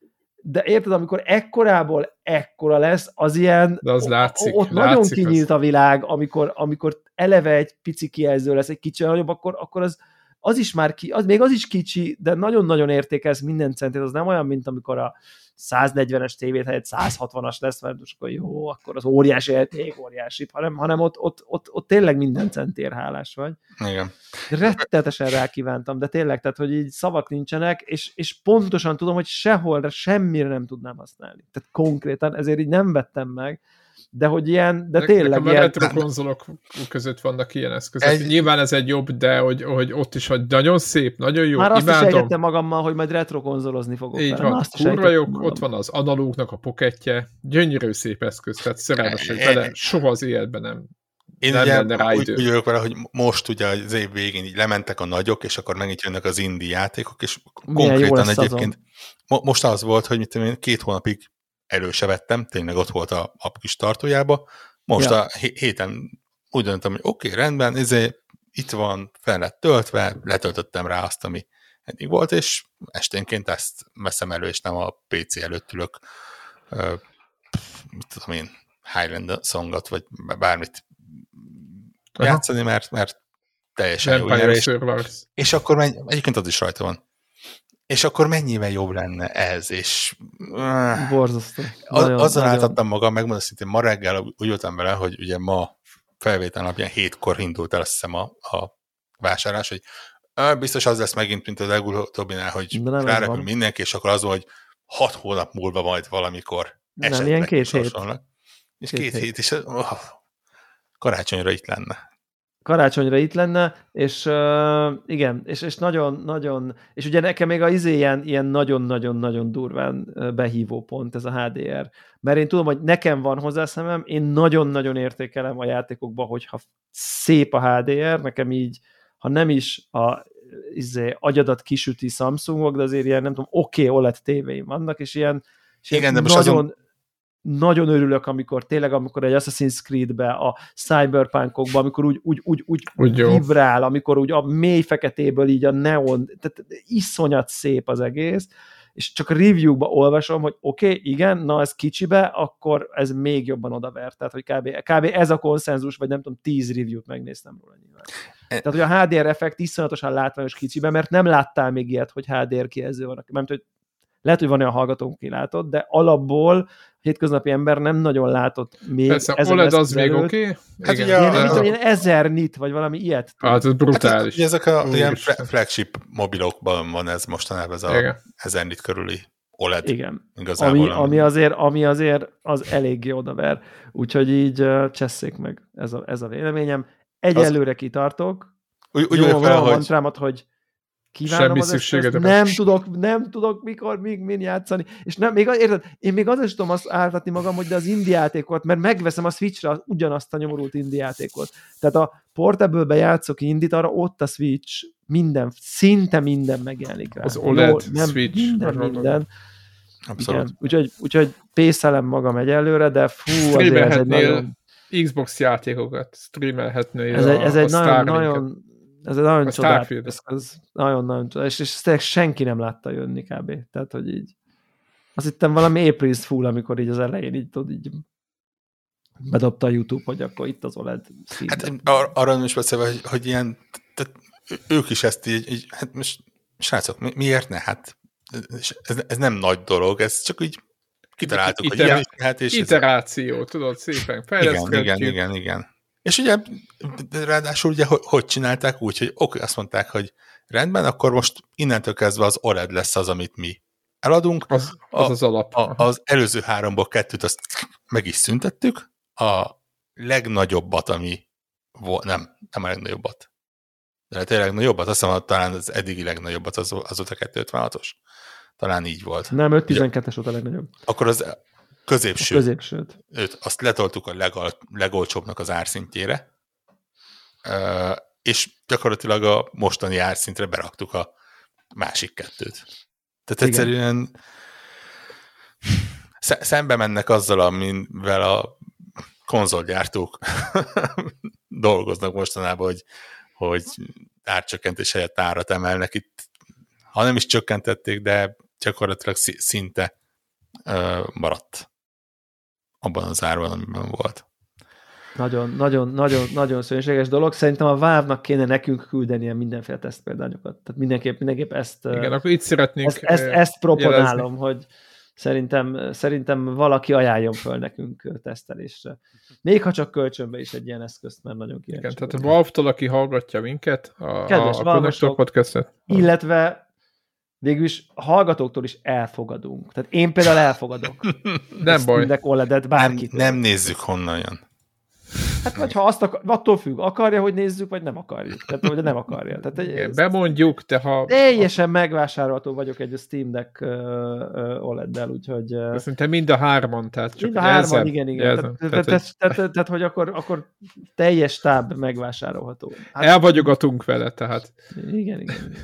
de érted, amikor ekkorából ekkora lesz, az ilyen, de az látszik, ott látszik, nagyon kinyílt az... a világ, amikor, amikor eleve egy pici kijelző lesz, egy kicsi nagyobb, akkor, akkor az, az is már ki, az, még az is kicsi, de nagyon-nagyon értékelsz minden centét, az nem olyan, mint amikor a száznegyvenes tévét helyett száz hatvanas lesz, mert most akkor jó, akkor az óriási, még óriási, hanem, hanem ott, ott, ott, ott tényleg minden centér hálás vagy. Igen. Rettetesen rákívántam, de tényleg, tehát, hogy így szavak nincsenek, és, és pontosan tudom, hogy sehol, semmire nem tudnám használni. Tehát konkrétan, ezért így nem vettem meg, de hogy ilyen, de tényleg nekem ilyen... a retro konzolok között vannak ilyen eszközök. Egy... Nyilván ez egy jobb, de hogy, hogy ott is, hogy nagyon szép, nagyon jó, már azt imádom. is ejtettem magammal, hogy majd retro konzolozni fogok. Így vele. van, kurva jó, ott van az analógnak a poketje, gyönyörű szép eszköz, tehát szerelmes, hogy vele soha az életben nem Én nem ugye lenne rá úgy, idő. úgy vagyok vele, hogy most ugye az év végén így lementek a nagyok, és akkor megint jönnek az indie játékok, és milyen konkrétan egyébként mo- most az volt, hogy mit tudom én, két hónapig elő se vettem, tényleg ott volt a, a kis tartójába. Most ja. a héten úgy döntöm, hogy oké, okay, rendben, ezért itt van, fel lett töltve, letöltöttem rá azt, ami eddig volt, és esténként ezt veszem elő, és nem a pé cé előtt ülök, uh, mit tudom én, Highland Songot, vagy bármit Aha. játszani, mert, mert teljesen jó nyerés. És, és akkor menj, egyébként az is rajta van. És akkor mennyivel jobb lenne ez, és borzasztó. Az, azzal átadtam magam, megmondom szintén, ma reggel úgy voltam vele, hogy ugye ma felvétel napján hétkor indult el, azt hiszem a, a vásárlás, hogy biztos az lesz megint, mint az legutóbbinál, hogy rárepül mindenki, és akkor az van, hogy hat hónap múlva majd valamikor esetleg. Nem, ilyen két hét. És két, két hét, hét, és oh, karácsonyra itt lenne. Karácsonyra itt lenne, és uh, igen, és, és nagyon, nagyon, és ugye nekem még a izé ilyen, ilyen nagyon-nagyon-nagyon durván behívó pont ez a há dé er, mert én tudom, hogy nekem van hozzá szemem, én nagyon-nagyon értékelem a játékokban, hogyha szép a há dé er, nekem így, ha nem is a izé, agyadat kisüti Samsungok, de azért ilyen, nem tudom, oké, okay, o el e dé tévéim vannak, és ilyen, és igen, ilyen de most nagyon... azon... nagyon örülök, amikor tényleg, amikor egy Assassin's Creed-be, a Cyberpunkokban, amikor úgy, úgy, úgy, úgy, úgy vibrál, amikor úgy a mély feketéből így a neon, tehát iszonyat szép az egész, és csak a review-ba olvasom, hogy oké, okay, igen, na ez kicsibe, akkor ez még jobban odaver. Tehát, hogy kb. kb. Ez a konszenzus, vagy nem tudom, tíz review-t megnéztem róla nyilván. Tehát, hogy a há dé er effekt iszonyatosan látványos kicsibe, mert nem láttál még ilyet, hogy há dé er kijelző van. Mert hogy lehet, hogy van olyan hallgatónk, ki látott, de alapból a hétköznapi ember nem nagyon látott még. Persze, o el e dé az még oké. Okay. Hát ugye ilyen, a... ilyen ezer nit, vagy valami ilyet. Hát ez brutális. Hát, ezek a ilyen flagship mobilokban van ez mostanában, ez a ezer nit körüli o el e dé. Igen. Ami, ami, azért, ami azért az eléggé odaver. Úgyhogy így uh, csesszék meg, ez a, ez a véleményem. Egyelőre az... kitartok. Úgy, úgy Jó, van a mantrámat, hogy kívánom semmi az szükséged. Nem tudok, nem tudok mikor, még min játszani. És nem, még, érted, én még azért is tudom azt áltatni magam, hogy de az indie játékot, mert megveszem a Switchre ugyanazt a nyomorult indie játékot. Tehát a Portable-be játszok indit, arra ott a Switch minden, szinte minden megjelenik rá. Az o el e dé Jó, nem, Switch. Minden, minden. Igen. Úgyhogy, úgyhogy pészelem magam egyelőre, de fú, azért ez egy nagyon... Xbox játékokat streamelhetnél. Ez egy, ez egy nagyon, nagyon Ez egy nagyon csodát, ez, ez nagyon-nagyon csodát, és, és tényleg senki nem látta jönni kb. Tehát, hogy így azt hittem valami April's Fool, amikor így az elején így tudod, így bedobta a YouTube, hogy akkor itt az o el e dé szín. Hát ar- arra nem is beszélve, hogy, hogy ilyen, tehát ők is ezt így, így hát most srácok, mi, miért ne? Hát ez, ez nem nagy dolog, ez csak így kitaláltuk, Iter- hogy ilyen is lehet, és iteráció, ez... tudod, szépen fejleszkedjük. Igen, igen, igen, igen. És ugye ráadásul ugye hogy, hogy csinálták úgy, hogy oké, azt mondták, hogy rendben, akkor most innentől kezdve az o el e dé lesz az, amit mi eladunk. Az az, az alap. A, az előző háromból kettőt azt meg is szüntettük. A legnagyobbat, ami volt, nem, nem a legnagyobbat. De tényleg nagyobbat, azt hiszem, talán az eddigi legnagyobbat az, az volt a kettőszázötvenatos. Talán így volt. Nem, öt tizenkettes volt a legnagyobb. Akkor az középső. Középsőt. Őt, azt letoltuk a legal, legolcsóbbnak az árszintjére, uh, és gyakorlatilag a mostani árszintre beraktuk a másik kettőt. Tehát igen. Egyszerűen szembe mennek azzal, amivel a konzolgyártók dolgoznak mostanában, hogy, hogy árcsökkentés helyett árat emelnek itt. Ha nem is csökkentették, de gyakorlatilag szinte maradt abban az árban, amiben volt. Nagyon, nagyon, nagyon, nagyon szörnyűséges dolog. Szerintem a Valve-nak kéne nekünk küldenie mindenféle tesztpéldányokat. Tehát mindenképp, mindenképp ezt, igen, akkor itt szeretnénk ezt, ezt, ezt proponálom, jelezni. hogy szerintem, szerintem valaki ajánljon föl nekünk tesztelésre. Még ha csak kölcsönbe is egy ilyen eszközt, mert nagyon kíváncsi. Igen, tehát a Valve-tól, aki hallgatja minket, a, Kedves a Connector Podcastet. Illetve végülis a hallgatóktól is elfogadunk. Tehát én például elfogadok. Nem baj. Steam o el e-det bárkit. Nem, nem nézzük honnan jön. Hát vagy ha azt akar, attól függ, akarja, hogy nézzük, vagy nem akarjuk. Tehát, vagy nem akarja. Tehát egy, igen, bemondjuk, de ha... Teljesen megvásárolható vagyok egy Steam Deck uh, uh, o el e ddel, úgyhogy... Uh, szerintem mind a hárman, tehát csak mind a hárman, jelzem, igen, igen. jelzem. Tehát, tehát, tehát, tehát, tehát, tehát, hogy akkor, akkor teljes táb megvásárolható. Hát, elvagyogatunk vele, tehát... Igen, igen. igen.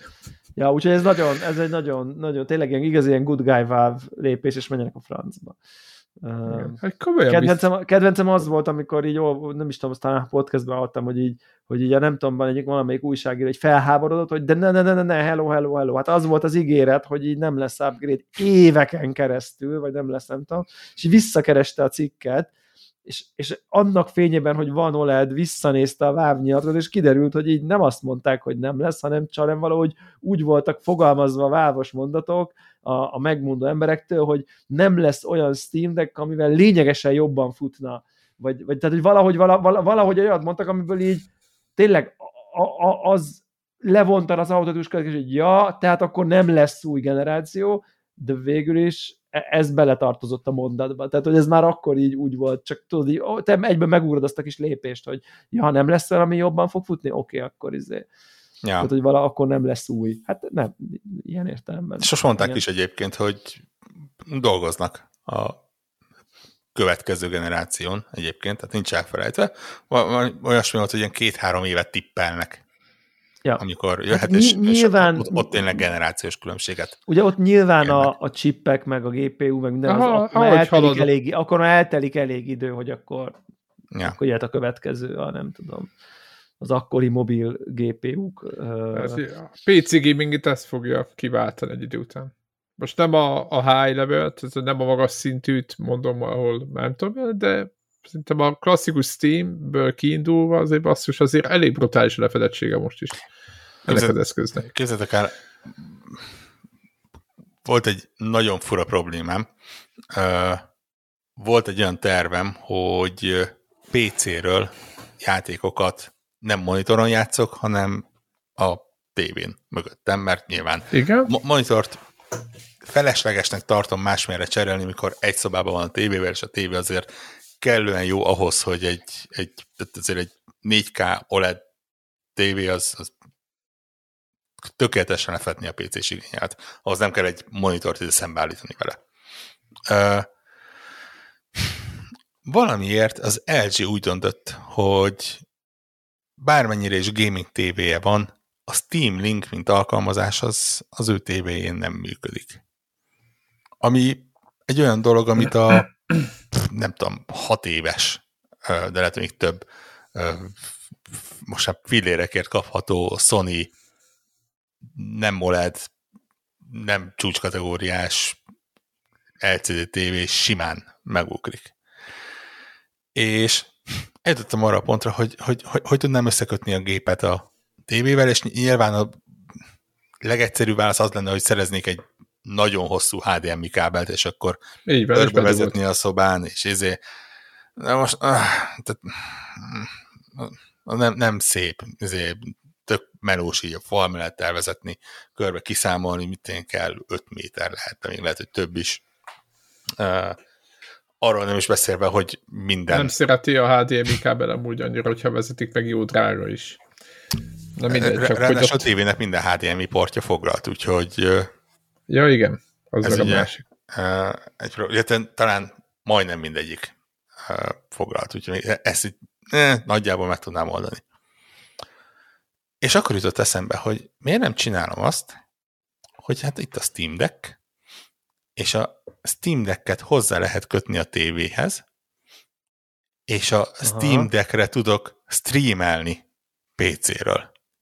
Ja, úgyhogy ez nagyon, ez egy nagyon, nagyon, tényleg ilyen igazi ilyen good guy Valve lépés, és menjenek a francba. Uh, hát kedvencem, kedvencem az volt, amikor így, ó, nem is tudom, aztán a podcastben hallottam, hogy így, hogy így a nem tudom, egyik valamelyik újságíró egy felháborodott, hogy de ne, ne, ne, ne, ne, hello, hello, hello. Hát az volt az ígéret, hogy így nem lesz upgrade éveken keresztül, vagy nem lesz, nem tudom, és visszakereste a cikket, és, és annak fényében, hogy van o el e dé, visszanézte a Valve nyilatkozatot, és kiderült, hogy így nem azt mondták, hogy nem lesz, hanem csak valahogy úgy voltak fogalmazva a Valve-os mondatok a, a megmondó emberektől, hogy nem lesz olyan Steam Deck, amivel lényegesen jobban futna. Vagy, vagy tehát, hogy valahogy, vala, valahogy olyat mondtak, amiből így tényleg a, a, az levonta az autótus következő, hogy ja, tehát akkor nem lesz új generáció, de végül is ez beletartozott a mondatba. Tehát, hogy ez már akkor így úgy volt, csak tudod, így, ó, te egyben megugrod azt a kis lépést, hogy ja, nem lesz olyan, ami jobban fog futni? Oké, okay, akkor izé. Ja. Tehát, hogy vala, akkor nem lesz új. Hát nem, ilyen értelemben. És most mondták igen. is egyébként, hogy dolgoznak a következő generáción egyébként, tehát nincs elfelejtve. Olyasmi volt, hogy ilyen két-három évet tippelnek. Ja. Amikor jöhet, hát és, nyilván, és ott, ott tényleg generációs különbséget. Ugye ott nyilván a, a chipek, meg a gé pé u, meg minden, Aha, az, akkor, eltelik elég, akkor már eltelik elég idő, hogy akkor, ja. akkor jöhet a következő, a nem tudom, az akkori mobil gé pé uk. A pé cé gaming itt ezt fogja kiváltani egy idő után. Most nem a, a high level, nem a magas szintűt mondom, ahol nem tudom, de szerintem a klasszikus Steamből kiindulva azért basszus, azért elég brutális a lefedettsége most is. Ennek az eszköznek. Képzeljétek el, volt egy nagyon fura problémám. Volt egy olyan tervem, hogy pé céről játékokat nem monitoron játszok, hanem a tévén mögöttem, mert nyilván igen? Mo- monitort feleslegesnek tartom másmilyenre cserélni, mikor egy szobában van a tévével, és a tévé azért kellően jó ahhoz, hogy egy, egy, azért egy négy ká o el e dé tévé az, az tökéletesen lefedni a pé cés igényelt. Ahhoz nem kell egy monitort ide szembeállítani vele. Uh, valamiért az el gé úgy döntött, hogy bármennyire is gaming tévéje van, a Steam Link, mint alkalmazás, az, az ő tévéjén nem működik. Ami egy olyan dolog, amit a nem tudom, hat éves, de lehet még több, most már fillérekért kapható Sony nem o el e dé, nem csúcskategóriás el cé dé tévé simán megugrik. És eljutottam arra a pontra, hogy hogy, hogy hogy tudnám összekötni a gépet a tévével, és nyilván a legegyszerűbb válasz az lenne, hogy szereznék egy nagyon hosszú há dé em i kábelt, és akkor körbe vezetni a szobán, és ezért na most ah, tehát, nem, nem szép, ezért tök melós így a fal mellett elvezetni, körbe kiszámolni, mit én kell, öt méter lehet, de még lehet, hogy több is. Uh, arról nem is beszélve, hogy minden... Nem szereti a há dé em i kábel amúgy annyira, hogyha vezetik meg jó drága is. Na mindegy, csak ráadásul ott... a tévének minden há dé em i portja foglalt, úgyhogy... Ja, igen. Az ez a ugye, másik. Uh, egy, ugye, talán majdnem mindegyik uh, foglalt, úgyhogy ezt így eh, nagyjából meg tudnám oldani. És akkor jutott eszembe, hogy miért nem csinálom azt, hogy hát itt a Steam Deck, és a Steam Decket hozzá lehet kötni a tévéhez, és a Aha. Steam Deckre tudok streamelni pé céről.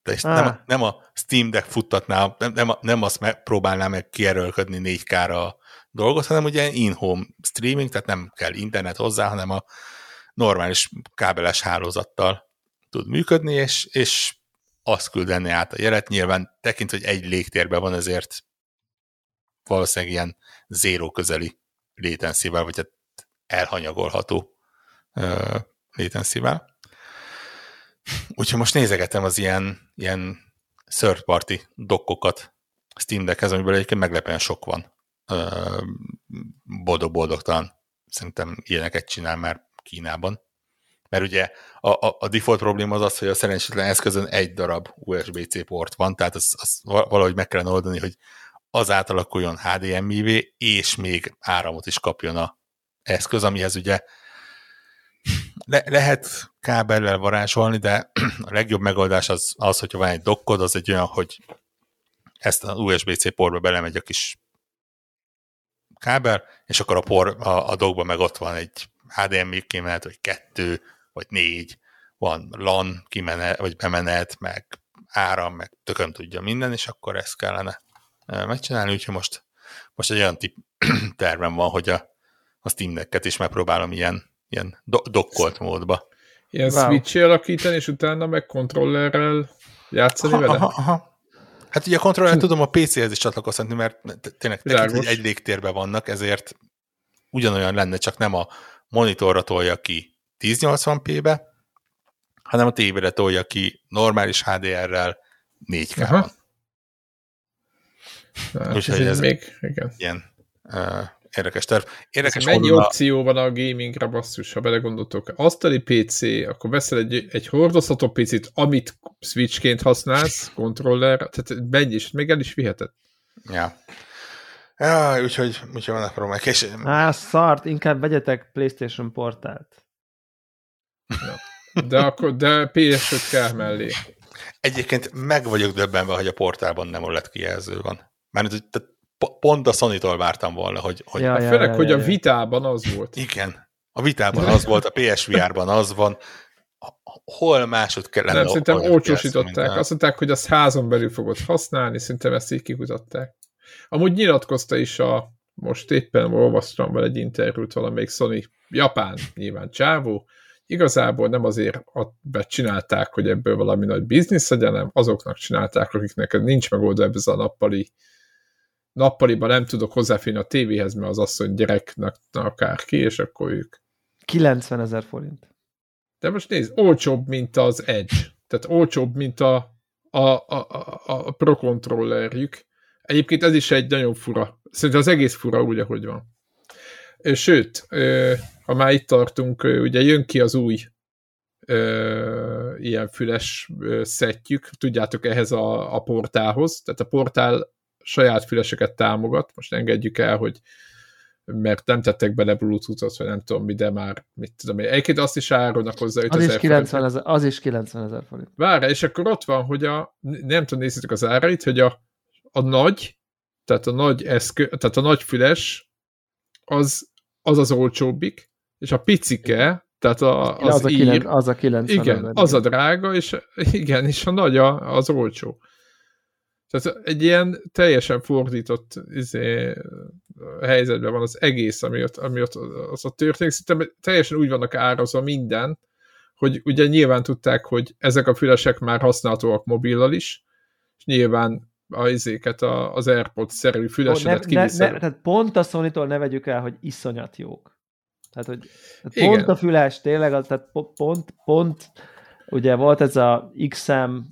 És nem, nem a Steam Deck futtatná, nem, nem, nem azt meg, próbálná meg kierőlködni négy ká-ra a dolgot, hanem ugye in-home streaming, tehát nem kell internet hozzá, hanem a normális kábeles hálózattal tud működni, és, és azt küldeni át a jelet. Nyilván tekintve, hogy egy légtérben van, ezért valószínűleg ilyen zéró közeli latency-vel, vagy elhanyagolható uh, latency-vel. Úgyhogy most nézegetem az ilyen, ilyen third party dokkokat Steam Deckhez, amiből egyébként meglepően sok van. Uh, boldog-boldogtalan. Szerintem ilyeneket csinál már Kínában. Mert ugye a, a, a default probléma az az, hogy a szerencsétlen eszközön egy darab u es bé cé port van, tehát azt az valahogy meg kellene oldani, hogy az átalakuljon há dé em i-vé, és még áramot is kapjon a eszköz, amihez ugye le, lehet kábellel varázsolni, de a legjobb megoldás az, az, hogyha van egy dokkod, az egy olyan, hogy ezt az u es bé cé portba belemegy a kis kábel, és akkor a, por, a, a dockban meg ott van egy há dé em i kimenet, vagy kettő, vagy négy, van LAN kimenet, vagy bemenet, meg áram, meg tököm tudja minden, és akkor ezt kellene megcsinálni, úgyhogy most, most egy olyan tip tervem van, hogy a, a Steam Decket is megpróbálom ilyen, ilyen do- dokkolt módba. Ilyen wow. Switch-e alakítani, és utána meg kontrollerrel játszani aha, vele? Aha, aha. Hát ugye a kontroller tudom a pé céhez is csatlakoztatni, mert tényleg tekint, egy légtérben vannak, ezért ugyanolyan lenne, csak nem a monitorra tolja ki ezernyolcvan pé-be, hanem a tévére tolja ki normális há dé er-rel négy ká-ban. Úgyhogy ez, ez még, igen. Ilyen uh, érdekes terv. Érdekes mennyi mondom, opció van a gamingre, basszus, ha belegondoltok. Asztali pé cé, akkor veszel egy, egy hordozható pé cét, amit switchként használsz, kontroller, tehát mennyi, és még el is viheted. Ja. Ja, úgyhogy, úgyhogy vannak problémák. És... Á, szart, inkább vegyetek PlayStation portált. Ja. De akkor, de pé es öt kell mellé. Egyébként meg vagyok döbbenve, hogy a portálban nem o el e dé kijelző van. Mármint, hogy pont a Sony-tól vártam volna, hogy... hogy ja, ja, főleg, ja, hogy ja, a vitában az volt. Igen, a vitában az volt, a pé es vé er-ban az van, hol másod kellene... Nem, szerintem olcsósították. Azt mondták, hogy azt házon belül fogod használni, szerintem ezt így kikutatták. Amúgy nyilatkozta is a... Most éppen olvastam vele egy interjút valamelyik Sony, Japán nyilván csávó, igazából nem azért csinálták, hogy ebből valami nagy biznisz legyen, hanem azoknak csinálták, akiknek nincs megoldva ebből a nappali nappaliban nem tudok hozzáférni a tévéhez, mert az asszony gyereknek akárki, és akkor ők. kilencvenezer forint. De most nézd, olcsóbb, mint az Edge. Tehát olcsóbb, mint a, a, a, a, a Pro Controllerjük. Egyébként ez is egy nagyon fura. Szerintem az egész fura úgy, ahogy van. Sőt, ha már itt tartunk, ugye jön ki az új ilyen füles szettjük, tudjátok, ehhez a, a portálhoz. Tehát a portál saját füleseket támogat, most engedjük el, hogy mert nem tettek bele Bluetooth-ot, vagy nem tudom mi, de már mit tudom én. Egyébként azt is árulnak hozzá az is kilencven ezer, az is kilencven ezer forint. Várj, és akkor ott van, hogy a, nem tudom, nézzétek az árait, hogy a, a nagy, tehát a nagy eszkö, tehát a nagy füles, az az, az olcsóbbik, és a picike, tehát a, az, az, a ír, kilen, az a kilencven igen, ezer, az igen. a drága, és igen, és a nagy a, az olcsó. Tehát egy ilyen teljesen fordított izé, helyzetben van az egész, ami ott, ami ott az ott történik. Szerintem teljesen úgy vannak árazva minden, hogy ugye nyilván tudták, hogy ezek a fülesek már használhatóak mobillal is, és nyilván a izéket, a, az AirPods-szerű fülesedet kiviszed. Ne, ne, tehát pont a Sony-tól ne vegyük el, hogy iszonyat jók. Tehát, hogy tehát pont a füles, tényleg, az, tehát pont, pont, ugye volt ez a iksz em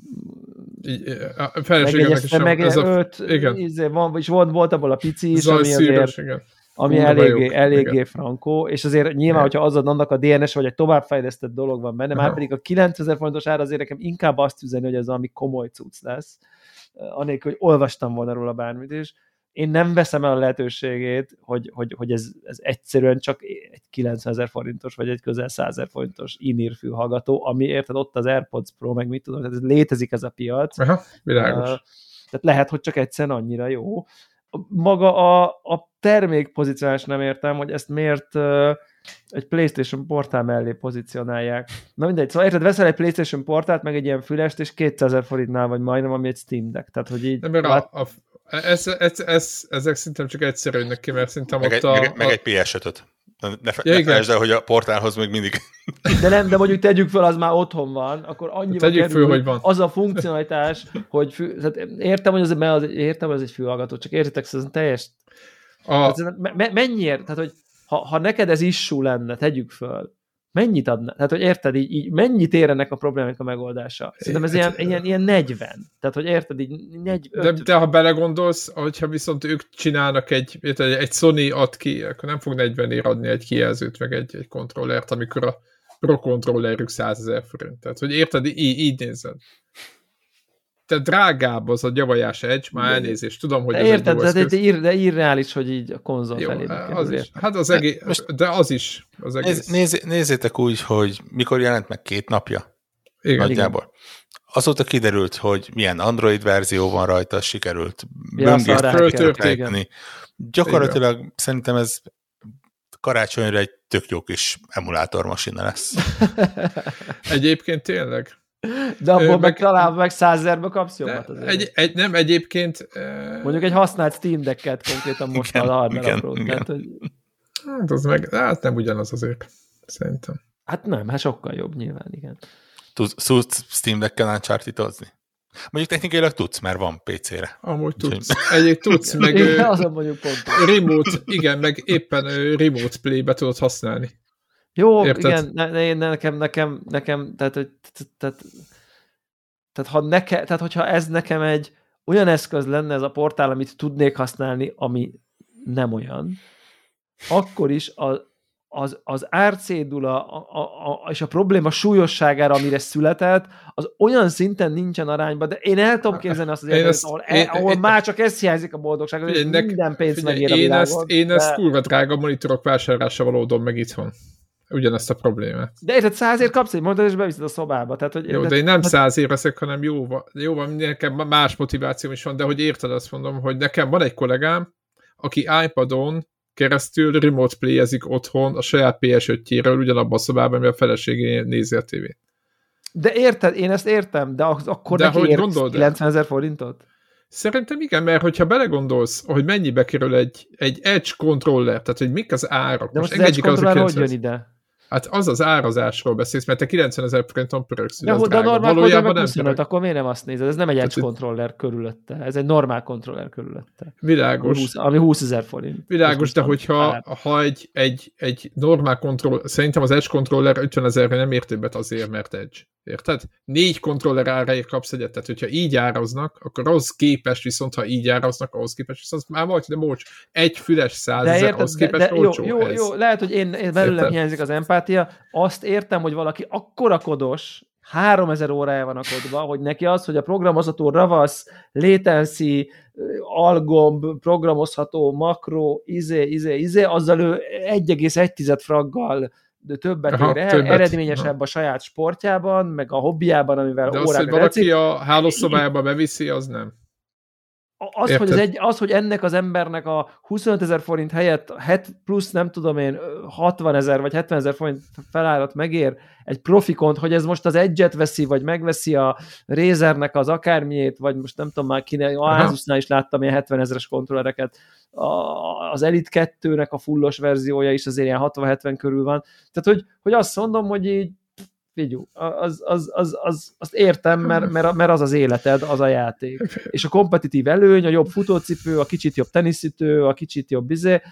a feleségemnek is meg ez a... öt, izé, van, és volt, volt abból a pici is, ami szíros, azért, ami eléggé, eléggé frankó, és azért nyilván, igen. hogyha az annak a dé en es vagy egy továbbfejlesztett dolog van benne, már pedig a kilencezer forintos ára azért nekem inkább azt üzeni, hogy ez valami komoly cucc lesz, anélkül, hogy olvastam volna róla bármit is. Én nem veszem el a lehetőségét, hogy, hogy, hogy ez, ez egyszerűen csak egy kilencvenezer forintos, vagy egy közel százezer forintos in-ear fülhallgató, ami érted ott az AirPods Pro, meg mit tudom, tehát ez létezik ez a piac. Aha, világos. Uh, tehát lehet, hogy csak egyszerűen annyira jó. Maga a, a termékpozícionálás nem értem, hogy ezt miért, uh, egy PlayStation portál mellé pozícionálják. Na mindegy, szóval érted, veszel egy PlayStation portált, meg egy ilyen fülest, és kétszázezer forintnál vagy majdnem, ami egy Steam Deck. Tehát, hogy így... Nem, mert lát... a, a, ez, ez, ez, ezek szerintem csak egyszerűnek ki, mert szerintem meg ott egy, a... Meg, meg a... egy pé es ötöt. Ne, ne ja, felejtsd el, hogy a portálhoz még mindig... De nem, de mondjuk tegyük föl, az már otthon van, akkor annyiba tegyük kerül, föl, hogy van. Az a funkcionalitás, hogy fű, tehát értem, hogy az, mert az, értem, hogy ez egy fülhallgató, csak értitek, ez teljes... A... Tehát, me, mennyiért? Tehát, hogy ha, ha neked ez issue lenne, tegyük föl, mennyit adna? Tehát, hogy érted, így, így mennyit ér ennek a problémának a megoldása? Szerintem ez ilyen, ilyen, ilyen negyven. Tehát, hogy érted, így negyven. De, de ha belegondolsz, hogyha viszont ők csinálnak egy, érted, egy Sony ad ki, akkor nem fog negyven ér adni egy kijelzőt, meg egy, egy kontrollert, amikor a Pro kontrollerük százezer forint. Tehát, hogy érted, így, így nézed. Te drágább az a gyavajás Edge, már elnézést, tudom, hogy de ez érted, egy jó de, eszköz. de, de irreális, hogy így a konzol Jó, felé. az is. Hát az egész, most, de az is. Az egész. Néz, néz, nézzétek úgy, hogy mikor jelent meg két napja. Igen. Nagyjából. Azóta kiderült, hogy milyen Android verzió van rajta, sikerült Ja, böngészt föltörténni. Gyakorlatilag igen. Szerintem ez karácsonyra egy tök jó kis emulátormasina lesz. Egyébként tényleg. De abból Ö, meg, meg talán meg százezerbe kapsz jobbat azért. Egy, egy, nem, egyébként... Mondjuk egy használt Steam Decket konkrétan most igen, a hardware igen, aprót. igen. Tehát, hogy... Hát az meg, hát nem ugyanaz azért, szerintem. Hát nem, hát sokkal jobb nyilván, igen. Tudsz Steam Deckkel Uncharted-ozni? Mondjuk technikailag tudsz, mert van pé cére. Amúgy tudsz. Egyébként tudsz, meg igen, azon mondjuk pont. remote, igen, meg éppen remote play-be tudod használni. Jó, érted? igen, ne, ne, nekem, nekem, nekem, tehát, hogy, tehát, tehát, ha neke, tehát, hogyha ez nekem egy olyan eszköz lenne ez a portál, amit tudnék használni, ami nem olyan, akkor is a, az, az árcédula a, a, a, és a probléma súlyosságára, amire született, az olyan szinten nincsen arányban, de én el tudom képzelni azt az életet, ahol, én, ahol én, már csak ez hiányzik a boldogság, hogy ennek, minden pénzt megér a én világon. Ezt, én de... ezt kurva drága monitorok vásárlásával oldom meg itthon. Ugyanezt a problémát. De érted, százért kapsz egy mondatot, és beviszed a szobába. Tehát, hogy, jó, de én nem százért veszek, hanem jóval, jóval, nekem más motivációm is van, de hogy érted, azt mondom, hogy nekem van egy kollégám, aki iPadon keresztül remote play-ezik otthon a saját pé es ötjéről ugyanabban a szobában, amivel a feleségé nézi a tévét. De érted, én ezt értem, de akkor de neki érsz gondolod, kilencvenezer forintot? Szerintem igen, mert hogyha belegondolsz, hogy mennyibe kerül egy, egy Edge controller, tehát hogy mik az árak. De most, most az Edge controller hogy jön ide? Hát az az árazásról beszélsz, mert te kilencvenezer forinton pöröksz. De, de a normál valójában nem huszonöt, akkor miért nem azt nézed? Ez nem egy Edge hát, controller körülötte, ez egy normál controller körülötte. Világos. Ami húszezer forint. Világos, de hogyha ha egy, egy, egy normál controller, szerintem az Edge controller ötvenezerre nem ér többet azért, mert Edge. Érted? Négy controller áráért kapsz egyet, tehát hogyha így áraznak, akkor ahhoz képest viszont, ha így áraznak, ahhoz képest viszont már majd, de mocs, egy füles százezer, ahhoz képest de, olcsó jó, jó, ez. jó, lehet, hogy én, én belőlem hiányzik az empátia, azt értem, hogy valaki akkora kodos, háromezer órája van a kodba, hogy neki az, hogy a programozható ravasz, latency, algomb, programozható makro, izé, izé, izé, azzal ő egy egész egy fraggal de többet Aha, ér el, többet. eredményesebb Aha. a saját sportjában, meg a hobbiában, amivel de órákat az, hogy valaki a hálószobájába beviszi, az nem. Az hogy, az, egy, az, hogy ennek az embernek a huszonötezer forint helyett plusz nem tudom én hatvanezer vagy hetvenezer forint felárat megér egy profikont, hogy ez most az Edge-et veszi, vagy megveszi a Razernek az akármiét, vagy most nem tudom már kinek, a Asusnál is láttam ilyen hetvenezeres kontrollereket, az Elite kettőnek a fullos verziója is azért ilyen hatvan-hetven körül van. Tehát, hogy, hogy azt mondom, hogy így figyú, az, az, az, az, azt értem, mert, mert, mert az az életed, az a játék. És a kompetitív előny, a jobb futócipő, a kicsit jobb teniszütő, a kicsit jobb izé,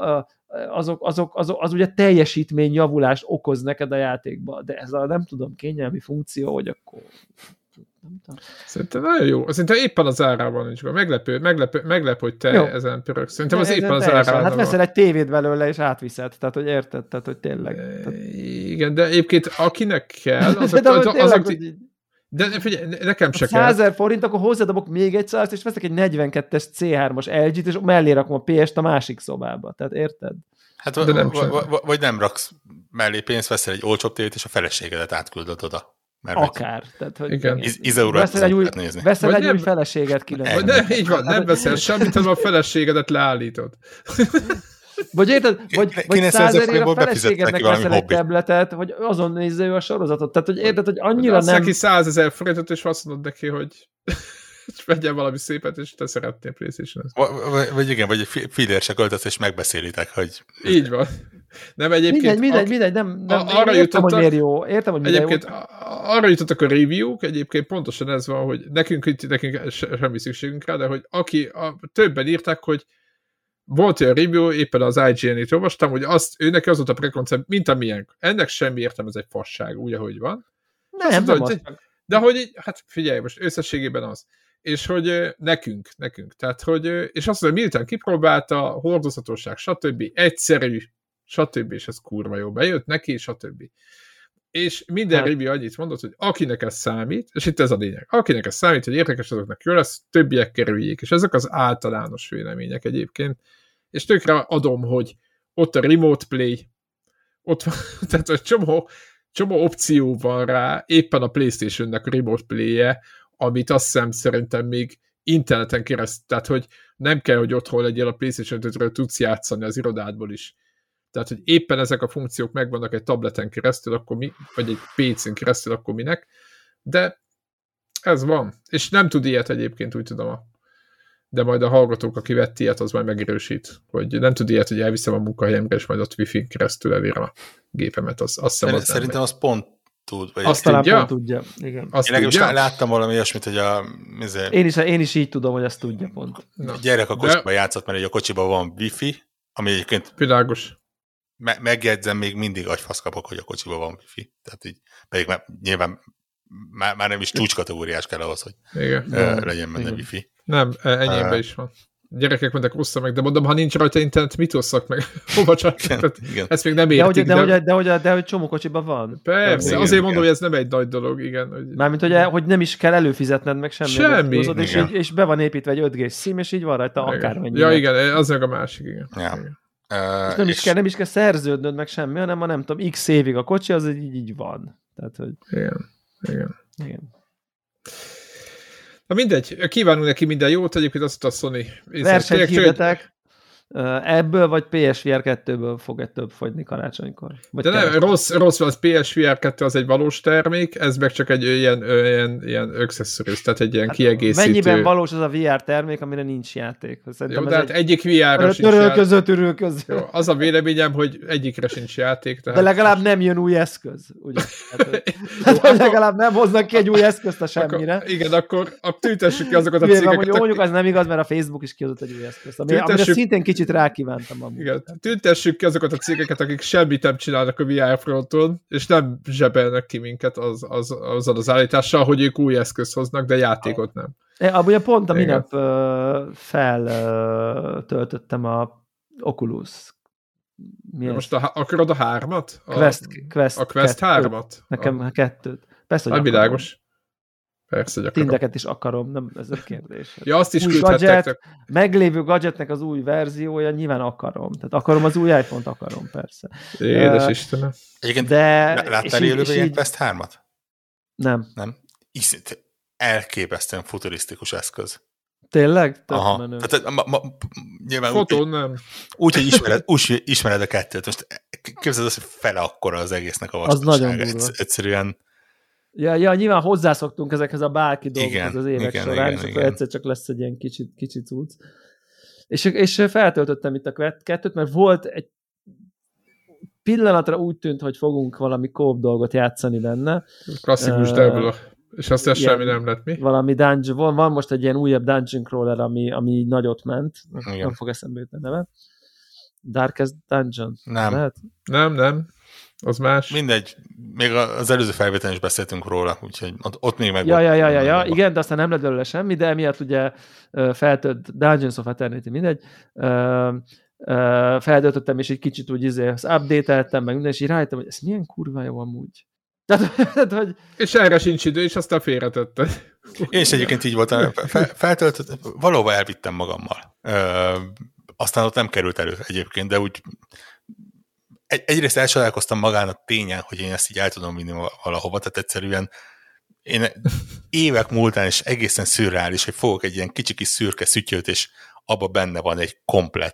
azok, azok, azok, az ugye teljesítmény javulást okoz neked a játékba. De ez a nem tudom, kényelmi funkció, hogy akkor nem tudom. Szerintem nagyon jó. Szerintem éppen az árában nincs. Meglepő, meglepő, meglepő, hogy te jó. Ezen pöröksz. Szerintem az éppen az árában. Hát veszel egy tévét belőle, és átviszed. Tehát, hogy érted? Tehát, hogy tényleg. Tehát... Igen, de egyébként akinek kell, azok... de, az, tényleg, azok hogy... de figyelj, nekem se kell. százezer forint, akkor hozzádobok még egy százt, és veszek egy negyvenkettes cé hármas el gét, és mellé rakom a pé est a másik szobába. Tehát érted? Hát de nem vagy nem raksz mellé pénzt, veszel egy olcsóbb tévét, és a feleségedet átküldöd oda. Mert akár. Tehát, hogy igen. Izaura veszel egy új, veszel egy új feleséget ki. Nem, így van, nem veszel semmit, hanem a feleségedet leállítod. Vagy érted, vagy, vagy százezerért a feleségednek veszel egy tabletet, hogy azon nézze ő a sorozatot. Tehát, hogy érted, hogy annyira azt nem... neki százezer forintot, és azt mondod neki, hogy vegyen valami szépet, és te szeretnél PlayStation-t. Vagy, vagy igen, vagy egy fillérse költesz, és megbeszélitek, hogy... Így van. Nem egyébként... Mindegy, mindegy, a, mindegy, nem, nem a, arra értem, jutottak, hogy miért jó. Értem, hogy egyébként jó. arra jutottak a review-k, egyébként pontosan ez van, hogy nekünk, nekünk semmi szükségünk rá, de hogy aki, a, többen írták, hogy volt olyan review, éppen az I G N-ét olvastam, hogy azt, ő neki az volt a prekoncept, mint a miénk. Ennek semmi értem, ez egy fasság, úgy, ahogy van. Nem, nem, nem az. De hogy, hát figyelj, most összességében az. És hogy nekünk, nekünk. Tehát, hogy, és azt mondja, hogy miután kipróbálta, hordozhatóság, stb. Egyszerű, stb. És ez kurva jó bejött neki, stb. És minden hát. review annyit mondott, hogy akinek ez számít, és itt ez a lényeg, akinek ez számít, hogy érdekes, azoknak jó lesz, többiek kerüljék, és ezek az általános vélemények egyébként. És tökre adom, hogy ott a remote play, ott van, tehát egy csomó, csomó opció van rá, éppen a PlayStation-nek a remote play-je, amit azt hiszem szerintem még interneten keresztül, tehát hogy nem kell, hogy otthon legyél, a PlayStation ötről tudsz játszani az irodádból is. Tehát, hogy éppen ezek a funkciók megvannak egy tableten keresztül, akkor mi, vagy egy pé cén keresztül, akkor minek, de ez van. És nem tud ilyet egyébként, úgy tudom, a, de majd a hallgatók, aki vett ilyet, az majd megerősít, hogy nem tud ilyet, hogy elviszem a munkahelyemre, és majd ott wifi keresztül elérem a gépemet. Az, azt Szerint, szerintem az pont tud. Vagy azt talán pont tudja. Igen. Azt én tudja? Láttam valami olyasmit, hogy a... Ezért, én, is, én is így tudom, hogy azt tudja pont. Na, a gyerek a kocsiba de... játszott, mert a kocsiban van wifi, ami egyébként... Világos. Me- megjegyzem, még mindig agyfasz kapok, hogy a kocsiban van wifi. Tehát így, pedig már, nyilván már, már nem is csúcskategóriás kell ahhoz, hogy igen. Uh, legyen benne wifi. Nem, enyémben uh, is van. Gyerekek mondták, osszam meg, de mondom, ha nincs rajta internet, mit osszak meg? Hova csak? Ezt még nem értik. De hogy, de, de, de, hogy, de, de hogy csomó kocsiban van. Persze, igen, azért igen. mondom, hogy ez nem egy nagy dolog, igen. Hogy... Mármint, hogy, hogy nem is kell előfizetned meg semmi. Semmi. És, így, és be van építve egy öt gés szím, és így van rajta akármennyi. Ja, igen, az meg a másik, igen. Ja. igen. Uh, nem, és... is kell, nem is kell szerződnöd meg semmi, hanem a nem tudom, x évig a kocsi, az így, így van. Tehát, hogy... Igen, igen. Igen. Na mindegy, kívánunk neki minden jót, egyébként azt a Sony... Versenyt hirdetek, ebből vagy pé es vé er kettőből fog-e több fogyni karácsonykor? Vagy de nem, rossz, rossz, az pé es vé er kettő az egy valós termék, ez meg csak egy ilyen, ilyen, ilyen accessories, tehát egy ilyen hát kiegészítő. Mennyiben valós az a vé er termék, amire nincs játék? Szerintem jó, de hát egy... egyik vé er-ra sincs játék. Törölközött, jó, az a véleményem, hogy egyikre sincs játék. Tehát... De legalább nem jön új eszköz. Ugye? Hát, jó, akkor... legalább nem hoznak ki egy új eszközt a semmire. Akkor, igen, akkor, akkor tüntessük ki azokat a cégeket. Jó, mondjuk az nem igaz, mert a Facebook is kihozott egy új eszközt. Ami, amire szintén kicsit rákívántam amúgy. Igen, tüntessük ki azokat a cégeket, akik semmit nem csinálnak a vé er fronton, és nem zsebelnek ki minket az, az, azzal az állítással, hogy ők új eszközt hoznak, de játékot nem. Abban pont a minap uh, feltöltöttem uh, a Oculus. Mi most a, akarod a hármat? A Quest, Quest, a Quest kettőt. hármat? Nekem a kettőt. Persze, hogy világos. Persze, hogy akarom. Tindeket is akarom, nem ez a kérdés. Ja, azt is új gadget, meglévő gadgetnek az új verziója, nyilván akarom. Tehát akarom az új iPhone-t, akarom, persze. Édes uh, Istenem. Egyébként de, láttál élőben ilyen Quest hármat? Nem. Nem? Iszint, elképesztően futurisztikus eszköz. Tényleg? Aha. Tehát, ma, ma, nyilván fotón úgy, nem. Úgy, hogy ismered, úgy, ismered a kettőt. Most képzeld azt, hogy fele akkora az egésznek a vastagsága. Egyszerűen Ja, ja, nyilván hozzászoktunk ezekhez a bárki dolgokhoz az évek igen, során, igen, és igen. egyszer csak lesz egy ilyen kicsit, kicsit cucc. És, és feltöltöttem itt a kettőt, mert volt egy pillanatra úgy tűnt, hogy fogunk valami kóp dolgot játszani benne. Klasszikus uh, Devil, és aztán ilyen, semmi nem lett mi. Valami dungeon, van, van most egy ilyen újabb dungeon crawler, ami, ami nagyot ment. Igen. Nem fog eszembe jutni a neve. Darkest Dungeon. Nem. Lehet? Nem, nem. Az más. Mindegy, még az előző felvételen is beszéltünk róla, úgyhogy ott, ott még meg ja, volt. Ja, ja, ja, ja. Igen, de aztán nem lett belőle semmi, de emiatt ugye feltölt Dungeons of Eternity, mindegy, feltöltöttem, és egy kicsit úgy izé, az update-eltem, meg minden, és így rájöttem, hogy ez milyen kurva jó amúgy. Tehát, hogy... És erre sincs idő, és aztán félretetted. Én is egyébként így voltam. Fel, feltöltöttem, valóban elvittem magammal. Ö, aztán ott nem került elő egyébként, de úgy Egy, egyrészt elcsodálkoztam magán a tényen, hogy én ezt így el tudom vinni valahova, tehát egyszerűen én évek múltán is egészen szürreális, hogy fogok egy ilyen kicsi kis szürke szütyőt, és abban benne van egy komplett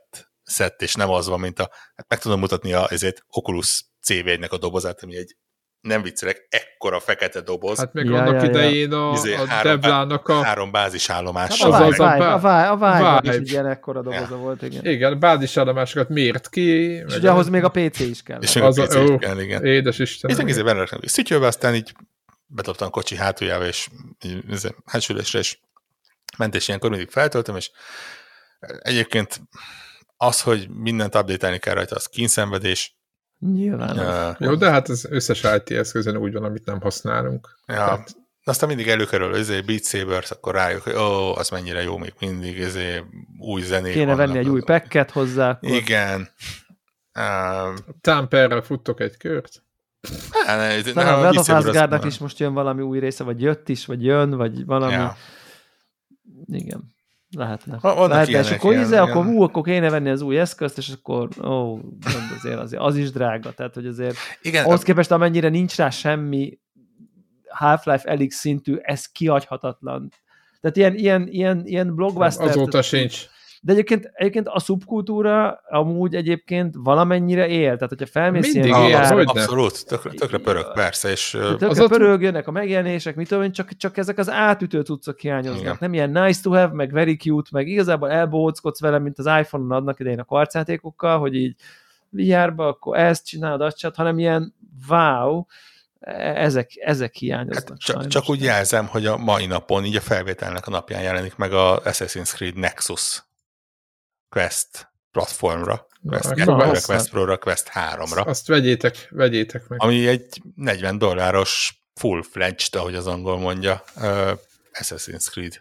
szett, és nem az van, mint a, hát meg tudom mutatni a, ezért Oculus cé vé egynek a dobozát, ami egy nem viccelek, ekkora fekete doboz. Hát meg ja, annak ja, idején ja. a, Izé, a három, Devlának a... Három bázisállomással. A Vibe, az a Vibe, a Vibe, a Vibe, Vibe. is egy ilyen ekkora doboza ja. volt, igen. Igen, bázisállomásokat mért ki. És ugye ahhoz még a pé cé is kell. És az a pé cé is kell, igen. Édes Isten. És egész benne raknak szütyölve, aztán így bedobtam a kocsi hátuljába, és hátsülésre, és ment, és ilyenkor mindig feltöltöm, és egyébként az, hogy mindent update-elni kell rajta, az kínszenvedés. Nyilván. Uh, Jó, de hát az összes i té eszközön úgy van, amit nem használunk. Ja, tehát... aztán mindig előkerül, ezért Beat Sabers, akkor rájuk, hogy ó, az mennyire jó még mindig, ezért új zenék Kéne vannak. venni egy új packet hozzá. Akkor... Igen. Uh, Tamperrel futtok egy kört? Ne, ne, ne, a Breath of Asgardnak is most jön valami új része, vagy jött is, vagy jön, vagy valami. Ja. Igen. Lehetne. Ha, Lehetne, és akkor íze, akkor hú, akkor kéne venni az új eszközt, és akkor ó, azért, azért az is drága. Tehát, hogy azért igen, ahhoz képest, amennyire nincs rá semmi Half-Life Alyx szintű, ez kihagyhatatlan. Tehát ilyen, ilyen, ilyen, ilyen blockbuster. Azóta sincs. De egyébként, egyébként a szubkultúra amúgy egyébként valamennyire él. Tehát, hogyha felmész mindig ilyen... él, jár, abszolút, tökre, tökre pörög, persze. És, tökre az pörög, jönnek a megjelenések, mit tudom én, csak, csak ezek az átütő cuccok hiányoznak. Igen. Nem ilyen nice to have, meg very cute, meg igazából elbohóckodsz velem, mint az iPhone-on adnak idején a karcátékokkal, hogy így vé er-ba, akkor ezt csinálod, azt csinálod, hanem ilyen wow, ezek, ezek hiányoznak. Hát csak, csak úgy jelzem, hogy a mai napon, így a felvételnek a napján jelenik meg a Assassin's Creed Nexus Quest platformra, Quest kettőre, Quest Pro-ra, Quest háromra. Azt, azt vegyétek, vegyétek meg. Ami egy negyven dolláros full-fledged, ahogy az angol mondja, uh, Assassin's Creed.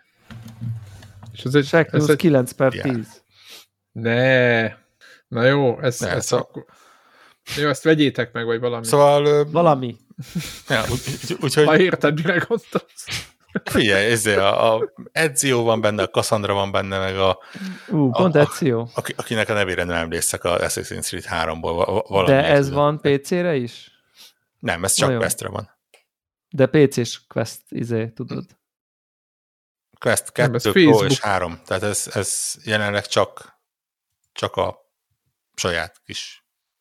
És ez egy, ez egy kilenc per tíz. Ne, na jó, ez, ne, ez szóval... akkor... Jó, ezt vegyétek meg, vagy valami. Szóval... Uh... Valami. Ja, úgy, úgy, úgy, ha érted, mire gondolsz. Figyelj, ezért a, a Ezio van benne, a Cassandra van benne, meg a... Ú, pont Ezio. Akinek a nevére nem emlékszek a Assassin's Creed háromból. De ez tudom. Van pé cére is? Nem, ez csak Vajon? Questre van. De pé cés Quest, izé, tudod. Quest kettő, Pro és három. Tehát ez, ez jelenleg csak, csak a saját kis...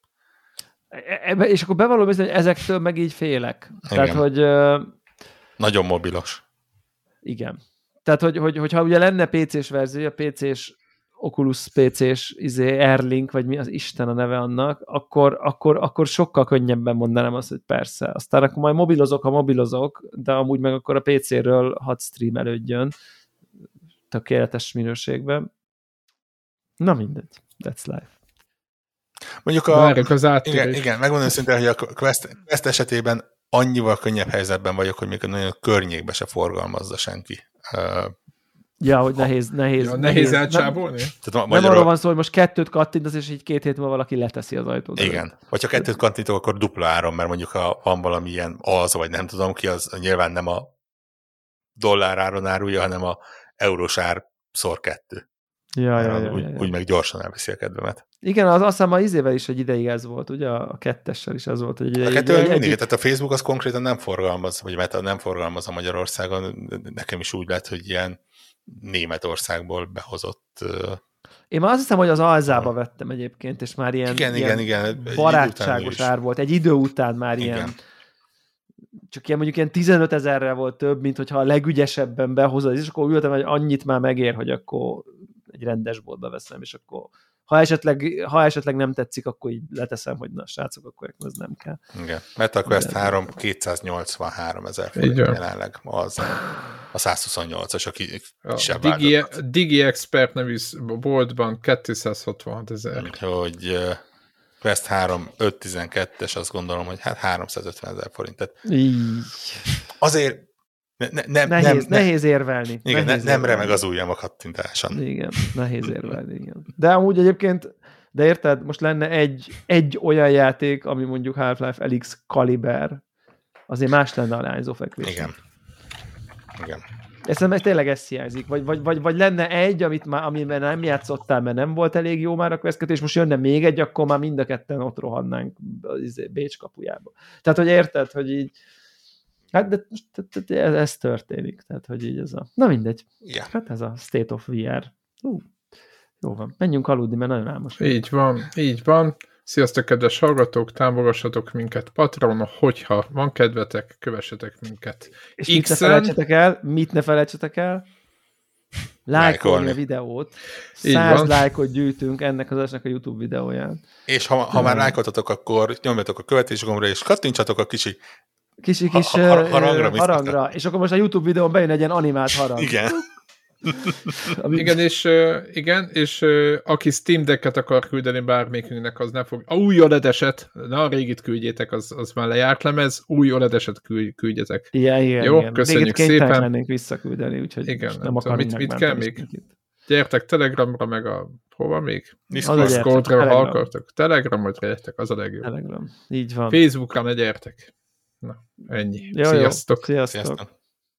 Ebbe, és akkor bevallom, hogy ezektől meg így félek. Igen. Tehát, hogy... Uh, nagyon mobilos. Igen. Tehát, hogy, hogy, hogyha ugye lenne pé cés verzió, a pé cés Oculus pé cés izé, Airlink, vagy mi az Isten a neve annak, akkor, akkor, akkor sokkal könnyebben mondanám azt, hogy persze. Aztán akkor majd mobilozok, ha mobilozok, de amúgy meg akkor a pé céről hadd streamelődjön tökéletes minőségben. Na mindegy. That's life. Mondjuk a... Az igen, igen, megmondom szintén, hogy a Quest, Quest esetében annyival könnyebb helyzetben vagyok, hogy még nagyon a környékbe se forgalmazza senki. Uh, ja, hogy nehéz, nehéz. Ja, nehéz, nehéz elcsábolni? Nem, nem magyarul... arról van szó, hogy most kettőt kattintasz, és így két hét múlva valaki leteszi az ajtót. Igen. Vagy ha kettőt kattintok, akkor dupla áron, mert mondjuk ha van valami ilyen az, vagy nem tudom ki, az nyilván nem a dollár áron árulja, hanem a eurós ár szor kettő. Ja, ja, ja, úgy, ja, ja. úgy meg gyorsan elviszi a kedvemet. Igen, az, azt hiszem az izével is egy ideig ez volt, ugye? A kettessel is ez volt. Egy ideig, a kettővel egy, mindig, egy... tehát a Facebook az konkrétan nem forgalmaz, vagy Meta nem forgalmaz a Magyarországon. Nekem is úgy lett, hogy ilyen Németországból behozott... Uh... Én már azt hiszem, hogy az Alzába uh... vettem egyébként, és már ilyen, igen, ilyen igen, igen. barátságos ár volt. Egy idő után már igen. ilyen... Csak ilyen mondjuk ilyen tizenöt ezerrel volt több, mint hogyha a legügyesebben behozod, és akkor ültem, hogy annyit már megér, hogy akkor egy rendes boltba veszem, és akkor ha esetleg, ha esetleg nem tetszik, akkor így leteszem, hogy na, srácok, akkor ez nem kell. Igen. MetaQuest három kétszáznyolcvanhárom ezer forint jelenleg az a százhuszonnyolcas, aki a Digi, Digi Expert nevű boltban kétszázhatvanhat ezer. Hogy uh, Quest három ötszáztizenkettes, azt gondolom, hogy hát háromszázötven ezer forint. Tehát azért Ne, ne, nem, nehéz, nem, nehéz érvelni. Igen, nehéz ne, nem érvelni. remeg az ujjam a kattintáson. Igen, nehéz érvelni, igen. De amúgy egyébként, de érted, most lenne egy, egy olyan játék, ami mondjuk Half-Life Alyx kaliber, azért más lenne a lányzó fekvés. Igen. Igen. Ezt tényleg ez hiányzik. Vagy, vagy, vagy, vagy lenne egy, amit már, amiben nem játszottál, mert nem volt elég jó már a Quest, és most jönne még egy, akkor már mind a ketten ott rohannánk Bécs kapujába. Tehát, hogy érted, hogy így hát de ez, ez történik, tehát hogy így ez a... Na mindegy. Yeah. Hát ez a State of vé er. Uh, Jó van, menjünk aludni, mert nagyon álmos. Így van, így van. Sziasztok, kedves hallgatók, támogassatok minket Patreonon, hogyha van kedvetek, kövessetek minket. És mit ne felejtsetek el, mit ne felejtsetek el, lájkolni a videót. Száz lájkot gyűjtünk ennek az esnek a YouTube videóján. És ha, ha már lájkoltatok, akkor nyomjatok a követés gombra, és kattintsatok a kicsi kicsi kis ha, ha, harangra, harangra. És akkor most a YouTube videón bejön egy ilyen animált harang. Igen. igen, és, uh, igen, és uh, aki Steam Decket akar küldeni bármelyikünknek, az nem fog. A új o el e dé-eset, na a régit küldjétek, az, az már lejárt lemez, új o el e dé-eset küld, küldjetek. Igen, igen, jó, igen. Köszönjük Réget szépen. lennénk visszaküldeni, úgyhogy igen, nem akarunk mit, mit kell még? Gyertek Telegramra, meg a hova még? Discordra, ha akartok. Telegramra gyertek, az a legjobb. Telegram, így van. Facebookra ne gyertek. Na, ennyi. Jó, Sziasztok. Jó. Sziasztok. Sziasztok.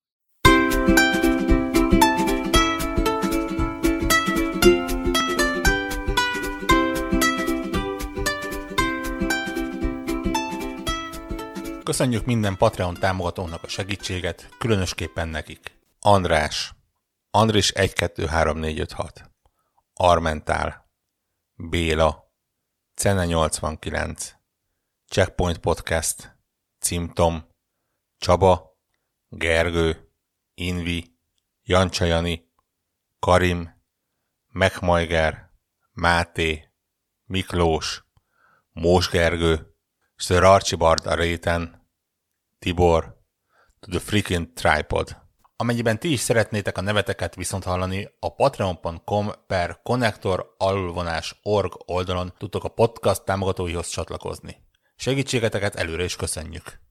Köszönjük minden Patreon támogatónak a segítséget, különösképpen nekik. András, Andris egy kettő három négy öt hat, Armentál, Béla, Cene nyolcvankilenc, Checkpoint Podcast, Cimtom, Csaba, Gergő, Invi, Jancsajani, Karim, Megmajger, Máté, Miklós, Mós Gergő, Sir Archibald a réten, Tibor, to the freaking tripod. Amennyiben ti is szeretnétek a neveteket viszont hallani, a patreon pont com per connector alulvonás org oldalon tudtok a podcast támogatóihoz csatlakozni. Segítségeteket előre is köszönjük!